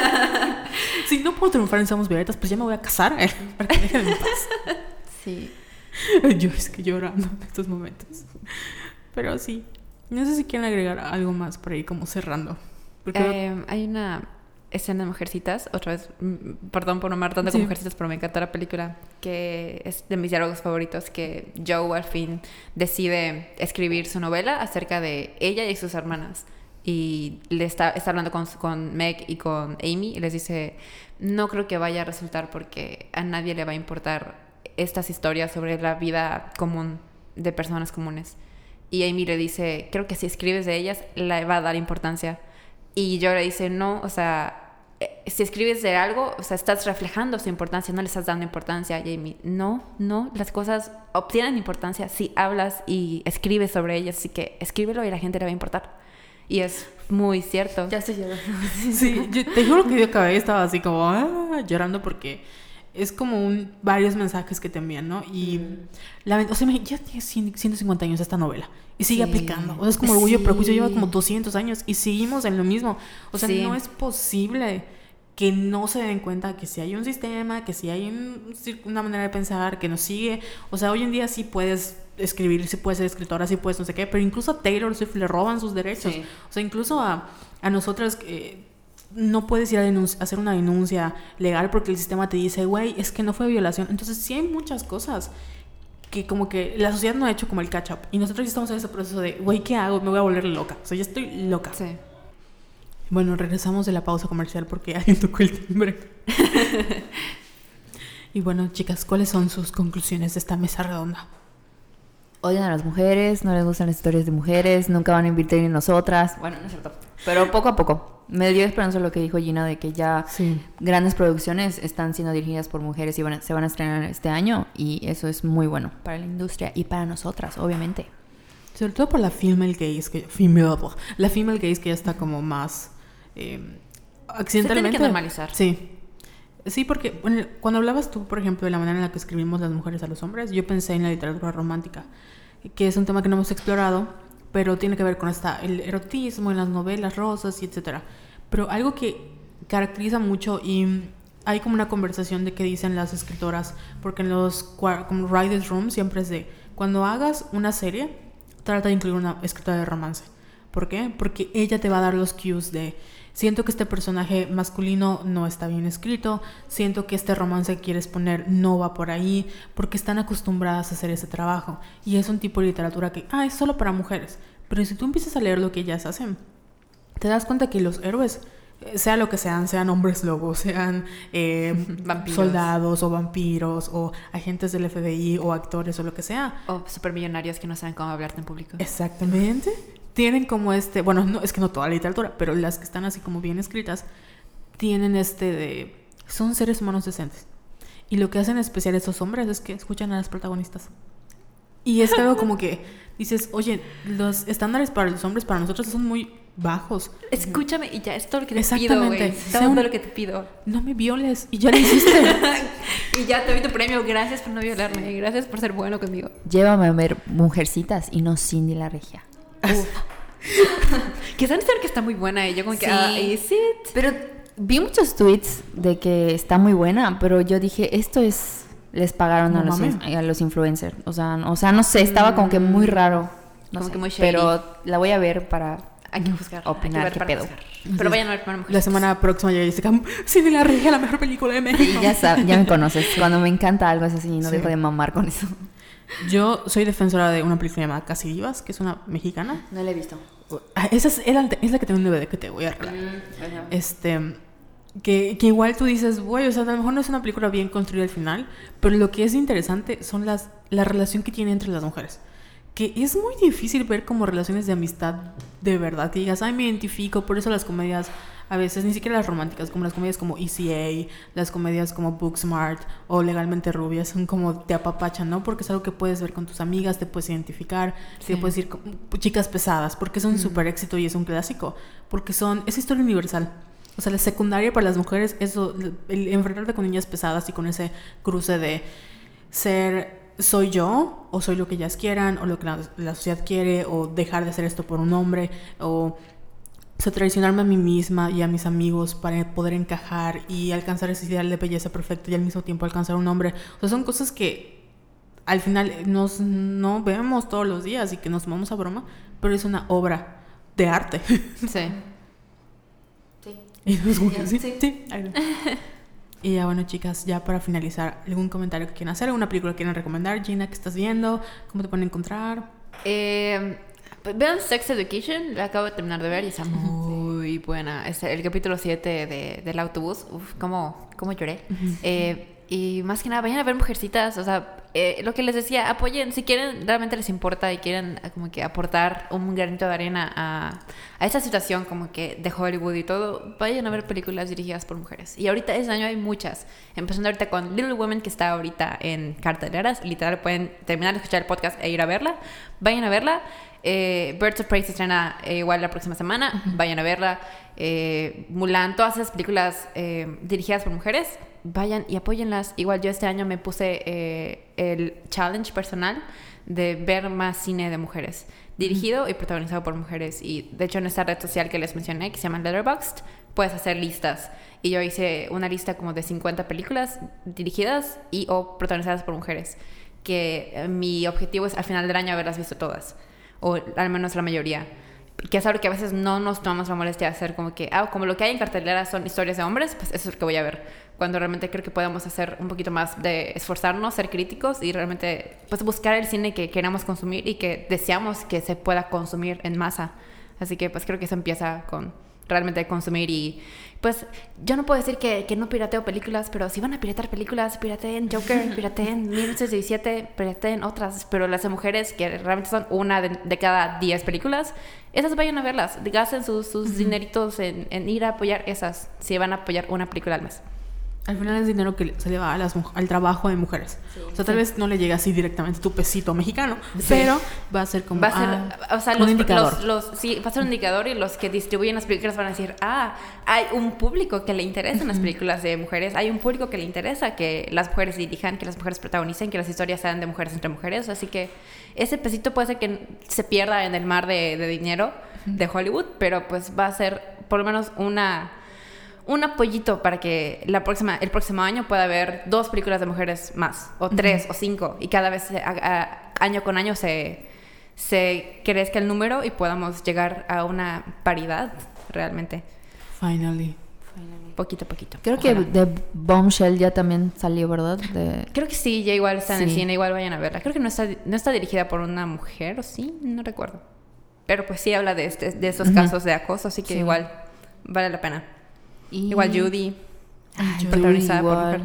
Si no puedo triunfar en Somos Violetas, pues ya me voy a casar. Eh, para que me dejen en paz. Sí. Yo es que llorando en estos momentos. Pero sí. No sé si quieren agregar algo más por ahí, como cerrando. Porque eh, no... Hay una escena de Mujercitas, otra vez, perdón por nombrar tanto sí. como Mujercitas, pero me encanta la película, que es de mis diálogos favoritos, que Joe al fin decide escribir su novela acerca de ella y sus hermanas. Y le está, está hablando con, con Meg y con Amy y les dice, no creo que vaya a resultar porque a nadie le va a importar estas historias sobre la vida común de personas comunes. Y Amy le dice, creo que si escribes de ellas, le va a dar importancia. Y Joe le dice, no, o sea, si escribes de algo, o sea, estás reflejando su importancia, no le estás dando importancia. Y Amy, no, no, las cosas obtienen importancia si hablas y escribes sobre ellas. Así que escríbelo y a la gente le va a importar. Y es muy cierto. Ya estoy llorando. Sí, yo te juro que yo acabé, estaba así como ah, llorando porque es como un, varios mensajes que te envían, ¿no? Y mm. la, o sea, ya tiene ciento cincuenta años esta novela y sigue sí. aplicando. O sea, es como Orgullo y sí. Prejuicio, lleva como doscientos años y seguimos en lo mismo. O sea, sí. no es posible que no se den cuenta que si hay un sistema, que si hay un, una manera de pensar que nos sigue. O sea, hoy en día sí puedes escribir, sí puedes ser escritora, sí puedes no sé qué, pero incluso a Taylor Swift le roban sus derechos. Sí. O sea, incluso a, a nosotras eh, no puedes ir a, denunci- a hacer una denuncia legal porque el sistema te dice, güey, es que no fue violación. Entonces sí hay muchas cosas que como que la sociedad no ha hecho como el catch up. Y nosotros ya estamos en ese proceso de, güey, ¿qué hago? Me voy a volver loca. O sea, ya estoy loca. Sí. Bueno, regresamos de la pausa comercial porque alguien tocó el timbre. Y bueno, chicas, ¿cuáles son sus conclusiones de esta mesa redonda? Odian a las mujeres, no les gustan las historias de mujeres, nunca van a invertir en nosotras. Bueno, no es cierto. Pero poco a poco. Me dio esperanza lo que dijo Gina de que ya sí. grandes producciones están siendo dirigidas por mujeres y van a, se van a estrenar este año. Y eso es muy bueno para la industria y para nosotras, obviamente. Sobre todo por la female gaze, que, female, la female gaze que ya está como más... Eh, accidentalmente. Se tiene que normalizar. Sí. Sí, porque bueno, cuando hablabas tú, por ejemplo, de la manera en la que escribimos las mujeres a los hombres, yo pensé en la literatura romántica, que es un tema que no hemos explorado, pero tiene que ver con esta, el erotismo en las novelas rosas y etcétera. Pero algo que caracteriza mucho y hay como una conversación de que dicen las escritoras, porque en los como writers' room siempre es de, cuando hagas una serie, trata de incluir una escritora de romance. ¿Por qué? Porque ella te va a dar los cues de... Siento que este personaje masculino no está bien escrito, siento que este romance que quieres poner no va por ahí, porque están acostumbradas a hacer ese trabajo. Y es un tipo de literatura que, ah, es solo para mujeres. Pero si tú empiezas a leer lo que ellas hacen, te das cuenta que los héroes, sea lo que sean, sean hombres lobos, sean eh, soldados o vampiros o agentes del F B I o actores o lo que sea. O supermillonarios que no saben cómo hablarte en público. Exactamente. Tienen como este, bueno, no, es que no toda la literatura, pero las que están así como bien escritas, tienen este de, son seres humanos decentes. Y lo que hacen especial estos hombres es que escuchan a las protagonistas. Y es algo como que dices, oye, los estándares para los hombres, para nosotros son muy bajos. Escúchame y ya, es todo lo que te pido, güey. Es todo un... lo que te pido. No me violes, y ya lo hiciste. Y ya te doy tu premio, gracias por no violarme, gracias por ser bueno conmigo. Llévame a ver Mujercitas y no Cindy la Regia. Que saben que está muy buena y yo como que sí. ah, is it? Pero vi muchos tweets de que está muy buena, pero yo dije, esto es les pagaron no, a, los, a los influencers, o sea, o sea, no sé, estaba como que muy raro, no como sé, que muy shady. Pero la voy a ver para hay que juzgar, opinar qué pedo. Juzgar. Pero vayan a ver para Mujeres. La semana próxima ya dice que Cindy la Regia, la mejor película de México. Sí, ya sabes, ya me conoces. Cuando me encanta algo es así, no sí. dejo de mamar con eso. Yo soy defensora de una película llamada Casi Divas, que es una mexicana. No la he visto. Esa es, es la que tengo en D V D que te voy a regalar. Mm, este, que, que igual tú dices, güey, o sea, a lo mejor no es una película bien construida al final, pero lo que es interesante son las la relación que tiene entre las mujeres. Que es muy difícil ver como relaciones de amistad de verdad, que digas, ay, me identifico, por eso las comedias a veces ni siquiera las románticas, como las comedias como E C A, las comedias como Booksmart o Legalmente Rubia, son como te apapachan, ¿no? Porque es algo que puedes ver con tus amigas, te puedes identificar, sí. te puedes ir con Chicas Pesadas, porque es un mm. súper éxito y es un clásico, porque son, es historia universal. O sea, la secundaria para las mujeres, eso, el enfrentarte con niñas pesadas y con ese cruce de ser, soy yo, o soy lo que ellas quieran, o lo que la, la sociedad quiere, o dejar de hacer esto por un hombre, o, o sea, traicionarme a mí misma y a mis amigos para poder encajar y alcanzar ese ideal de belleza perfecto y al mismo tiempo alcanzar un hombre. O sea, son cosas que al final nos, no vemos todos los días y que nos tomamos a broma, pero es una obra de arte. Sí. Y, sí, sí, sí. Sí. Y ya bueno, chicas, ya para finalizar, ¿algún comentario que quieran hacer? ¿Alguna película que quieran recomendar? Gina, ¿qué estás viendo? ¿Cómo te pueden encontrar? Eh, vean Sex Education, la acabo de terminar de ver y está muy buena. Es el capítulo siete de, del autobús. Uf, cómo, cómo lloré. Uh-huh. Eh, y más que nada, vayan a ver Mujercitas. O sea, eh, lo que les decía, apoyen. Si quieren, realmente les importa y quieren como que aportar un granito de arena a, a esta situación como que de Hollywood y todo, vayan a ver películas dirigidas por mujeres. Y ahorita, este año hay muchas. Empezando ahorita con Little Women, que está ahorita en carteleras. Literal, pueden terminar de escuchar el podcast e ir a verla. Vayan a verla. Eh, Birds of Prey se estrena eh, igual la próxima semana. Uh-huh. Vayan a verla. Eh, Mulan, todas esas películas eh, dirigidas por mujeres, vayan y apóyenlas. Igual yo este año me puse eh, el challenge personal de ver más cine de mujeres, dirigido uh-huh. y protagonizado por mujeres. Y de hecho en esta red social que les mencioné, que se llama Letterboxd, puedes hacer listas. Y yo hice una lista como de cincuenta películas dirigidas y o protagonizadas por mujeres, que eh, mi objetivo es al final del año haberlas visto todas, o al menos la mayoría. Que es algo que a veces no nos tomamos la molestia de hacer, como que, ah, como lo que hay en cartelera son historias de hombres, pues eso es lo que voy a ver. Cuando realmente creo que podemos hacer un poquito más de esforzarnos, ser críticos y realmente pues buscar el cine que queramos consumir y que deseamos que se pueda consumir en masa. Así que pues creo que eso empieza con realmente consumir. Y pues yo no puedo decir que, que no pirateo películas, pero si van a piratear películas, pirateen Joker, pirateen mil novecientos diecisiete, pirateen otras, pero las de mujeres, que realmente son una de, de cada diez películas, esas vayan a verlas, gasten sus, sus uh-huh. dineritos en, en ir a apoyar esas, si van a apoyar una película al mes. Al final es dinero que se le va a las, al trabajo de mujeres. Sí, o sea, tal sí. vez no le llega así directamente tu pesito mexicano, sí. pero va a ser como va a ser, ah, o sea, un los, indicador. Los, los, sí, va a ser un indicador y los que distribuyen las películas van a decir, ah, hay un público que le interesan las películas de mujeres, hay un público que le interesa que las mujeres dirijan, que las mujeres protagonicen, que las historias sean de mujeres entre mujeres. Así que ese pesito puede ser que se pierda en el mar de, de dinero de Hollywood, pero pues va a ser por lo menos una... un apoyito para que la próxima, el próximo año pueda haber dos películas de mujeres más, o tres, uh-huh. o cinco, y cada vez a, a, año con año se, se crezca el número y podamos llegar a una paridad realmente. Finally. Finally. Poquito a poquito. Creo Ojalá. que The Bombshell ya también salió, ¿verdad? De... Creo que sí, ya igual está en sí. el cine, igual vayan a verla. Creo que no está, no está dirigida por una mujer, ¿o sí? No recuerdo. Pero pues sí habla de, este, de esos uh-huh. casos de acoso, así que sí. igual vale la pena. Y... igual Judy, ah, protagonizada Judy por mujer.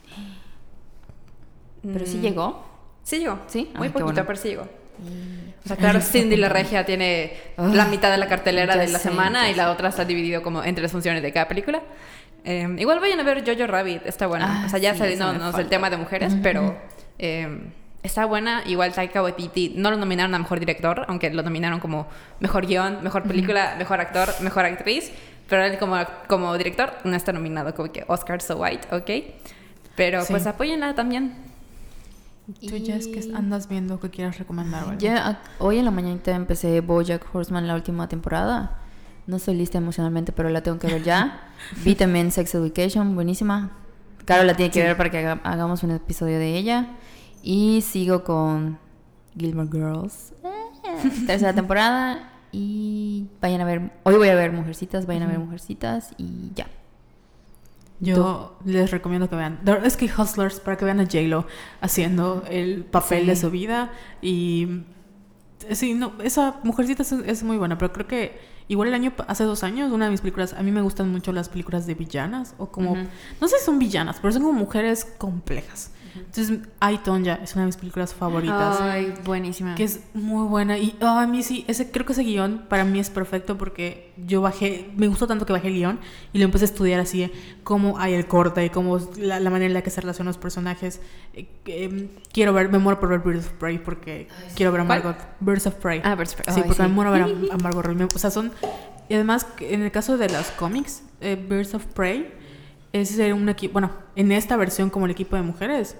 ¿Pero sí llegó? Sí llegó, sí, muy ah, poquito, bueno. pero sí llegó. O sea, claro, Cindy la Regia tiene oh, la mitad de la cartelera de la sé, semana y la otra está dividido como entre las funciones de cada película. Eh, igual vayan a ver Jojo Rabbit, está buena. Ah, o sea, ya sí, saliendo del tema de mujeres, uh-huh. pero eh, está buena. Igual Taika Waititi no lo nominaron a Mejor Director, aunque lo nominaron como Mejor Guión, Mejor Película, uh-huh. Mejor Actor, Mejor Actriz. Pero él como, como director no está nominado, como que Oscar so white, ¿ok? Pero sí. pues apóyenla también. ¿Tú ya es que andas viendo que quieras recomendar? ¿Verdad? Ya, hoy en la mañanita empecé BoJack Horseman la última temporada. No estoy lista emocionalmente, pero la tengo que ver ya. Vi también Sex Education, buenísima. Caro la tiene que sí. ver para que haga, hagamos un episodio de ella. Y sigo con Gilmore Girls. Tercera temporada. Y vayan a ver, hoy voy a ver Mujercitas, vayan uh-huh. a ver Mujercitas y ya. Yo ¿Tú? les recomiendo que vean es que Hustlers, para que vean a J-Lo haciendo el papel sí. de su vida. Y sí, no, esa Mujercitas es, es muy buena, pero creo que igual el año, hace dos años, una de mis películas, a mí me gustan mucho las películas de villanas, o como, uh-huh. no sé si son villanas, pero son como mujeres complejas. Entonces, Ai, Tonya es una de mis películas favoritas. Ay, buenísima. Que es muy buena. Y oh, a mí sí, ese, creo que ese guión para mí es perfecto porque yo bajé, me gustó tanto que bajé el guión y lo empecé a estudiar así, eh, cómo hay el corte y cómo la, la manera en la que se relacionan los personajes. Eh, eh, quiero ver, me muero por ver Birds of Prey porque Ay, quiero ver a Margot. ¿Cuál? Birds of Prey. Ah, Birds of Prey. Sí, Ay, porque sí. me muero a ver a, a Margot Robbie. O sea, son... Y además, en el caso de los cómics, eh, Birds of Prey es un equipo... Bueno, en esta versión como el equipo de mujeres...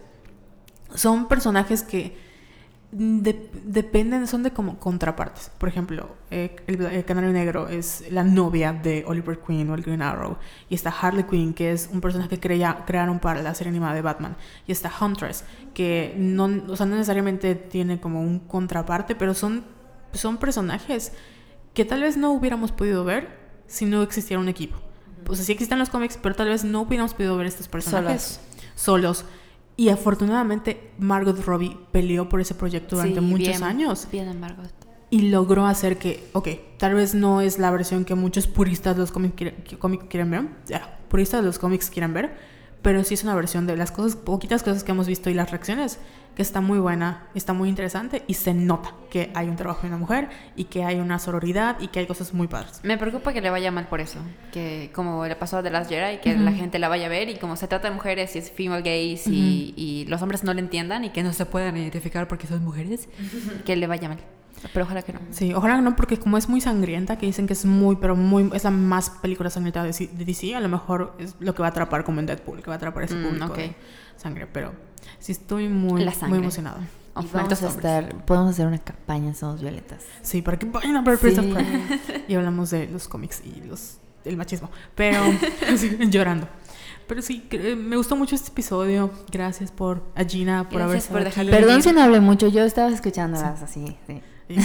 Son personajes que de, dependen, son de como contrapartes. Por ejemplo, eh, el, el Canario Negro es la novia de Oliver Queen o el Green Arrow. Y está Harley Quinn, que es un personaje que crea, crearon para la serie animada de Batman. Y está Huntress, que no, o sea, no necesariamente tiene como un contraparte, pero son, son personajes que tal vez no hubiéramos podido ver si no existiera un equipo. O sea, sí existen los cómics, pero tal vez no hubiéramos podido ver estos personajes solos. solos. Y afortunadamente Margot Robbie peleó por ese proyecto durante sí, muchos bien, años. Bien, Margot. Y logró hacer que, ok, tal vez no es la versión que muchos puristas de los cómics quieren, quieren ver, ya, puristas de los cómics quieren ver, pero sí es una versión de las cosas, poquitas cosas que hemos visto y las reacciones, que está muy buena, está muy interesante y se nota que hay un trabajo de una mujer y que hay una sororidad y que hay cosas muy padres. Me preocupa que le vaya mal por eso, que como le pasó a The Last Jedi, que uh-huh. la gente la vaya a ver y como se trata de mujeres y es female gaze uh-huh. y, y los hombres no le entiendan y que no se puedan identificar porque son mujeres, uh-huh. que le vaya mal. Pero ojalá que no. Sí, ojalá que no, porque como es muy sangrienta, que dicen que es muy, pero muy, es la más película sangrienta de D C, a lo mejor es lo que va a atrapar como en Deadpool, que va a atrapar ese público mm, okay. de sangre, pero sí estoy muy, muy emocionada. Y vamos a estar, podemos hacer una campaña en Somos Violetas. Sí, para que vayan a ver Birds of Prey. Y hablamos de los cómics y los el machismo, pero llorando. Pero sí, me gustó mucho este episodio. Gracias por a Gina por haber por dejarlo. Perdón si no hablé mucho, yo estaba escuchándolas sí. así. Sí.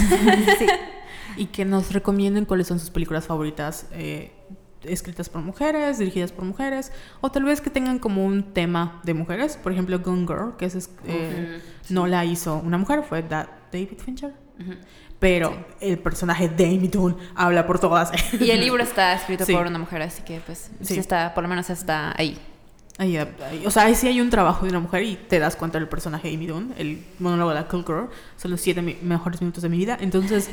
sí. Y que nos recomienden cuáles son sus películas favoritas eh, escritas por mujeres, dirigidas por mujeres, o tal vez que tengan como un tema de mujeres. Por ejemplo, Gone Girl, que es, eh, uh-huh. no la hizo una mujer, fue da- David Fincher. Uh-huh. Pero sí. el personaje de Amy Dunn habla por todas. Y el libro está escrito sí. por una mujer, así que pues sí. está, por lo menos está ahí. Ahí, ahí. O sea, ahí sí hay un trabajo de una mujer y te das cuenta del personaje de Amy Dunn. El monólogo de la Cool Girl son los siete mi- mejores minutos de mi vida. Entonces,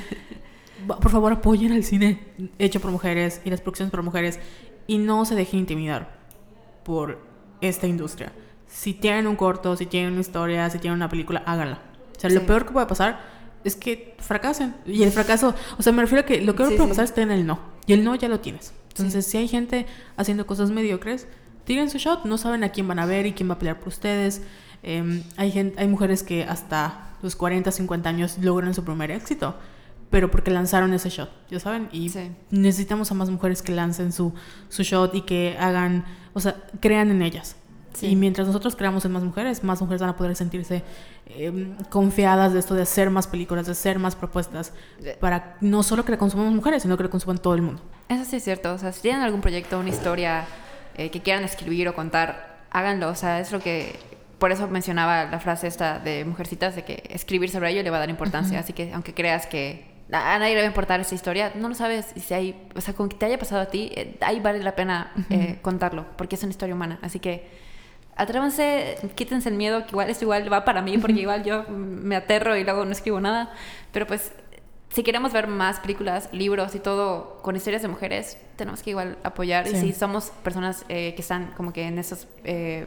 por favor, apoyen al cine hecho por mujeres y las producciones por mujeres y no se dejen intimidar por esta industria. Si tienen un corto, si tienen una historia, si tienen una película, háganla. O sea, sí. lo peor que puede pasar es que fracasen. Y el fracaso, o sea, me refiero a que lo peor sí, que puede sí. pasar es tener el no. Y el no ya lo tienes. Entonces, sí. si hay gente haciendo cosas mediocres, tiren su shot, no saben a quién van a ver y quién va a pelear por ustedes. Eh, hay, gente, hay mujeres que hasta los cuarenta, cincuenta años logran su primer éxito, pero porque lanzaron ese shot, ¿ya saben? Y sí. necesitamos a más mujeres que lancen su, su shot y que hagan, o sea, crean en ellas. Sí. Y mientras nosotros creamos en más mujeres, más mujeres van a poder sentirse eh, confiadas de esto de hacer más películas, de hacer más propuestas, para no solo que la consumamos mujeres, sino que la consuman todo el mundo. Eso sí es cierto, o sea, si tienen algún proyecto, una historia eh, que quieran escribir o contar, háganlo, o sea, es lo que... Por eso mencionaba la frase esta de Mujercitas, de que escribir sobre ello le va a dar importancia, uh-huh. así que aunque creas que a nadie le va a importar esa historia, no lo sabes, y si hay, o sea, con que te haya pasado a ti, eh, ahí vale la pena uh-huh. eh, contarlo, porque es una historia humana, así que atrévanse, quítense el miedo, que igual esto igual va para mí, porque uh-huh. igual yo me aterro y luego no escribo nada, pero pues si queremos ver más películas, libros y todo con historias de mujeres, tenemos que igual apoyar, sí. y si somos personas eh, que están como que en esos... Eh,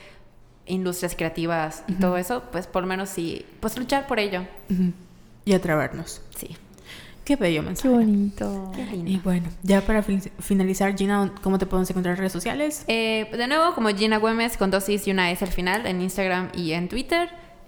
industrias creativas y uh-huh. todo eso, pues por lo menos sí, pues luchar por ello. Uh-huh. Y atrevernos. Sí. Qué bello mensaje. Qué bonito. Qué lindo. Y bueno, ya para finalizar, Gina, ¿cómo te podemos encontrar en redes sociales? Eh, de nuevo, como Gina Güemes, con dos Is y una S al final, en Instagram y en Twitter.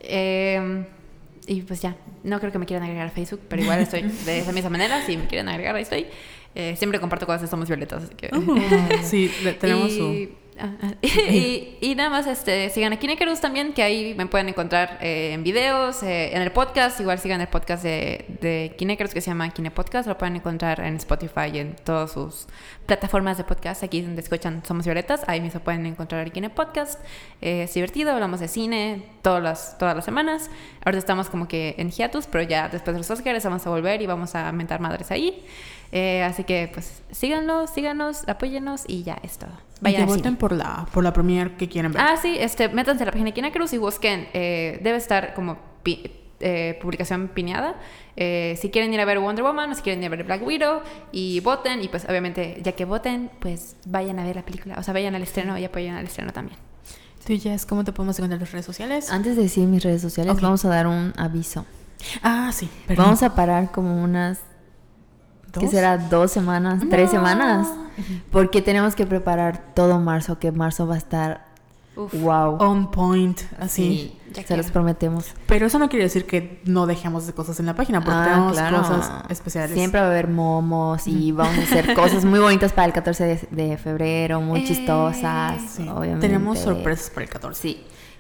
Eh, y pues ya, no creo que me quieran agregar a Facebook, pero igual estoy de esa misma manera. Si me quieren agregar, ahí estoy. Eh, siempre comparto cosas de Somos Violetas, así que... Uh-huh. Sí, tenemos y, su... y, y nada más este, sigan a Kinecarus también, que ahí me pueden encontrar eh, en videos, eh, en el podcast. Igual sigan el podcast de, de Kinecarus que se llama Kine Podcast. Lo pueden encontrar en Spotify y en todas sus plataformas de podcast. Aquí donde escuchan Somos Violetas, ahí mismo pueden encontrar el Kine Podcast. Eh, es divertido, hablamos de cine todas las, todas las semanas. Ahorita estamos como que en hiatus, pero ya después de los Oscars vamos a volver y vamos a mentar madres ahí. Eh, así que pues síganlo, síganos, apóyennos y ya es todo. Vayan y que voten por la, por la premiere que quieren ver. Ah, sí, este, métanse a la página de Kinecarus y busquen, eh, debe estar como pi, eh, publicación pineada. Eh, si quieren ir a ver Wonder Woman o si quieren ir a ver Black Widow y voten, y pues obviamente ya que voten, pues vayan a ver la película, o sea, vayan al estreno y apoyen al estreno también. Tú, Jess, ¿cómo te podemos encontrar en las redes sociales? Antes de decir mis redes sociales, okay, vamos a dar un aviso. Ah, sí, perdón. Vamos a parar como unas... ¿Dos? ¿Qué será? ¿Dos semanas? No. ¿Tres semanas? Porque tenemos que preparar todo marzo, que marzo va a estar... Uf. Wow. On point, así. Sí, se quiero. Los prometemos. Pero eso no quiere decir que no dejemos de cosas en la página, porque ah, tenemos claro. cosas especiales. Siempre va a haber momos y vamos a hacer cosas muy bonitas para el catorce de, de febrero, muy eh, chistosas, sí. obviamente. Tenemos sorpresas para el catorce. Sí,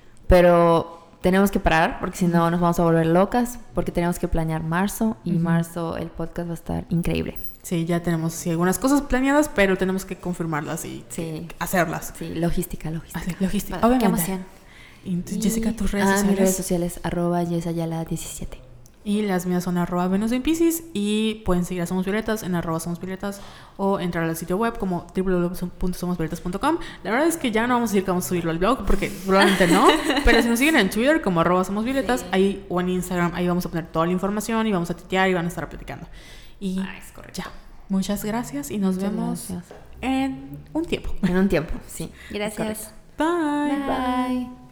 pero... Tenemos que parar porque si no nos vamos a volver locas, porque tenemos que planear marzo y uh-huh. marzo el podcast va a estar increíble. Sí, ya tenemos sí, algunas cosas planeadas, pero tenemos que confirmarlas y sí. hacerlas. Sí, logística, logística. Así, logística, vale, obviamente. Qué emoción. Y entonces, Jessica, tus redes ah, sociales. Mis redes sociales, arroba yesayala diecisiete. Y las mías son arroba Venus en Piscis y pueden seguir a Somos Violetas en arroba Somos Violetas o entrar al sitio web como doble u doble u doble u punto somos violetas punto com. La verdad es que ya no vamos a decir que vamos a subirlo al blog porque probablemente no, pero si nos siguen en Twitter como arroba Somos Violetas, sí. ahí o en Instagram, ahí vamos a poner toda la información y vamos a tuitear y van a estar platicando. Y ah, es correcto. Ya, muchas gracias y nos muchas vemos gracias. en un tiempo. En un tiempo, sí. Gracias. Bye. Bye. Bye.